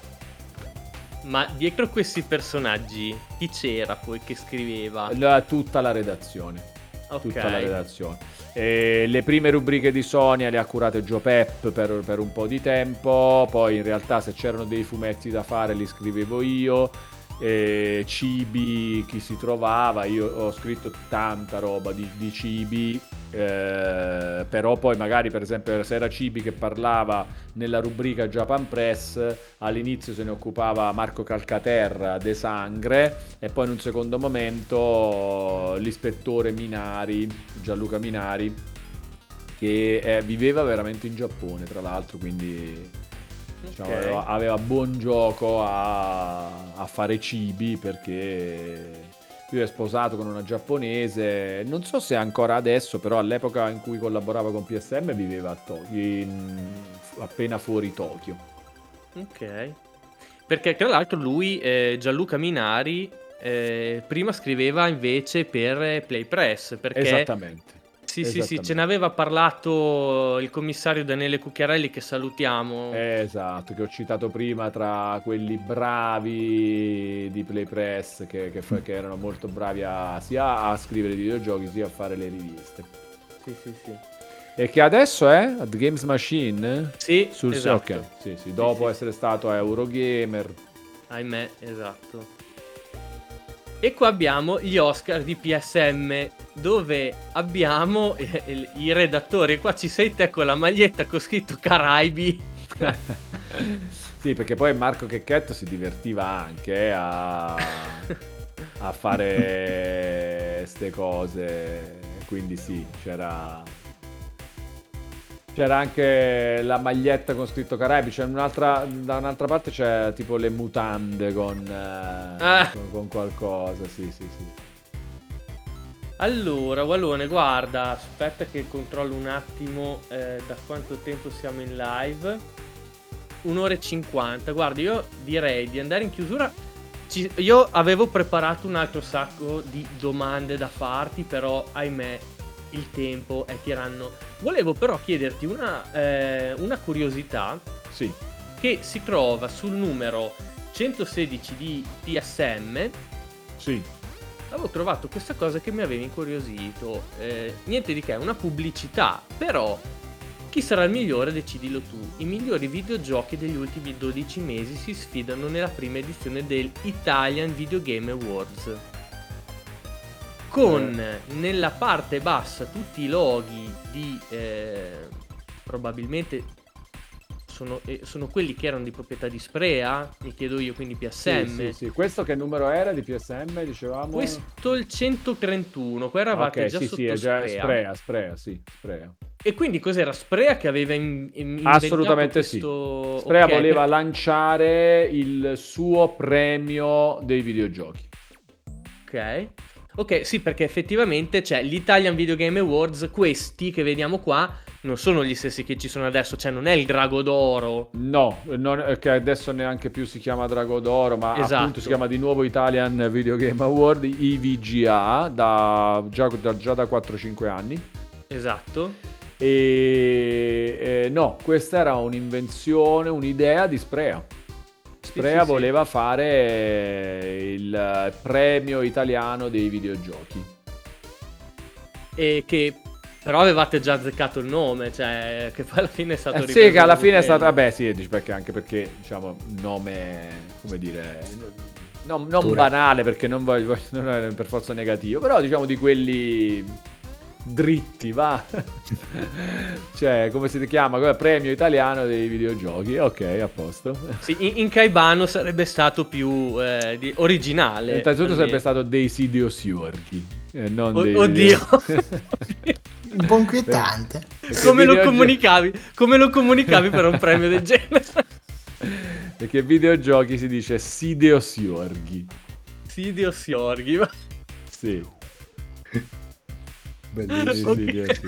S1: Ma dietro questi personaggi chi c'era poi che scriveva?
S2: Tutta la redazione.
S1: Ok.
S2: Tutta la redazione. Le prime rubriche di Sonia le ha curate Joe Pep per un po' di tempo, poi in realtà se c'erano dei fumetti da fare li scrivevo io. Cibi, chi si trovava, io ho scritto tanta roba di cibi, però poi magari per esempio se era Cibi che parlava nella rubrica Japan Press, all'inizio se ne occupava Marco Calcaterra de Sangre e poi in un secondo momento l'ispettore Minari, Gianluca Minari, che viveva veramente in Giappone tra l'altro, quindi diciamo, aveva buon gioco a fare cibi, perché lui è sposato con una giapponese, non so se ancora adesso, però all'epoca in cui collaborava con PSM viveva a Tokyo, appena fuori Tokyo.
S1: Ok. Perché tra l'altro lui, Gianluca Minari, prima scriveva invece per PlayPress, perché
S2: Esattamente.
S1: sì, ce ne aveva parlato il commissario Daniele Cucchiarelli, che salutiamo.
S2: Esatto, che ho citato prima, tra quelli bravi di PlayPress che erano molto bravi sia a scrivere i videogiochi sia a fare le riviste.
S1: Sì.
S2: E che adesso è at Games Machine?
S1: Sì,
S2: Sul
S1: esatto.
S2: ok, sì, dopo essere stato a Eurogamer.
S1: Ahimè, esatto. E qua abbiamo gli Oscar di PSM, dove abbiamo i redattori. E qua ci sei te con la maglietta con scritto Caraibi.
S2: Sì, perché poi Marco Checchetto si divertiva anche a fare ste cose, quindi sì, c'era anche la maglietta con scritto Caraibi. Da un'altra parte c'è tipo le mutande con qualcosa, sì.
S1: Allora, Wallone, guarda, aspetta che controllo un attimo da quanto tempo siamo in live. 1 ora e 50. Guarda, io direi di andare in chiusura. Io avevo preparato un altro sacco di domande da farti, però ahimè il tempo è tiranno. Volevo però chiederti una curiosità,
S2: Sì.
S1: che si trova sul numero 116 di PSM.
S2: Sì.
S1: Avevo trovato questa cosa che mi aveva incuriosito. Niente di che, una pubblicità. Però chi sarà il migliore decidilo tu. I migliori videogiochi degli ultimi 12 mesi si sfidano nella prima edizione del Italian Video Game Awards, con nella parte bassa tutti i loghi di probabilmente sono quelli che erano di proprietà di Sprea, mi chiedo io, quindi PSM.
S2: Sì. Questo che numero era di PSM, dicevamo?
S1: Questo il 131, qua eravate
S2: Ok,
S1: già
S2: sì,
S1: sotto
S2: è già
S1: Sprea.
S2: Sprea.
S1: E quindi cos'era Sprea che aveva inventato
S2: Assolutamente
S1: questo...
S2: sì. Sprea
S1: Ok,
S2: voleva lanciare il suo premio dei videogiochi.
S1: Ok, sì, perché effettivamente c'è l'Italian Video Game Awards, questi che vediamo qua non sono gli stessi che ci sono adesso, cioè non è il Drago d'Oro.
S2: No, che adesso neanche più si chiama Drago d'Oro, ma
S1: Esatto.
S2: appunto si chiama di nuovo Italian Video Game Award, IVGA, già da 4-5 anni.
S1: Esatto.
S2: E no, questa era un'invenzione, un'idea di Sprea. Sprea voleva fare il premio italiano dei videogiochi.
S1: E che Però avevate già azzeccato il nome, cioè che poi alla fine è stato
S2: sì, che alla
S1: ripreso
S2: fine è stato,
S1: quello.
S2: vabbè, sì, anche perché, diciamo, nome, come dire, non banale, perché non è per forza negativo, però diciamo di quelli dritti, va. Cioè, come si chiama? Premio italiano dei videogiochi. Ok, a posto.
S1: Sì, in Caibano sarebbe stato più originale.
S2: Innanzitutto sarebbe
S1: almeno.
S2: stato Desidio Siorchi, non
S1: Oddio.
S3: Un po' inquietante.
S1: Come lo comunicavi? Come lo comunicavi per un premio del genere?
S2: Perché videogiochi si dice Sideo Siorghi.
S1: Sidio Siorghi.
S2: Sì.
S4: Bellissimo.
S1: Ok.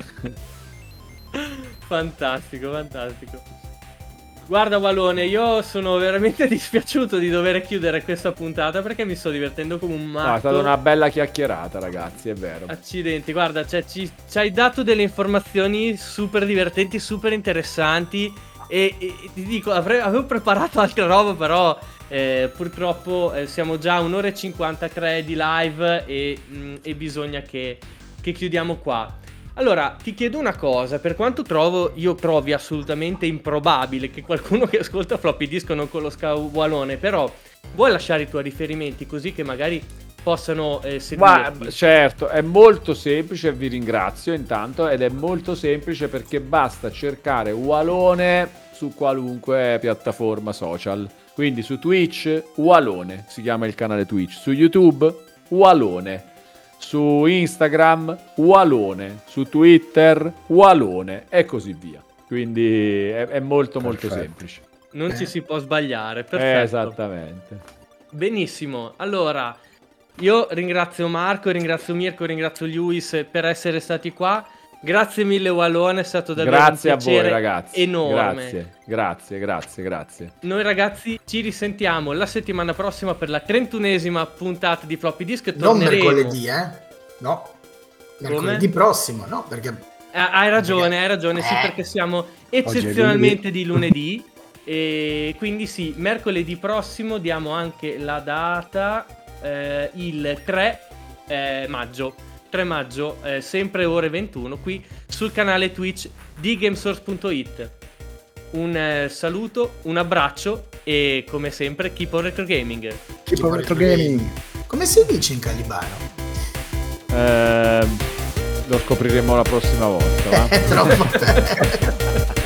S1: Fantastico, fantastico. Guarda Walone, io sono veramente dispiaciuto di dover chiudere questa puntata perché mi sto divertendo come un matto.
S2: No, è stata una bella chiacchierata, ragazzi, è vero.
S1: Accidenti, guarda, cioè, ci hai dato delle informazioni super divertenti, super interessanti e ti dico, avevo preparato altre robe, però purtroppo siamo già a 1 ora e 53 di live e bisogna che chiudiamo qua. Allora, ti chiedo una cosa, per quanto io trovi assolutamente improbabile che qualcuno che ascolta Floppy Disco non conosca Walone, però vuoi lasciare i tuoi riferimenti così che magari possano seguirti?
S2: Certo, è molto semplice, vi ringrazio intanto, ed è molto semplice perché basta cercare Walone su qualunque piattaforma social. Quindi su Twitch, Walone, si chiama il canale Twitch, su YouTube, Walone. Su Instagram, Walone, su Twitter, Walone e così via. Quindi è molto molto semplice.
S1: Non ci si può sbagliare, perfetto.
S2: Esattamente.
S1: Benissimo, allora io ringrazio Marco, ringrazio Mirko, ringrazio Lewis per essere stati qua. Grazie mille Walone, è stato davvero
S2: Grazie
S1: un piacere
S2: a voi ragazzi.
S1: enorme.
S2: Grazie.
S1: Noi ragazzi ci risentiamo la settimana prossima per la 31esima puntata di Floppy Disk.
S3: Non mercoledì, no, mercoledì prossimo, no, perché
S1: hai ragione, sì, perché siamo eccezionalmente di lunedì e quindi sì, mercoledì prossimo diamo anche la data, il 3 maggio. 3 maggio, sempre ore 21, qui sul canale Twitch di Gamesource.it. Un saluto, un abbraccio e come sempre keep on retro gaming.
S4: Keep on retro gaming.
S3: Come si dice in calibano?
S2: Lo scopriremo la prossima volta, va?
S3: È troppo bello.